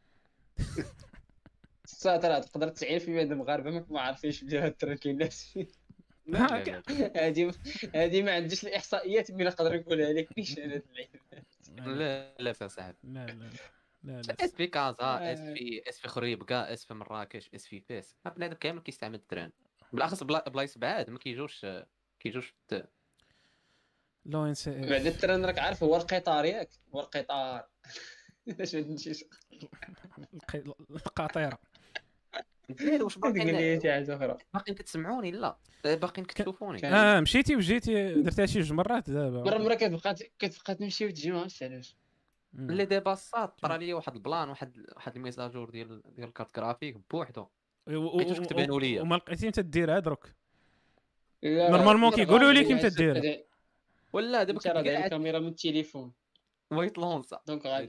الصاد راه تقدر تسعين في المية ديال المغاربه ما عارفينش بلي هاد التران كاين الاسفي. هادي هادي ما عنديش الاحصائيات اللي نقدر نقولها لك فيش انا لا لا صاحبي لا لا لا لا اس في كازا اس في اس في خريبكا اس في مراكش اس في فاس بنادم كامل كيستعمل التران بالاخص بلايص بعاد ما كيجوش كيجوش لو ان سي بعد التران راك عارف هو القطار ياك هو القطار باش ما تمشيش القاطره ديال واش باقي لي شي حاجه اخرى باقيين كتسمعوني لا باقيين كتشوفوني اه مشيتي وجيتي درتها شي جوج مرات دابا مره مره كتبقى كتبقى تمشي وتجي ما عرفتش علاش اللي دابا الصاد طرا لي واحد البلان واحد واحد الميساجور ديال ديال الكارت جرافيك بوحدو لقيتوش كتبانوا ليا وما لقيتي امتى ديرها دروك نورمالمون كيقولوا لك امتى ديرها ولا دابا كترى داير الكاميرا من التليفون وايت لونسا دونك غادي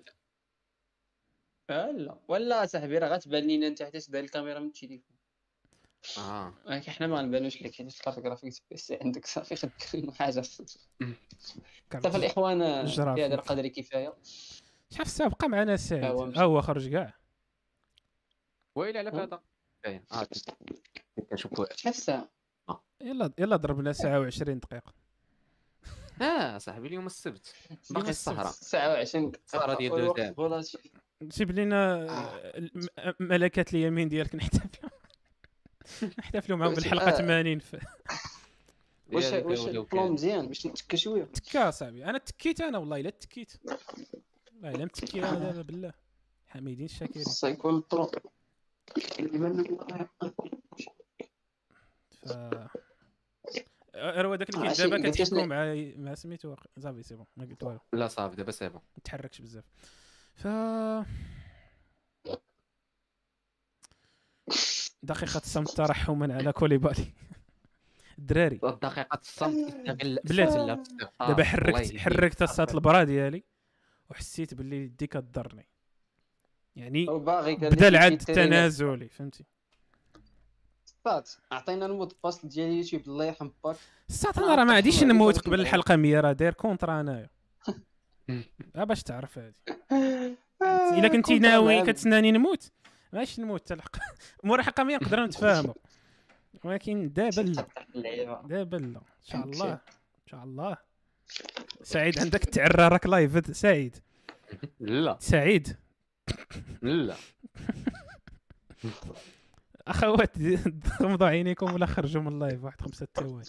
لا ولا صاحبي راه غتبان لينا انت حيت داير الكاميرا من التليفون اه ولكن حنا ما غنبانوش لك حيت الكارت جرافيك بس عندك صافي خد حاجه صافي الاخوان في هذا القدر كفايه. شحال السابقه معنا سعيد ها هو خرج كاع ويلي على هذا باين اه كنشوفوا شحال الساعه يلا يلا ضربنا ساعه وعشرين دقيقه اه صاحبي اليوم السبت باقي السهره ساعه وعشرين السهره ديال دوزان جيب لنا ملكات اليمين ديالك نحتفلوا نحتفلوا معاهم بالحلقه ثمانين في واش واش البلان مزيان باش نتكا شويه تكا صاحبي انا تكيت انا والله الا تكيت والله الا متكي انا دابا بالله حميدين الشاكرين سيكون البلان ف راه داك اللي كاين دابا كتحكموا مع مع سميتو صافي سي بون ما قلت والو لا صافي دابا سي بون ما تحركش بزاف ف دقيقة الصمت ترحما على كوليبالي الدراري دقيقة الصمت استغل بلاتي دابا حركت حركت الصات البرا ديالي وحسيت باللي يدي كضرني يعني بدا العد التنازلي فهمتي صات عطينا المود باس ديال يوتيوب الله يرحم باك صات انا راه ما عاديش نموت قبل الحلقة مية راه داير كونطرا انايا باش تعرف هادي الا كنتي ناوي كتسناني نموت ماشي نموت حتى الحلقه مور الحلقه مية نقدروا نتفاهموا ولكن دابا لا دابا لا ان شاء الله ان شاء الله سعيد عندك تعرى راك لايف سعيد لا سعيد لا اخوات غمضوا عينيكم ولا خرجوا من اللايف واحد خمسة ثواني.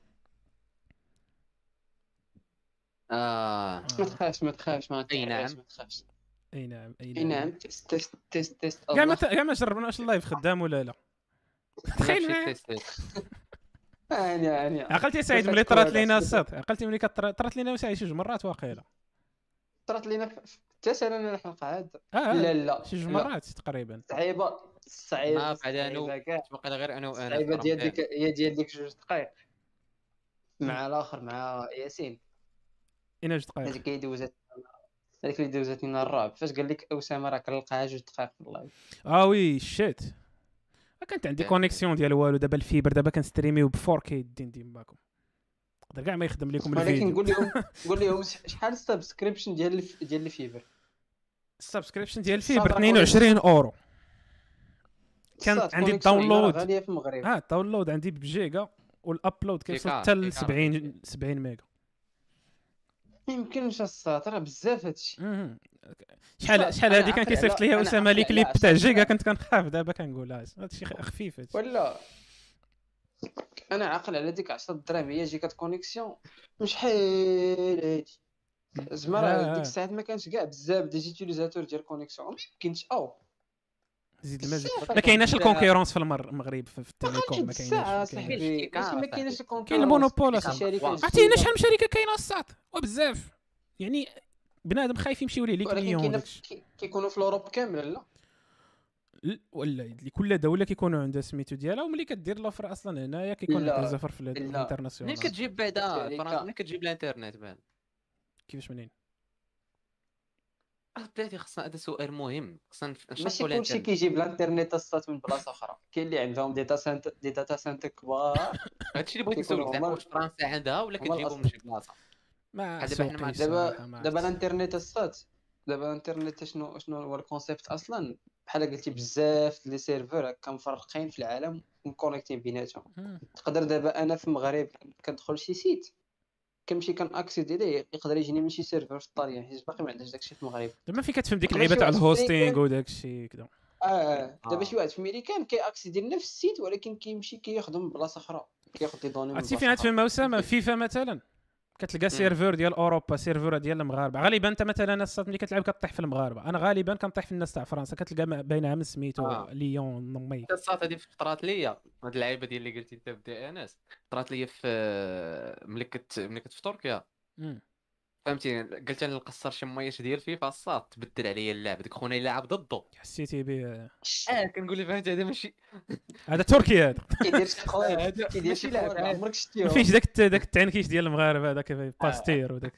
اه ما تخافش ما تخافش ما أي نعم. تخافش ما تخافش. اي نعم اي اي نعم نعم تيست تيست تيست تيست كاع ما الله. كاع ما جربنا واش اللايف خدام ولا لا. تخيل معايا. اني اني عقلتي يا سعيد ملي طرات لينا الصوت عقلتي ملي كطرات طرات لينا سعيد شي جوج مرات واقيلا. طرات لينا في- حتى انا الحلقه عاد اه لا لا شي جوج لا. مرات تقريبا. صعيبه صعيبه ما بعد انا صعيبة كاع. باقي غير انا وانا صعيبه ديال راه ديك هي ديال ديك جوج دقائق مع الاخر مع ياسين. اين جوج دقائق هذيك اللي دوزت هذيك اللي دوزت لنا الرعب فاش قال لك اسامه راه كنلقاها جوج دقائق في اللايف. اه وي شيت كانت عندي كونيكسيون ديال والو دابا الفيبر دابا كنستريميو ب فور كي الدين ديال باكم نقدر كاع ما يخدم لكم ولكن الفيديو. قول لهم قول لهم شحال السبسكريبشن ديال الف- ديال الفيبر. السبسكريبشن ديال الفيبر الصاد راه اثنين وعشرين اورو. كان الصاد عندي كونيكسيون هنا راه الداونلود غاليه في المغرب. اه الداونلود عندي بجيجا والابلود كيوصل كيكا- حتى ل كيكا سبعين سبعين ميجا. ما يمكنش الصاد راه بزاف هادشي. مهم. شحال صاد، شحال أنا هذه كان عاقل كيصيفط على- ليا أنا اسامه عاقل لي كليب على تاع عشرة جيجا ساعات. كنت كنخاف دابا كنقول هذا شي خفيف هادشي. ولا انا عاقل على ديك عشرة دراهم هي جيكا كونيكسيون مش حيل هادي زعما آه، راه آه. ديك الساعات ما كانش كاع بزاف دي جيتيليزاتور ديال كونيكسيون ما يمكنش او زيد المزيد بزاف ما كايناش كنت- الكونكورونس في المر- المغرب في في التليكوم ما غير الساعه كايناش ما كايناش. صاحبي كيكا ماشي ما صاحبي. كاينش الكونكورونس. كاين المونوبول كيكا اصاحبي. الشركه عرفتينا شحال من شركه كاينه الصاد وبزاف يعني بنادم خايف يمشيو ليه لي ولكن كليون كاينه داكشي. كي- كيكونوا في الاوروب كامله لا ل- ولا كل دوله كيكونوا عندها سميتو ديالها وملي كدير لوفر اصلا هنايا كيكون لا، عندها زفر في لا. الانترناسيونال. منين كتجيب بعدا شركة- فرنسا منين كتجيب الانترنت بان كيفاش منين آه، بلاتي خصنا هذا سؤال مهم خصنا نف- ماشي نشرحوا كلشي الانترنت. كيجيب الانترنت الصات من بلاصه اخرى. كاين اللي عندهم دي سانت دي داتا سنتر كبار. هادشي اللي بغيت كيكونوا نسولك زعما هما- واش فرنسا عندها ولا هما كتجيبهم الأصل. من شي بلاصه. ما بحال دابا حنا ما سوقيش دابا صراحة، ما دابا عرفتش. الانترنت الصات دابا الانترنت شنو شنو هو الكونسيبت اصلا بحال قلتي بزاف لي سيرفر هكا مفرقين في العالم ومكونيكتين بيناتهم. مم. تقدر دابا انا في المغرب كندخل شي سيت كنمشي كان اكسيدي ليه يقدر يجيني من شي سيرفر في الطاليان حيت باقي ما عندناش داكشي في المغرب. دابا فين كتفهم ديك دابا اللعيبه شي تاع واحد في الهوستينغ أمريكا- وداك الشيء كذا. اه دابا آه. شي واحد في امريكان كي اكسيدي لنفس السيت ولكن كيمشي كيخدم من بلاصه اخرى كياخذ لي دوني من عرفتي بلاصه فين اخرى. تفهم اسامه فيفا مثلا كتلقى سيرفور ديال اوروبا سيرفور ديال المغاربه غالبا انت مثلا الصاد ملي كتلعب كطيح في المغاربه انا غالبا كنطيح في الناس تاع فرنسا كتلقى ما- باينها من سميتو آه. ليون نومي. الصات هذه طرات ليا هاد اللعيبه ديال اللي قلتي انت بدي انس طرات ليا في ملي كنت ملي كنت في تركيا مم. فهمتي قلت انا نقصر شي مياش ديال فيفا الصات تبدل عليا اللعب ديك خونا يلعب ضده حسيتي به اه كنقول لي فهمتي هذا ماشي هذا تركيا هذا كيدير شي خويا هذا كيدير ماشي شي لعب خويا عادي. عمرك ما شتيهم. فيش داك الت- داك التعنكيش ديال المغاربه هذاك باستير وداك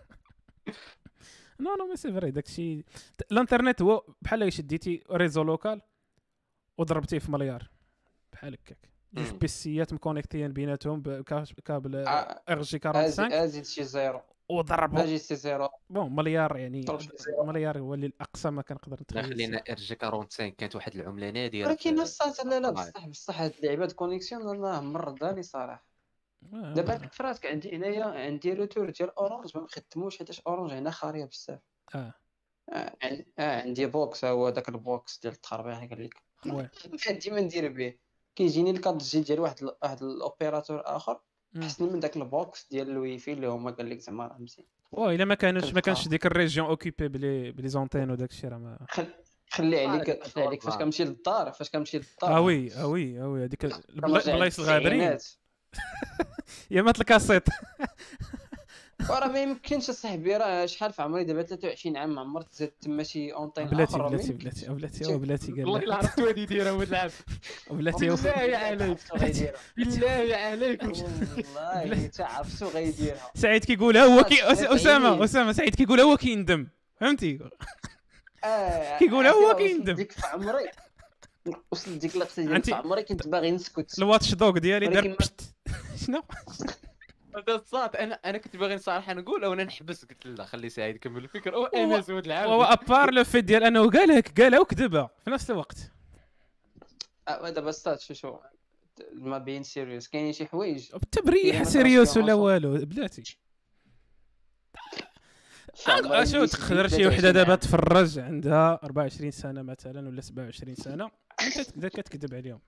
نو نو مي سي فري داك الشيء الانترنت هو بحال شديتي ريزو لوكال وضربتيه في مليار بحال هكاك جوج مم. بيسيات مكونيكتيين بيناتهم بكابل آه، ار جي ازيد أربعة وأربعين ازيد شي زيرو وضربوا اجي سي زيرو بون مليار يعني ضرب شي زيرو. مليار هو اللي الاقصى ما كنقدر لا نتخيل خلينا ار جي خمسة وأربعين كانت واحد العمله نادره ولكن في- الصات لا لا آه. بصح بصح هاد اللعيبه د كونيكسيون الله مرضاني صراحه. آه، دابا هاد الفرات عندي هنايا عندي روتور ديال اورانج ما مخدموش حيتاش اورانج هنا خاريه بزاف. اه آه، عن- اه عندي بوكس ها هو داك البوكس ديال التخربيق قال لك خويا ديما ندير به كيجيني الكارت جي ديال واحد ال- واحد الاوبيراتور اخر مم. احسن من داك البوكس ديال الويفي اللي هما قال لك زعما راه مزيان. واه الا ما كانش ما كتبقى- كانش ديك الريجيون اوكيبي بلي بلي زونتين وداك الشيء راه ما خل... خلي آه، عليك ديك خلي عليك فاش الدور. كنمشي للدار فاش كنمشي للدار اه وي اه وي اه وي هذيك كنرجع البلايص الغابرين للتسعينات. يا مات الكاسيت وراه ما يمكنش اصاحبي راه شحال في عمري دابا ثلاثة وعشرين عام ما عمرت زدت تما شي اونطين بلاتي اخر. بلاتي بلاتي أو بلاتي او بلاتي والله قال الا عرفت وادي ديرها ولد العب بلاتي أو- بالله عليك بالله عليك والله تعرف شنو غيديرها. سعيد كيقولها هو كي آه، أس- اسامه اسامه سعيد كيقولها هو كيندم فهمتي اه كيقول هو عرفتي كيندم. وصلت ديك في عمري وصلت ديك اللقطه ديال عرفتي- في عمري كنت باغي نسكت. الواتش دوغ ديالي دار ولكن ما- بشت شنو هذا الصات انا انا كنت باغي صراحه نقول او انا نحبس قلت لا خلي سعيد يكمل الفكره او هو- انا زود العاب هو ابار لو فيت ديال انه قالها قالها وكذبها في نفس الوقت آه، دابا ستات شو شو ما بين سيريوس كاينين شي حوايج بالتبريح إلا ما سيريوس تعرفش ولا كيفاش. والو بلاتي في عمر شو النيس تقدر شي ثلاثة وحده وعشرين دابا عام. تفرج عندها أربعة وعشرين سنه مثلا ولا سبعة وعشرين سنه انت تقدر كتكذب عليهم.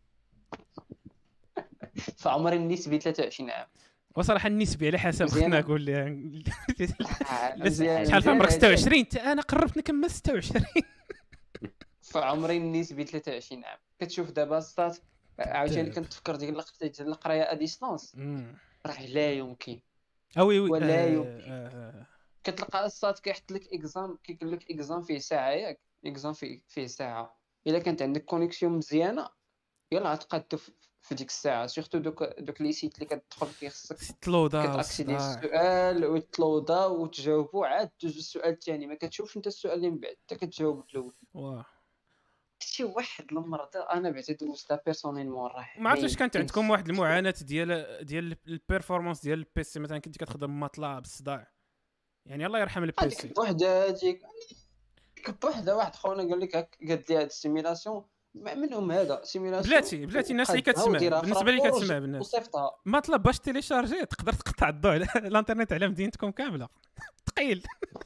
في عمر النسبي ثلاثة وعشرين عام. وصراحه النسبه على حسب مزيانة. خصنا نقول لها آه، بس مزيان- شحال في عمرك مزيان ستة هادشي. وعشرين حتى انا قربت نكمل ستة وعشرين. في عمري النسبي ثلاثة وعشرين عام. كتشوف دابا السطات عاوتاني كنتفكر ديك اللقطه ديال القرايه ا ديستانس أمم. راه لا يمكن. اه وي وي ولا آه، يمكن. آه، آه. كتلقى السطات كيحط لك اكزام كيقول لك اكزام فيه ساعه ياك اكزام فيه فيه ساعه الا كانت عندك كونيكسيون مزيانه يلا غتقادو في في ديك الساعه سورتو دوك دوك لي سيت اللي كتدخل كيخصك تلوضا كتاكسيدي والصداع. السؤال وتلوضا وتجاوبو عاد دوز السؤال الثاني ما كتشوفش انت السؤال اللي من بعد حتى كتجاوب الاول. واه شي واحد المرض انا بعدا دوزتها بيرسونيلمون راه ما عرفتش ما واش كانت يمكنش. عندكم واحد المعاناه ديال ديال البيرفورمانس ديال البيسي مثلا كنتي كتخدم مطلع بالصداع يعني الله يرحم البيسي. هذيك بوحدها هذيك بوحدها واحد خونا قال لك هاك قال لي هاد السيميلاسيون منهم هذا سيميلاسيون بلاتي بلاتي الناس اللي كتسمع بالنسبه لي كتسمع بالناس وصيفطها ما طلب باش تيليشارجي تقدر تقطع الضوء على الانترنت على مدينتكم كامله. ثقيل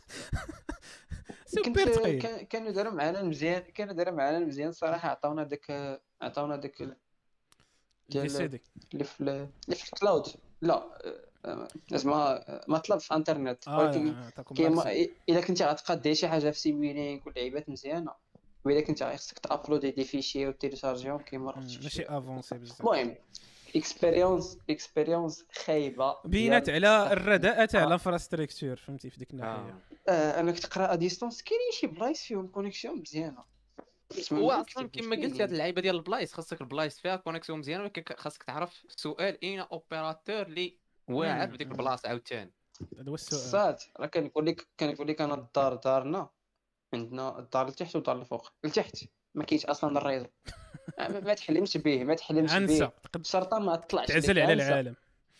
سوبر كنت ثقيل. كان- كانوا داروا معنا مزيان كانوا داروا معنا مزيان صراحه عطاونا داك عطاونا داك ال- في سي دي اللي في ال- اللي في الكلاود لا آه، زعما مطلب في انترنت ولكن اه تاكم كيما الا كنتي غتبقى دير شي حاجه في سيميلينك ولعيبات مزيانه والا كنتي خصك تابلودي دي فيشي وتيليشارجيهم كيما ماشي افونسي بزاف. المهم اكسبيريونس اكسبيريونس خايبه بينات ديال- على الرداءه تاع الانفراستركتور فهمتي في ديك الناحيه. آه. آه انك تقرا ا ديستونس كاينين شي بلايص فيهم كونيكسيون مزيانه. هو اصلا كما قلت هاد اللعيبه ديال البلايص خاصك البلايص فيها كونيكسيون مزيانه ولكن خاصك تعرف السؤال اين اوبيراتور اللي واعر في ديك البلاصه عاوتاني. هذا هو السؤال. صاد راه كنقول لك كنقول لك انا الدار دارنا عندنا الدار لتحت والدار الفوق لتحت ما كاينش اصلا الريزو. ما ما تحلمش به ما تحلمش عنسه به تقد شرطه ما تطلعش تعزل لك على عنسة. العالم.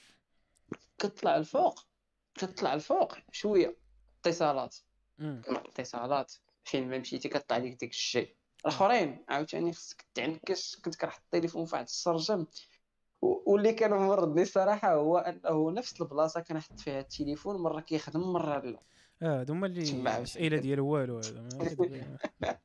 كتطلع الفوق كتطلع الفوق شويه اتصالات مم. اتصالات فين ما مشيتي كطلع لك ديك الشيء. الاخرين عاوتاني خصك تعنكش كنت كنحط التليفون في واحد السرجم و- واللي كان مردني الصراحه هو انه نفس البلاصه كنحط فيها التليفون مره كيخدم مره لا. اه هادو هما اللي تسمع الاسئله ديال والو هذا ما كتقول-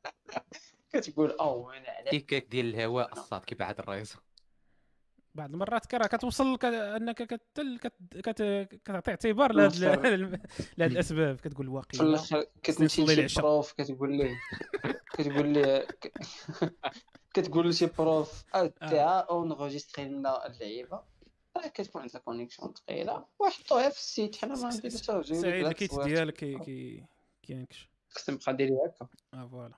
كتقول او انا على تيكاك ديال الهواء الصاد كيبعد الريزو. بعض المرات كرا كتوصل لك انك كتل كت كت كتعطي اعتبار لهاد ال- لهاد الاسباب كتقول في واقيلا الاخر كتمشي نصلي لشي العشاء. بروف كتقول ليه كتقول ليه كتقول لشي بروف او تاع او نغوجيستري لنا اللعيبه راه كتكون عندها كونيكسيون ثقيله وحطوها في السيت حنا ما نديروش سعيد الكيت ديالك كي كي كينكش. خصك تبقى ديري هكا اه فوالا.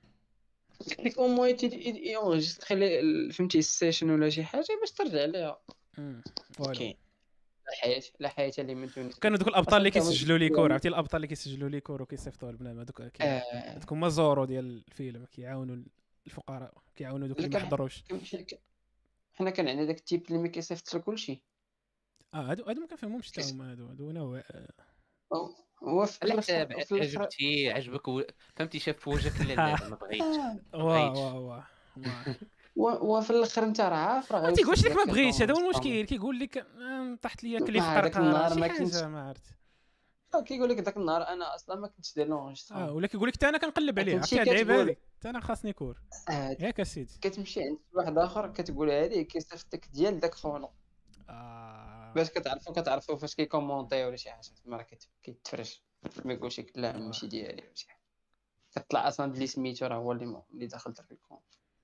ديك او موي يونجستري فهمتي السيشن ولا شي حاجه باش ترجع ليها. مم. فوالا كاين لا حياه لا حياه اللي من دون كانوا دوك الابطال اللي أصلاً كيسجلوا لي كانوا- كور عرفتي الابطال اللي كيسجلوا لي كور وكيصيفطوا البنات هذوك كي- آه، هذوك هما زورو ديال الفيلم كيعاونوا الفقراء كيعاونوا دوك اللي ما اللي كان- حضروش. كم- حنا- حنا كان عندنا داك التيب اللي ما كيصيفطش لكلشي. اه هادو هادو ما كنفهمهمش حتى هما هادو هادو نوع هو- هو في على الآخر- حساب في الآخر- عجبتي عجبك و... فهمتي شاف في وجهك لا لا ما بغيتش واه بغيتش. واه واه واه. و- وفي الاخر انت راه عارف راه ما تيقولش لك ما غيوصل لك بغيتش هذا هو الدوم. المشكل كيقول لك آه، طاحت ليا كليب مع داك طرقه النهار شي ما كنتش- حاجه ما عرفت. آه، كيقول لك داك النهار انا اصلا ما كنتش داير اه لونجسترمون. ولا كيقول لك حتى انا كنقلب عليه كتمشي عرفتي هاد اللعيبه كتقول- هادي حتى انا خاصني كور آه، ياك اسيدي. كتمشي عند شي واحد اخر كتقولها ليه كيصيفط لك ديال داك خونا آه. باش كتعرفوا كتعرفوا فاش كيكومونطي ولا شي حاجه تما راه كيت- كيتفرج ما يقولش لك لا ماشي ديالي ولا شي حاجه كطلع اصلا بلي سميتو راه هو اللي م- اللي دخل في الكون.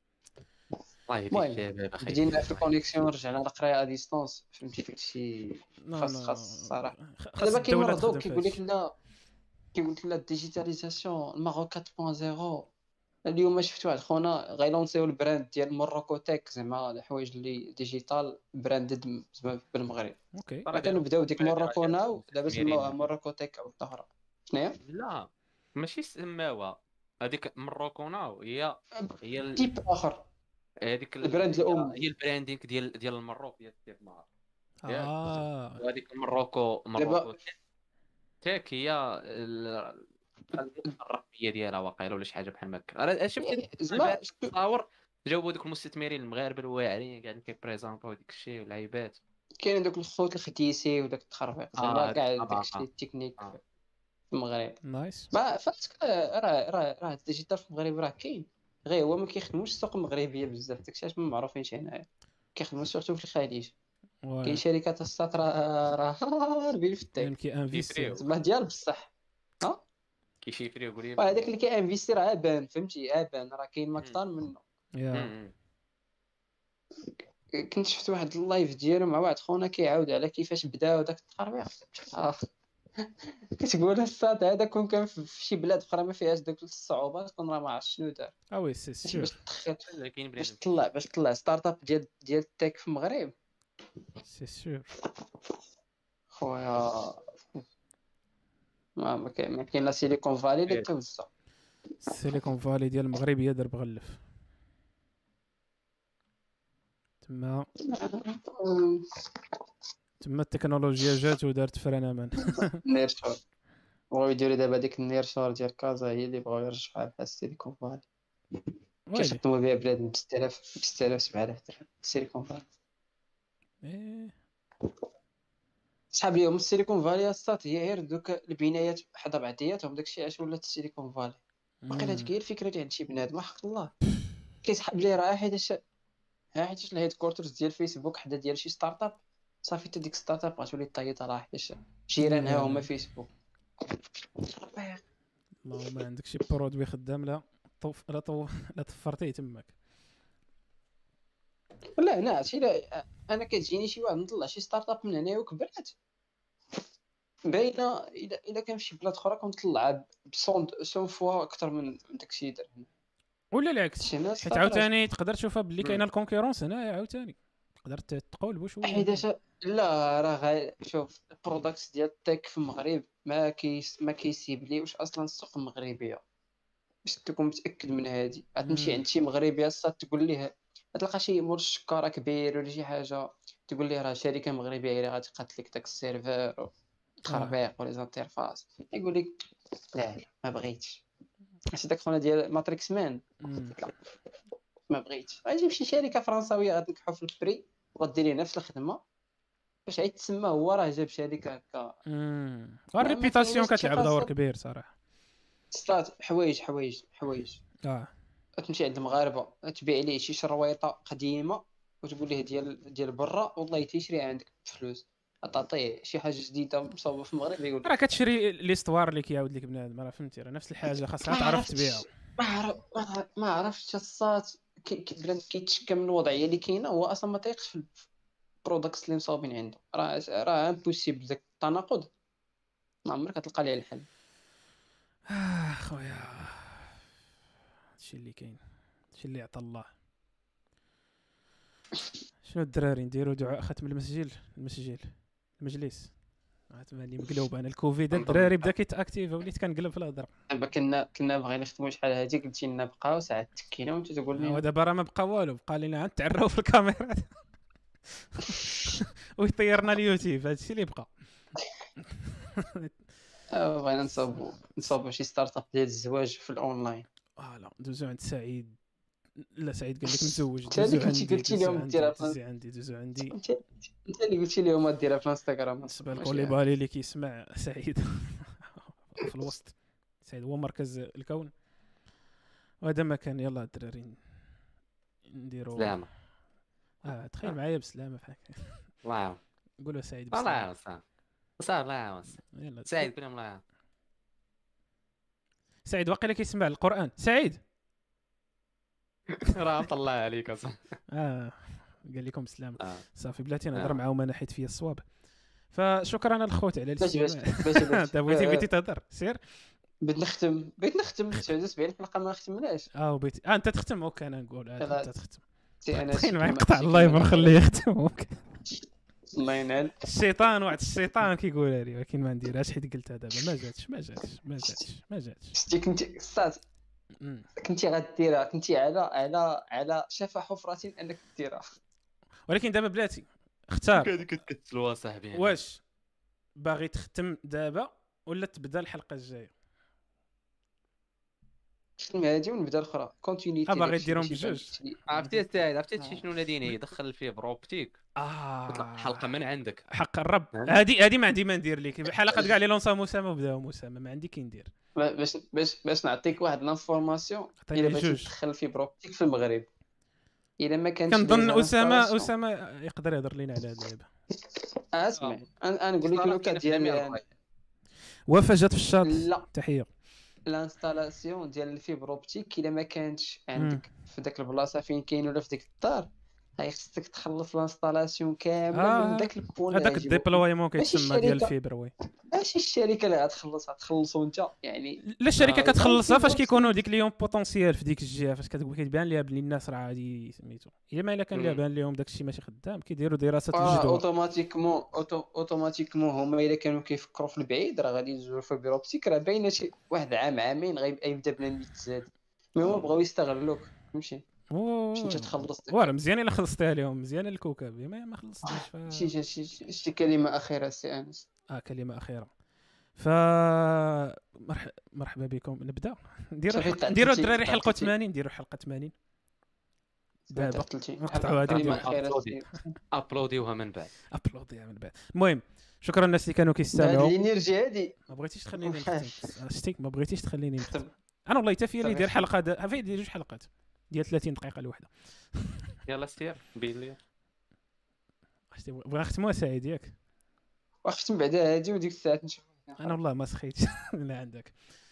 الله يهديك المهم، الشباب اخي. بدينا في الكونيكسيون رجعنا للقرايه ا ديستونس فهمتي داكشي لا خاص لا خاص الصراحه. خاص دابا الدولة كيمرضوك تخدم كيقول لك فيها. لا كيقول لك لا الديجيتاليزاسيون المغرب أربعة فاصلة صفر. اليوم شفت واحد خونا غيلونسيو البراند ديال موروكو تيك زعما الحوايج اللي ديجيتال براندد زعما بالمغرب. اوكي راه كانوا بداو ديك ديروا- موروكو ناو دابا ميرين. سموها موروكو تيك او اخرى. شنو هي؟ لا ماشي سماوها هذيك مروكو ناو هي هي ال- تيب اخر هذيك ال- البراند هي- الأم. هي البراندينغ ديال ديال المروك ديال ديال النهار. اه وهذيك المروكو مروكو تاك هي ال- الرقميه ديالها واقيلا ولا شي حاجه بحال هكا. راه شفت زعما تصاور جاوبوا دوك المستثمرين المغاربه الواعرين قاعدين كيبريزونطو ديك الشيء والعيبات كاين دوك الخوت الخديسي وداك التخربيق زعما اه كاع هذيك داكشي الطبقه التكنيك آه. في المغرب. نايس. ما فاتك راه راه راه راه الديجيتال في المغرب راه كاين، غير هو ما كيخدموش السوق المغربيه بزاف، داكشي علاش ما معروفينش هنايا، كيخدموا سورتو في الخليج. كاين وي شركات الساط راه راه هاربين في ميم التك كي انفيستي. كيفريو زعما ديال بصح. ها كيشيفريو قول لي. وهذاك اللي كينفيستي راه بان فهمتي، ابان راه كاين ما مم. كثر منه. يا مم. كنت شفت واحد اللايف ديالو مع واحد خونا كيعاود على كيفاش بدا وداك التخربيق. آه. كتقول الساط هذا كون كان في في شي بلاد اخرى ما فيهاش دوك الصعوبات كون راه ما عرفتش شنو دار. اه وي سي ماشي سيغ باش تدخل لا كاين باش بنادم تطلع باش تطلع ستارت اب ديال ديال التك في المغرب سي سيغ. خويا. ما ما كاين ما كاين لا سيليكون فالي لا كيفريو. توزع. السيليكون فالي ديال المغرب هي درب غلف تما. تما التكنولوجيا جات ودارت فرنا مان. نير شور بغاو يديروا دابا ديك النير شور ديال كازا، هي اللي بغاو يرجعوها بحال السيليكون فالي، ويلي كيخدموا بها بلاد ب ستة آلاف ب ستة آلاف سبعة آلاف درهم السيليكون فالي. إيه. صحاب ليهم السيليكون فالي الساط هي غير دوك البنايات حدا بعضياتهم، داكشي علاش ولات السيليكون فالي. باقي هاديك هي الفكره ديال شي بنادم حق الله كيسحب ليه راه حيتاش ها حيتاش الهيد كورترز ديال فيسبوك حدا ديال شي ستارت اب صافي حتى ديك ستارت اب غتولي طيطه راه حيتاش جيرانها هما فيسبوك. اللهم ما عندك شي برودوي خدام لا طوف لا طوف لا طفرتيه تماك. لا انا عرفتي لا انا كتجيني شي واحد نطلع شي ستارت اب من هنا وكبرات باينه الا الا كان في شي بلاد اخرى كنطلعها بصون سون فوا اكثر من من داكشي دار هنا. ولا العكس شي ناس حيت عاوتاني تقدر تشوفها باللي مم. كاينه الكونكورونس هنايا عاوتاني تقدر تقول بوشويه. حيتاش لا راه غا- شوف البرودكتس ديال التك في المغرب ما كيس ما كيسيبليوش اصلا السوق المغربيه، باش تكون متاكد من هادي. غتمشي عند شي مغربي اصلا تقول ليه غتلقى شي مول الشكاره كبير ولا شي حاجه تقول ليه راه شركه مغربيه هي اللي غتقاد لك داك السيرفر والتخربيق ولا زانترفاس، يقول لك لا لا ما بغيتش. عرفتي داك خونا ديال ماتريكس مان مم. ما بغيتش غنجيب شي شركه فرنساويه غتنكحو في البري وغدير ليه نفس الخدمه باش عيد تسمى هو راه جاب شركه هكا. امم ما الريبيتاسيون كايناش كتلعب دور الثقة. كبير صراحه. ستات حوايج حوايج حوايج اه تمشي عند المغاربه تبيع ليه شي شرويطه قديمه وتقول ليه ديال ديال برا والله تيشري عندك بفلوس، تعطيه شي حاجه جديده مصوبه في المغرب يقول راه كتشري ليستوار اللي كيعاود لك بنادم راه فهمتي راه نفس الحاجه خاصها ما تعرف عرفتش تبيعها. ما عرف ما- ما عرفتش الصات بلان كيتشكى من الوضعيه اللي كاينه هو اصلا ما تيقش في البرودكتس اللي مصاوبين عنده، راه راه امبوسيبل داك التناقض ما عمرك كتلقى ليه الحل. اه خويا هادشي اللي كاين هادشي اللي عطا الله. شنو الدراري نديرو دعاء ختم المسجل المسجل المجلس عتماني مقلوب انا الكوفيد الدراري بدا كيتاكتيفا وليت كنقلب في الهضره. دابا كنا كنا باغيين نختموا شحال هادي قلتي لنا بقاو ساعات تكينا وانت تقول لنا ودابا راه ما بقى والو بقى لينا عاد تعراو في الكاميرات ويطيرنا اليوتيوب هادشي اللي بقى. آه، بغينا نصاوبوا نصاوبوا شي ستارت اب ديال الزواج في الاونلاين. فوالا دوزو عند سعيد. لا سعيد قال لك مزوج انت اللي دوزو كنتي عندي قلتي دوزو لهم عندي ديرها في دوزو عندي دوزو عندي. انت انت اللي قلتي لهم ديرها في الانستغرام بالنسبه ماشي لكوليبالي اللي كيسمع سعيد في الوسط سعيد هو مركز الكون وهذا ما كان. يلا الدراري نديرو سلامة اه تخيل معايا بسلامه فهك الله يعاون نقولوا سعيد الله بسلامه. يعاون صاحبي صاحبي الله يعاون يلا سعيد كلهم الله يعاون. سعيد واقيلا كيسمع القران سعيد. راه مطلع عليك اصاحبي. اه قال لكم بسلامه آه. صافي بلاتي نهضر آه. معاهم انا حيت فيا الصواب. فشكرا الخوت على باش باش الاستماع. باش باش انت بغيتي بغيتي تهضر سير. بغيت نختم بغيت نختم تسعة وسبعين حلقه ما ختمناش. اه بغيتي اه انت تختم اوكي انا نقول آه يلا. انت تختم. سي انا تخيل شي معايا كلمة- نقطع شي اللايف كلمة ونخليه يختم اوكي. الله ينعل. الشيطان واحد الشيطان كيقولها لي ولكن ما نديرهاش حيت قلتها دابا ما جاتش ما جاتش ما جاتش ما جاتش. شتي كنتي صات مم. كنتي غديرها كنتي على على على شفا حفرة انك ديرها. ولكن دابا بلاتي اختار هذيك كتسلوا صاحبي. واش باغي تختم دابا ولا تبدا الحلقه الجايه. نختم هادي ونبدا الاخرى كونتينيتي. آه، باغي ديرهم بجوج. عرفتي الساعد عرفتي شي شنو ناديني يدخل فيه بروبتيك اه تطلع حلقه من عندك. حق الرب نعم. هادي هادي ما عندي ما ندير لك حلقه كاع لي لونسا مسامه وبداو مسامه ما عندي كي ندير. باش باش باش نعطيك واحد لانفورماسيون عطيني الا بغيتي جوج. تدخل فيبر اوبتيك في المغرب، الا ما كانش كنظن اسامه اسامه يقدر يهضر لينا على هاد اللعبه. اسمع انا نقول لك النكت ديال وفا جات في الشاط لا تحيه. الانستالاسيون ديال الفيبر اوبتيك الا ما كانتش عندك في داك البلاصه فين كاين ولا في ديك الدار، هاي خصك تخلص الانستالاسيون كامله آه، من داك البون. هذاك الديبلويمون ماشي كيتسمى ديال الشركة. الفيبر وي. ماشي الشركه اللي غتخلصها تخلصوا انت يعني. لا الشركه آه، كتخلصها فاش الفيبر كيكونوا ديك اليوم بوتونسيال في ديك الجهه، فاش كتقول كيبان ليها بلي الناس راه غادي سميتو الا ما الا كان ليها مم. بان لهم داك الشيء ماشي خدام كيديروا دراسه آه الجدوى. اوتوماتيكمون اوتو اوتوماتيكمون هما الا كانوا كيفكروا في البعيد راه غادي يزوروا في الفيبر اوبتيك، راه باينه شي واحد عام عامين غيبدا بنادم يتزاد، مي هما بغاو يستغلوك فهمتي باش انت تخلص داك. واه مزيان الا خلصتيها لهم مزيان الكوكب ما ما خلصتيش ف... شي شي شي شي كلمه اخيره سي انس. اه كلمه اخيره ف مرح... مرحبا بكم. نبدا نديروا صافي حلقة... تعطلتي- نديروا الدراري حلقه تعطلتي. ثمانين نديروا حلقه ثمانين دابا تعطلتي. نقطعوا هادي كلمه نديروا اخيره أبلودي. سي. ابلوديوها من بعد. ابلوديها من بعد. المهم شكرا الناس اللي كانوا هاد كيستمعوا. الانرجي هادي ما بغيتيش تخليني وحاش. نختم شتي ما بغيتيش تخليني نختم. ختم. انا والله حتى فيا اللي صافي يدير ختم. حلقه دا... فين يدير جوج حلقات ديال ثلاثين دقيقه الوحده. يلا سير بين لي. شتي بغا نختموها سعيد ياك. وختم بعدا هادي وديك الساعات نشوف. انا والله ما سخيتش لا عندك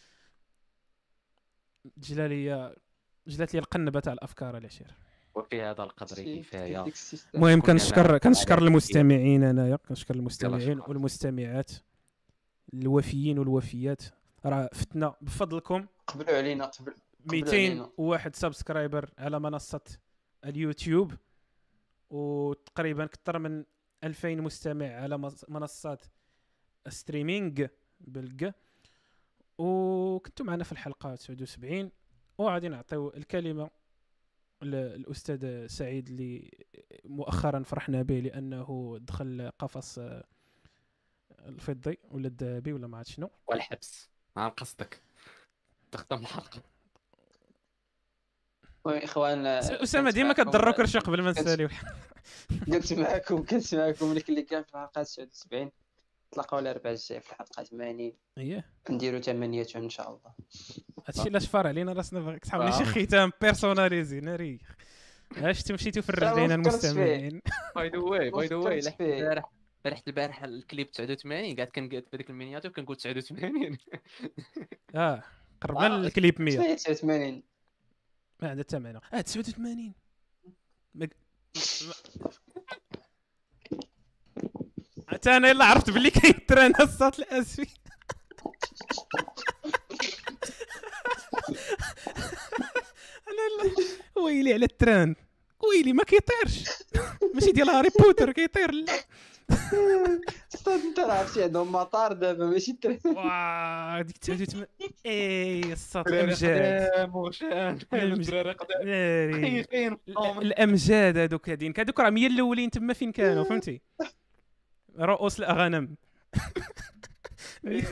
جلاليه جلات لي القنبه تاع الافكار العشير. وفي هذا القدر كفايه. ديك السيستم. المهم شكون كنشكر أنا؟ كنشكر عليك. المستمعين انايا كنشكر المستمعين شكرا. والمستمعات الوفيين والوفيات. راه فتنا بفضلكم قبلوا علينا قبل قبلوا مئتين علينا. وواحد سبسكرايبر على منصه اليوتيوب وتقريبا اكثر من ألفين مستمع على مس- منصات ستريمينغ بالق. وكنتوا معنا في الحلقه تسعة وسبعين وغادي نعطيو الكلمه للاستاذ سعيد اللي مؤخرا فرحنا به لانه دخل قفص الفضي ولا الذهبي ولا ما عرفت شنو. والحبس ما قصدك تختم الحلقه. المهم اخوان اسامه ديما كتضرك رشا قبل ما نساليو. كنت معكم كنت معكم لك اللي كان في الحلقه تسعة وسبعين. تلاقاو الاربعاء الجاي في الحلقه ثمانين اييه نديرو ثمانية ان شاء الله. هادشي لا شفار علينا راسنا باغي تحاولني آه. شي ختام بيرسوناليزي ناري. اش تمشيتو في الرجلين لا، ما فكرتش المستمعين. باي ذا واي باي ذا واي فكرت فيه. البارح رحت البارح الكليب تسعة وثمانين قاعد كنقاد في هذيك المينياتور كنقول تسعة وثمانين. اه قربنا آه، الكليب مية شنو هي تسعة وثمانين؟ ما عندها حتى معنى. اه تسعة وثمانين مك... حتى انا يلا عرفت باللي كاين تران الصوت الاسفي. انا لا ويلي على التران ويلي ما كيطيرش ماشي ديال هاري بوتر كيطير لا. صاد انت راه عرفتي عندهم مطار دابا ماشي تري. واه ديك تسعة وثمانين اي الصوت الامجاد موشان الدراري ناري خيخين الامجاد هذوك هادين هذوك راه مية الاولين تما فين كانوا فهمتي رؤوس الاغنام.